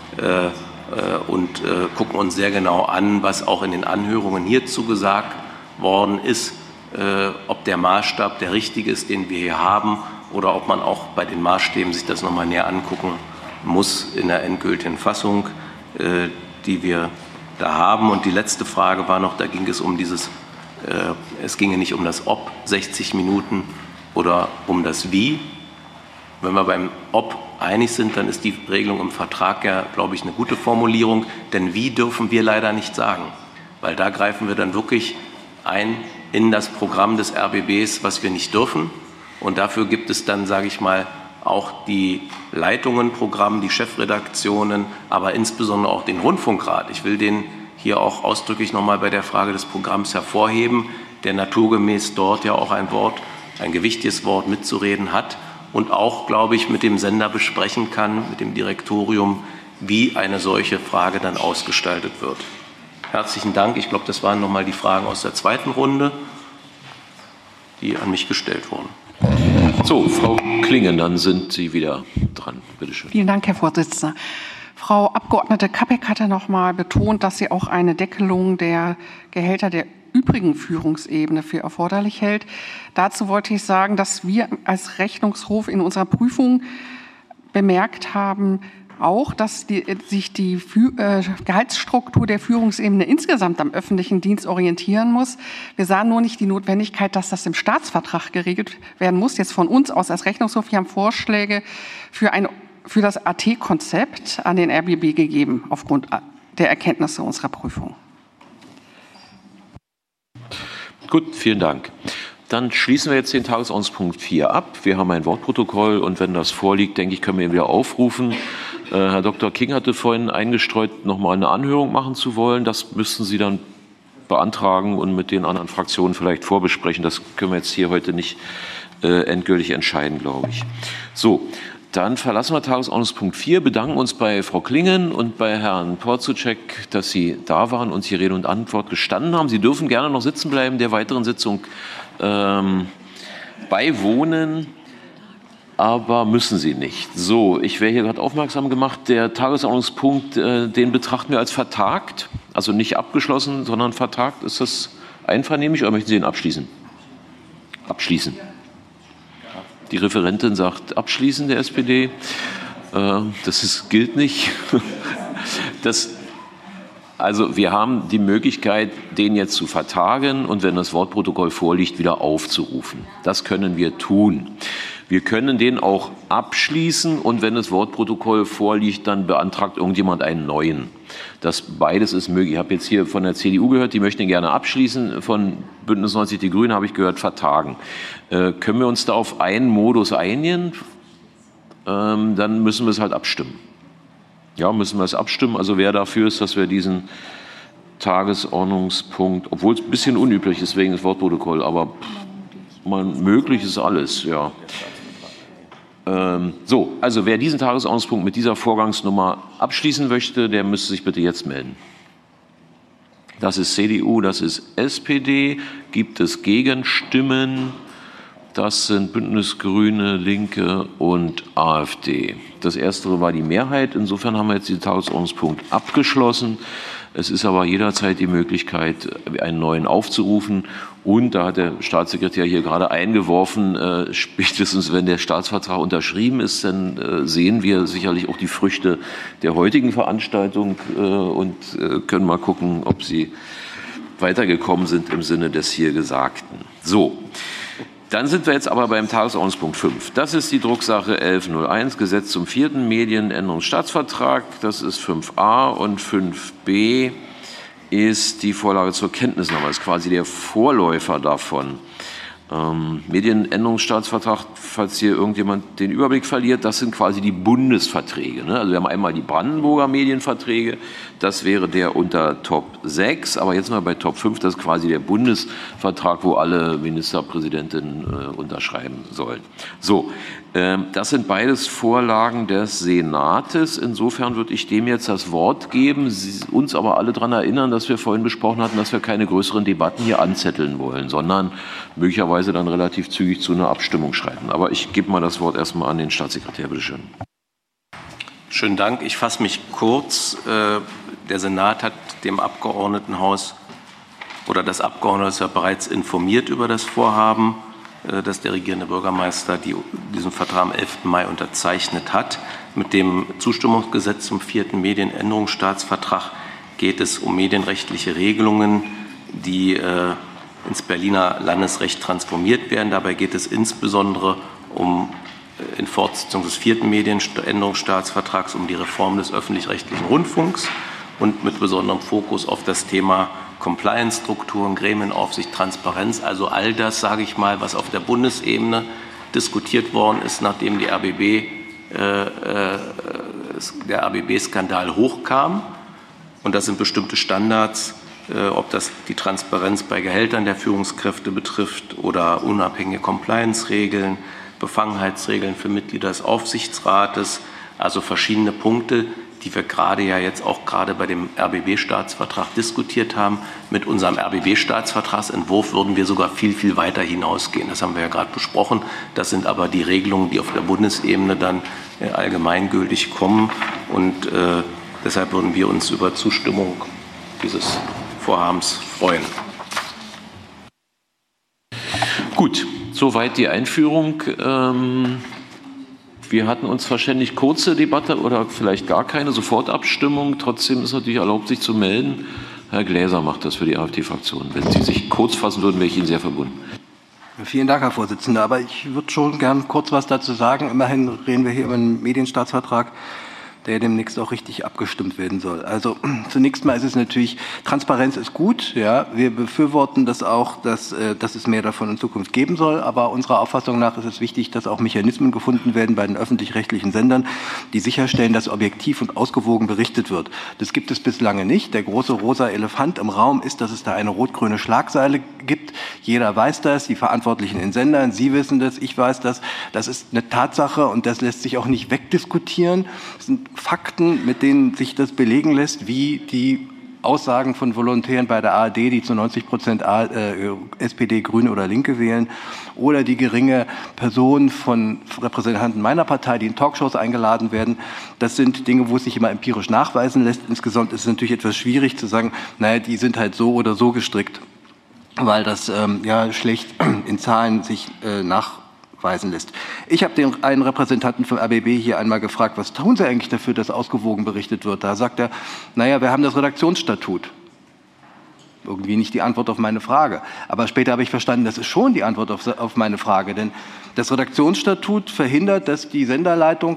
und gucken uns sehr genau an, was auch in den Anhörungen hierzu gesagt worden ist, ob der Maßstab der richtige ist, den wir hier haben, oder ob man auch bei den Maßstäben sich das nochmal näher angucken muss in der endgültigen Fassung, die wir da haben. Und die letzte Frage war noch, da ging es um dieses, es ginge nicht um das Ob, 60 Minuten, oder um das Wie. Wenn wir beim Ob einig sind, dann ist die Regelung im Vertrag ja, glaube ich, eine gute Formulierung, denn Wie dürfen wir leider nicht sagen, weil da greifen wir dann wirklich ein in das Programm des RBBs, was wir nicht dürfen. Und dafür gibt es dann, sage ich mal, auch die Leitungen, Programm, die Chefredaktionen, aber insbesondere auch den Rundfunkrat. Ich will den hier auch ausdrücklich nochmal bei der Frage des Programms hervorheben, der naturgemäß dort ja auch ein gewichtiges Wort mitzureden hat. und auch, glaube ich, mit dem Sender besprechen kann, mit dem Direktorium, wie eine solche Frage dann ausgestaltet wird. Herzlichen Dank. Ich glaube, das waren nochmal die Fragen aus der zweiten Runde, die an mich gestellt wurden. So, Frau Klingen, dann sind Sie wieder dran. Bitte schön. Vielen Dank, Herr Vorsitzender. Frau Abgeordnete Kapek hatte noch mal betont, dass sie auch eine Deckelung der Gehälter der übrigen Führungsebene für erforderlich hält. Dazu wollte ich sagen, dass wir als Rechnungshof in unserer Prüfung bemerkt haben, auch, dass sich die Gehaltsstruktur der Führungsebene insgesamt am öffentlichen Dienst orientieren muss. Wir sahen nur nicht die Notwendigkeit, dass das im Staatsvertrag geregelt werden muss. Jetzt von uns aus als Rechnungshof, wir haben Vorschläge für das AT-Konzept an den RBB gegeben, aufgrund der Erkenntnisse unserer Prüfung. Gut, vielen Dank. Dann schließen wir jetzt den Tagesordnungspunkt 4 ab. Wir haben ein Wortprotokoll und wenn das vorliegt, denke ich, können wir ihn wieder aufrufen. Herr Dr. King hatte vorhin eingestreut, noch mal eine Anhörung machen zu wollen. Das müssten Sie dann beantragen und mit den anderen Fraktionen vielleicht vorbesprechen. Das können wir jetzt hier heute nicht endgültig entscheiden, glaube ich. So, dann verlassen wir Tagesordnungspunkt 4, bedanken uns bei Frau Klingen und bei Herrn Porzucek, dass Sie da waren und hier Rede und Antwort gestanden haben. Sie dürfen gerne noch sitzen bleiben, der weiteren Sitzung beiwohnen, aber müssen Sie nicht. So, ich wäre hier gerade aufmerksam gemacht, der Tagesordnungspunkt, den betrachten wir als vertagt, also nicht abgeschlossen, sondern vertagt. Ist das einvernehmlich oder möchten Sie ihn abschließen? Abschließen. Die Referentin sagt abschließen der SPD. Das gilt nicht. Also wir haben die Möglichkeit, den jetzt zu vertagen und wenn das Wortprotokoll vorliegt, wieder aufzurufen. Das können wir tun. Wir können den auch abschließen und wenn das Wortprotokoll vorliegt, dann beantragt irgendjemand einen neuen. Das beides ist möglich. Ich habe jetzt hier von der CDU gehört, die möchten ihn gerne abschließen. Von Bündnis 90 Die Grünen habe ich gehört, vertagen. Können wir uns da auf einen Modus einigen? Dann müssen wir es halt abstimmen. Ja, müssen wir es abstimmen. Also wer dafür ist, dass wir diesen Tagesordnungspunkt, obwohl es ein bisschen unüblich ist wegen des Wortprotokolls, aber möglich ist alles, ja. So, also wer diesen Tagesordnungspunkt mit dieser Vorgangsnummer abschließen möchte, der müsste sich bitte jetzt melden. Das ist CDU, das ist SPD. Gibt es Gegenstimmen? Das sind Bündnis Grüne, Linke und AfD. Das erstere war die Mehrheit. Insofern haben wir jetzt den Tagesordnungspunkt abgeschlossen. Es ist aber jederzeit die Möglichkeit, einen neuen aufzurufen. Und da hat der Staatssekretär hier gerade eingeworfen, spätestens wenn der Staatsvertrag unterschrieben ist, dann sehen wir sicherlich auch die Früchte der heutigen Veranstaltung und können mal gucken, ob sie weitergekommen sind im Sinne des hier Gesagten. So. Dann sind wir jetzt aber beim Tagesordnungspunkt 5. Das ist die Drucksache 1101, Gesetz zum 4. Medienänderungsstaatsvertrag. Das ist 5a und 5b ist die Vorlage zur Kenntnisnahme. Das ist quasi der Vorläufer davon. Medienänderungsstaatsvertrag, falls hier irgendjemand den Überblick verliert, das sind quasi die Bundesverträge. Ne? Also wir haben einmal die Brandenburger Medienverträge, das wäre der unter Top 6, aber jetzt mal bei Top 5, das ist quasi der Bundesvertrag, wo alle Ministerpräsidentinnen unterschreiben sollen. So, das sind beides Vorlagen des Senates. Insofern würde ich dem jetzt das Wort geben, uns aber alle daran erinnern, dass wir vorhin besprochen hatten, dass wir keine größeren Debatten hier anzetteln wollen, sondern möglicherweise dann relativ zügig zu einer Abstimmung schreiten. Aber ich gebe mal das Wort erstmal an den Staatssekretär. Bitte schön. Schönen Dank. Ich fasse mich kurz. Der Senat hat dem Abgeordnetenhaus oder das Abgeordnetenhaus ja bereits informiert über das Vorhaben, dass der regierende Bürgermeister diesen Vertrag am 11. Mai unterzeichnet hat. Mit dem Zustimmungsgesetz zum 4. Medienänderungsstaatsvertrag geht es um medienrechtliche Regelungen, die ins Berliner Landesrecht transformiert werden. Dabei geht es insbesondere um in Fortsetzung des 4. Medienänderungsstaatsvertrags um die Reform des öffentlich-rechtlichen Rundfunks und mit besonderem Fokus auf das Thema Compliance-Strukturen, Gremienaufsicht, Transparenz, also all das, sage ich mal, was auf der Bundesebene diskutiert worden ist, nachdem der RBB-Skandal hochkam. Und das sind bestimmte Standards, ob das die Transparenz bei Gehältern der Führungskräfte betrifft oder unabhängige Compliance-Regeln, Befangenheitsregeln für Mitglieder des Aufsichtsrates, also verschiedene Punkte, die wir gerade bei dem RBB-Staatsvertrag diskutiert haben. Mit unserem RBB-Staatsvertragsentwurf würden wir sogar viel, viel weiter hinausgehen. Das haben wir ja gerade besprochen. Das sind aber die Regelungen, die auf der Bundesebene dann allgemeingültig kommen. Und deshalb würden wir uns über Zustimmung dieses Vorhabens freuen. Gut, soweit die Einführung. Wir hatten uns verständigt, kurze Debatte oder vielleicht gar keine Sofortabstimmung. Trotzdem ist natürlich erlaubt, sich zu melden. Herr Gläser macht das für die AfD-Fraktion. Wenn Sie sich kurz fassen würden, wäre ich Ihnen sehr verbunden. Vielen Dank, Herr Vorsitzender. Aber ich würde schon gern kurz was dazu sagen. Immerhin reden wir hier über einen Medienstaatsvertrag, der demnächst auch richtig abgestimmt werden soll. Also zunächst mal ist es natürlich, Transparenz ist gut, ja, wir befürworten das auch, dass es mehr davon in Zukunft geben soll, aber unserer Auffassung nach ist es wichtig, dass auch Mechanismen gefunden werden bei den öffentlich-rechtlichen Sendern, die sicherstellen, dass objektiv und ausgewogen berichtet wird. Das gibt es bislang nicht. Der große rosa Elefant im Raum ist, dass es da eine rot-grüne Schlagseile gibt. Jeder weiß das, die Verantwortlichen in Sendern, Sie wissen das, ich weiß das. Das ist eine Tatsache und das lässt sich auch nicht wegdiskutieren. Das sind Fakten, mit denen sich das belegen lässt, wie die Aussagen von Volontären bei der ARD, die zu 90% SPD, Grüne oder Linke wählen, oder die geringe Person von Repräsentanten meiner Partei, die in Talkshows eingeladen werden. Das sind Dinge, wo es sich immer empirisch nachweisen lässt. Insgesamt ist es natürlich etwas schwierig zu sagen, naja, die sind halt so oder so gestrickt, weil das schlecht in Zahlen sich nachweisen lässt. Ich habe einen Repräsentanten vom RBB hier einmal gefragt, was tun Sie eigentlich dafür, dass ausgewogen berichtet wird? Da sagt er, naja, wir haben das Redaktionsstatut. Irgendwie nicht die Antwort auf meine Frage. Aber später habe ich verstanden, das ist schon die Antwort auf meine Frage. Denn das Redaktionsstatut verhindert, dass die Senderleitung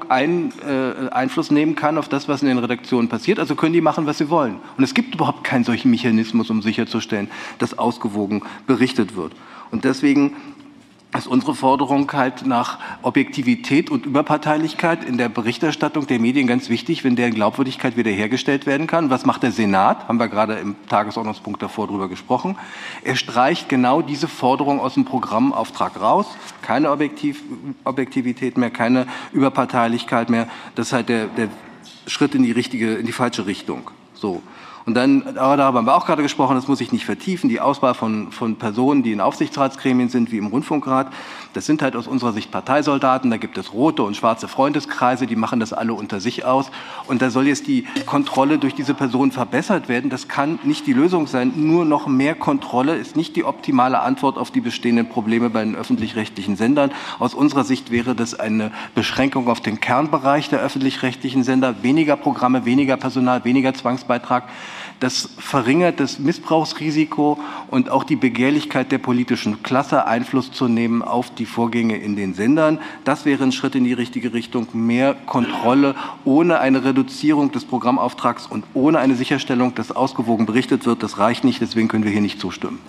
Einfluss nehmen kann auf das, was in den Redaktionen passiert. Also können die machen, was sie wollen. Und es gibt überhaupt keinen solchen Mechanismus, um sicherzustellen, dass ausgewogen berichtet wird. Und deswegen ist unsere Forderung halt nach Objektivität und Überparteilichkeit in der Berichterstattung der Medien ganz wichtig, wenn deren Glaubwürdigkeit wiederhergestellt werden kann. Was macht der Senat? Haben wir gerade im Tagesordnungspunkt davor drüber gesprochen. Er streicht genau diese Forderung aus dem Programmauftrag raus. Keine Objektivität mehr, keine Überparteilichkeit mehr. Das ist halt der Schritt in die falsche Richtung. So. Und dann, darüber haben wir auch gerade gesprochen, das muss ich nicht vertiefen, die Auswahl von Personen, die in Aufsichtsratsgremien sind, wie im Rundfunkrat, das sind halt aus unserer Sicht Parteisoldaten, da gibt es rote und schwarze Freundeskreise, die machen das alle unter sich aus. Und da soll jetzt die Kontrolle durch diese Personen verbessert werden. Das kann nicht die Lösung sein. Nur noch mehr Kontrolle ist nicht die optimale Antwort auf die bestehenden Probleme bei den öffentlich-rechtlichen Sendern. Aus unserer Sicht wäre das eine Beschränkung auf den Kernbereich der öffentlich-rechtlichen Sender. Weniger Programme, weniger Personal, weniger Zwangsbeitrag. Das verringert das Missbrauchsrisiko und auch die Begehrlichkeit der politischen Klasse, Einfluss zu nehmen auf die Vorgänge in den Sendern. Das wäre ein Schritt in die richtige Richtung. Mehr Kontrolle ohne eine Reduzierung des Programmauftrags und ohne eine Sicherstellung, dass ausgewogen berichtet wird. Das reicht nicht, deswegen können wir hier nicht zustimmen.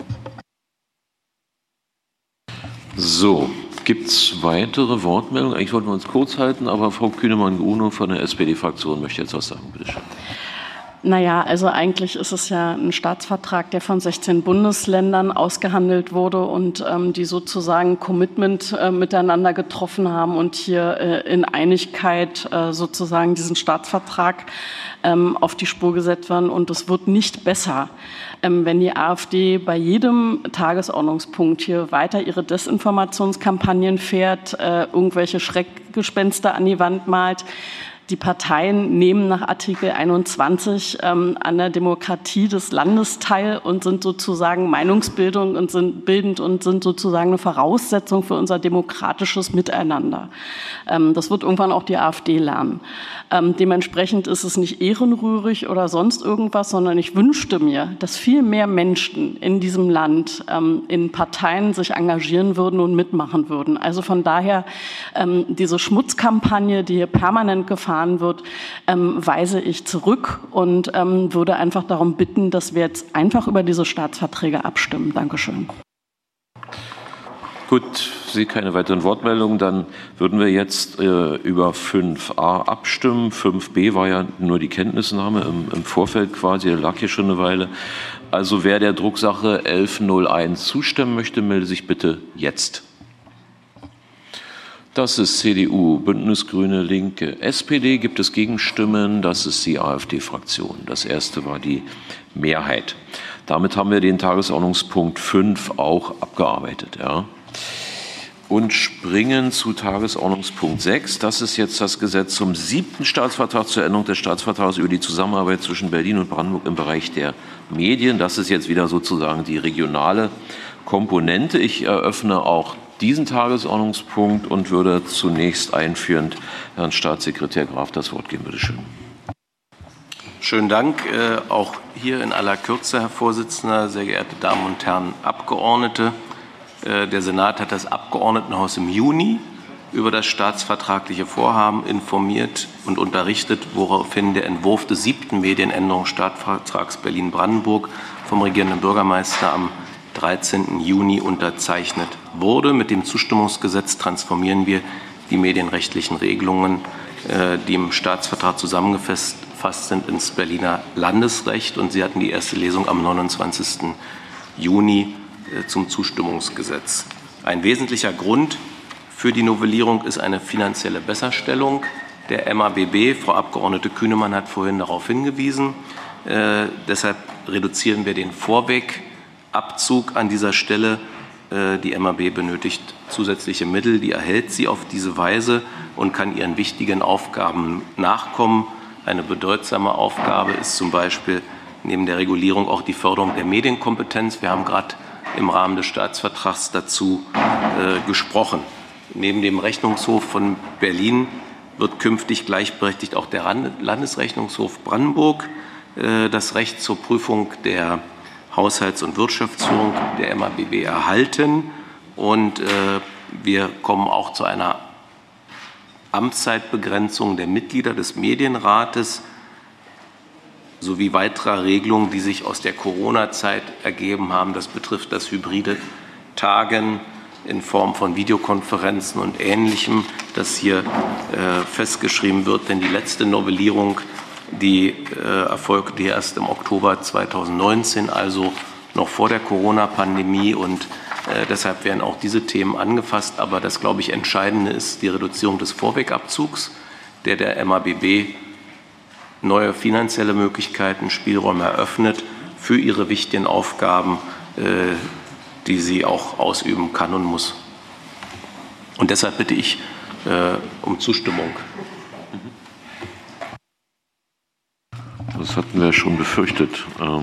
So, gibt es weitere Wortmeldungen? Eigentlich wollten wir uns kurz halten, aber Frau Kühnemann-Grunow von der SPD-Fraktion möchte jetzt was sagen. Bitte schön. Naja, also eigentlich ist es ja ein Staatsvertrag, der von 16 Bundesländern ausgehandelt wurde und die sozusagen Commitment miteinander getroffen haben und hier in Einigkeit sozusagen diesen Staatsvertrag auf die Spur gesetzt werden. Und es wird nicht besser, wenn die AfD bei jedem Tagesordnungspunkt hier weiter ihre Desinformationskampagnen fährt, irgendwelche Schreckgespenster an die Wand malt. Die Parteien nehmen nach Artikel 21 an der Demokratie des Landes teil und sind sozusagen Meinungsbildung und sind bildend und sind sozusagen eine Voraussetzung für unser demokratisches Miteinander. Das wird irgendwann auch die AfD lernen. Dementsprechend ist es nicht ehrenrührig oder sonst irgendwas, sondern ich wünschte mir, dass viel mehr Menschen in diesem Land in Parteien sich engagieren würden und mitmachen würden. Also von daher diese Schmutzkampagne, die hier permanent gefahren wird, weise ich zurück und würde einfach darum bitten, dass wir jetzt einfach über diese Staatsverträge abstimmen. Dankeschön. Gut, ich sehe keine weiteren Wortmeldungen. Dann würden wir jetzt über 5a abstimmen. 5b war ja nur die Kenntnisnahme im Vorfeld quasi, der lag hier schon eine Weile. Also wer der Drucksache 1101 zustimmen möchte, melde sich bitte jetzt. Das ist CDU, Bündnis Grüne Linke, SPD. Gibt es Gegenstimmen? Das ist die AfD-Fraktion. Das erste war die Mehrheit. Damit haben wir den Tagesordnungspunkt 5 auch abgearbeitet. Ja. Und springen zu Tagesordnungspunkt 6. Das ist jetzt das Gesetz zum 7. Staatsvertrag zur Änderung des Staatsvertrags über die Zusammenarbeit zwischen Berlin und Brandenburg im Bereich der Medien. Das ist jetzt wieder sozusagen die regionale Komponente. Ich eröffne auch diesen Tagesordnungspunkt und würde zunächst einführend Herrn Staatssekretär Graf das Wort geben. Bitte schön. Schönen Dank. Auch hier in aller Kürze, Herr Vorsitzender, sehr geehrte Damen und Herren Abgeordnete. Der Senat hat das Abgeordnetenhaus im Juni über das staatsvertragliche Vorhaben informiert und unterrichtet, woraufhin der Entwurf des 7. Medienänderungsstaatsvertrags Berlin-Brandenburg vom regierenden Bürgermeister am 13. Juni unterzeichnet wurde. Mit dem Zustimmungsgesetz transformieren wir die medienrechtlichen Regelungen, die im Staatsvertrag zusammengefasst sind, ins Berliner Landesrecht. Und Sie hatten die erste Lesung am 29. Juni zum Zustimmungsgesetz. Ein wesentlicher Grund für die Novellierung ist eine finanzielle Besserstellung der MABB. Frau Abgeordnete Kühnemann hat vorhin darauf hingewiesen. Deshalb reduzieren wir den Vorwegabzug an dieser Stelle. Die MAB benötigt zusätzliche Mittel, die erhält sie auf diese Weise und kann ihren wichtigen Aufgaben nachkommen. Eine bedeutsame Aufgabe ist zum Beispiel neben der Regulierung auch die Förderung der Medienkompetenz. Wir haben gerade im Rahmen des Staatsvertrags dazu gesprochen. Neben dem Rechnungshof von Berlin wird künftig gleichberechtigt auch der Landesrechnungshof Brandenburg das Recht zur Prüfung der Haushalts- und Wirtschaftsführung der MABB erhalten. Und wir kommen auch zu einer Amtszeitbegrenzung der Mitglieder des Medienrates sowie weiterer Regelungen, die sich aus der Corona-Zeit ergeben haben. Das betrifft das hybride Tagen in Form von Videokonferenzen und Ähnlichem, das hier festgeschrieben wird. Denn die letzte Novellierung, die erfolgte erst im Oktober 2019, also noch vor der Corona-Pandemie. Und deshalb werden auch diese Themen angefasst. Aber das, glaube ich, Entscheidende ist die Reduzierung des Vorwegabzugs, der MABB neue finanzielle Möglichkeiten, Spielräume eröffnet für ihre wichtigen Aufgaben, die sie auch ausüben kann und muss. Und deshalb bitte ich um Zustimmung. Das hatten wir schon befürchtet.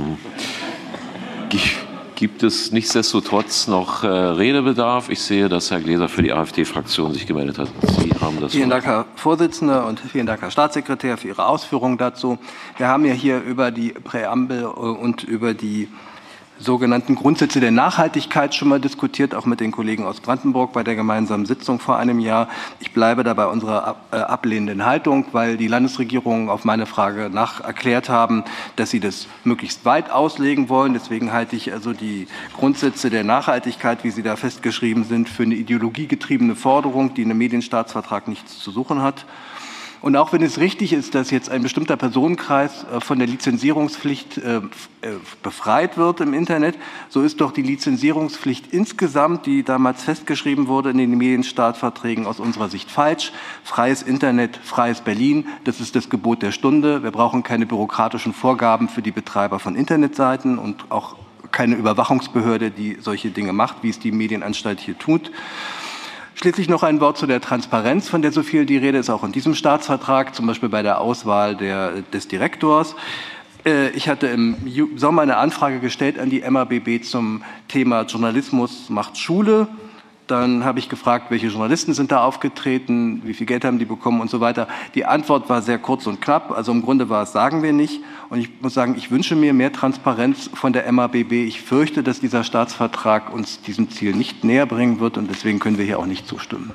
Gibt es nichtsdestotrotz noch Redebedarf? Ich sehe, dass Herr Gläser für die AfD-Fraktion sich gemeldet hat. Sie haben das Vielen Dank, Herr Vorsitzender, und vielen Dank, Herr Staatssekretär, für Ihre Ausführungen dazu. Wir haben ja hier über die Präambel und über die sogenannten Grundsätze der Nachhaltigkeit schon mal diskutiert, auch mit den Kollegen aus Brandenburg bei der gemeinsamen Sitzung vor einem Jahr. Ich bleibe dabei unserer ablehnenden Haltung, weil die Landesregierungen auf meine Frage nach erklärt haben, dass sie das möglichst weit auslegen wollen. Deswegen halte ich also die Grundsätze der Nachhaltigkeit, wie sie da festgeschrieben sind, für eine ideologiegetriebene Forderung, die in einem Medienstaatsvertrag nichts zu suchen hat. Und auch wenn es richtig ist, dass jetzt ein bestimmter Personenkreis von der Lizenzierungspflicht befreit wird im Internet, so ist doch die Lizenzierungspflicht insgesamt, die damals festgeschrieben wurde in den Medienstaatsverträgen, aus unserer Sicht falsch. Freies Internet, freies Berlin, das ist das Gebot der Stunde. Wir brauchen keine bürokratischen Vorgaben für die Betreiber von Internetseiten und auch keine Überwachungsbehörde, die solche Dinge macht, wie es die Medienanstalt hier tut. Schließlich noch ein Wort zu der Transparenz, von der so viel die Rede ist, auch in diesem Staatsvertrag, zum Beispiel bei der Auswahl des Direktors. Ich hatte im Sommer eine Anfrage gestellt an die MABB zum Thema Journalismus macht Schule. Dann habe ich gefragt, welche Journalisten sind da aufgetreten, wie viel Geld haben die bekommen und so weiter. Die Antwort war sehr kurz und knapp, also im Grunde war es, sagen wir nicht. Und ich muss sagen, ich wünsche mir mehr Transparenz von der MABB. Ich fürchte, dass dieser Staatsvertrag uns diesem Ziel nicht näher bringen wird und deswegen können wir hier auch nicht zustimmen.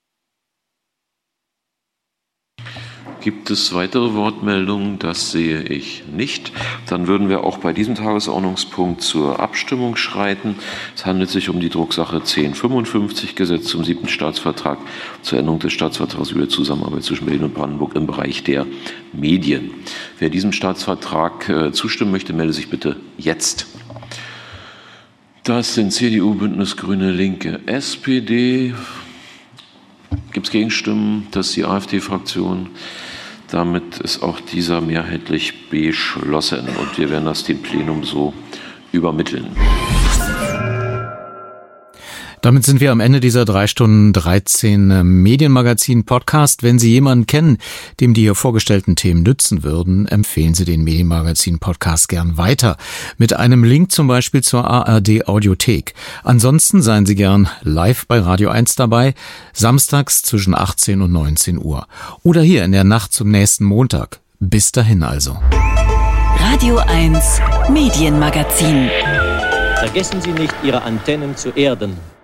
Gibt es weitere Wortmeldungen? Das sehe ich nicht. Dann würden wir auch bei diesem Tagesordnungspunkt zur Abstimmung schreiten. Es handelt sich um die Drucksache 1055, Gesetz zum 7. Staatsvertrag zur Änderung des Staatsvertrags über Zusammenarbeit zwischen Berlin und Brandenburg im Bereich der Medien. Wer diesem Staatsvertrag zustimmen möchte, melde sich bitte jetzt. Das sind CDU, Bündnis Grüne Linke, SPD. Gibt es Gegenstimmen? Das ist die AfD-Fraktion. Damit ist auch dieser mehrheitlich beschlossen und wir werden das dem Plenum so übermitteln. Damit sind wir am Ende dieser 3 Stunden 13 Medienmagazin-Podcast. Wenn Sie jemanden kennen, dem die hier vorgestellten Themen nützen würden, empfehlen Sie den Medienmagazin-Podcast gern weiter. Mit einem Link zum Beispiel zur ARD-Audiothek. Ansonsten seien Sie gern live bei Radio 1 dabei, samstags zwischen 18 und 19 Uhr. Oder hier in der Nacht zum nächsten Montag. Bis dahin also. Radio 1 Medienmagazin. Vergessen Sie nicht, Ihre Antennen zu erden.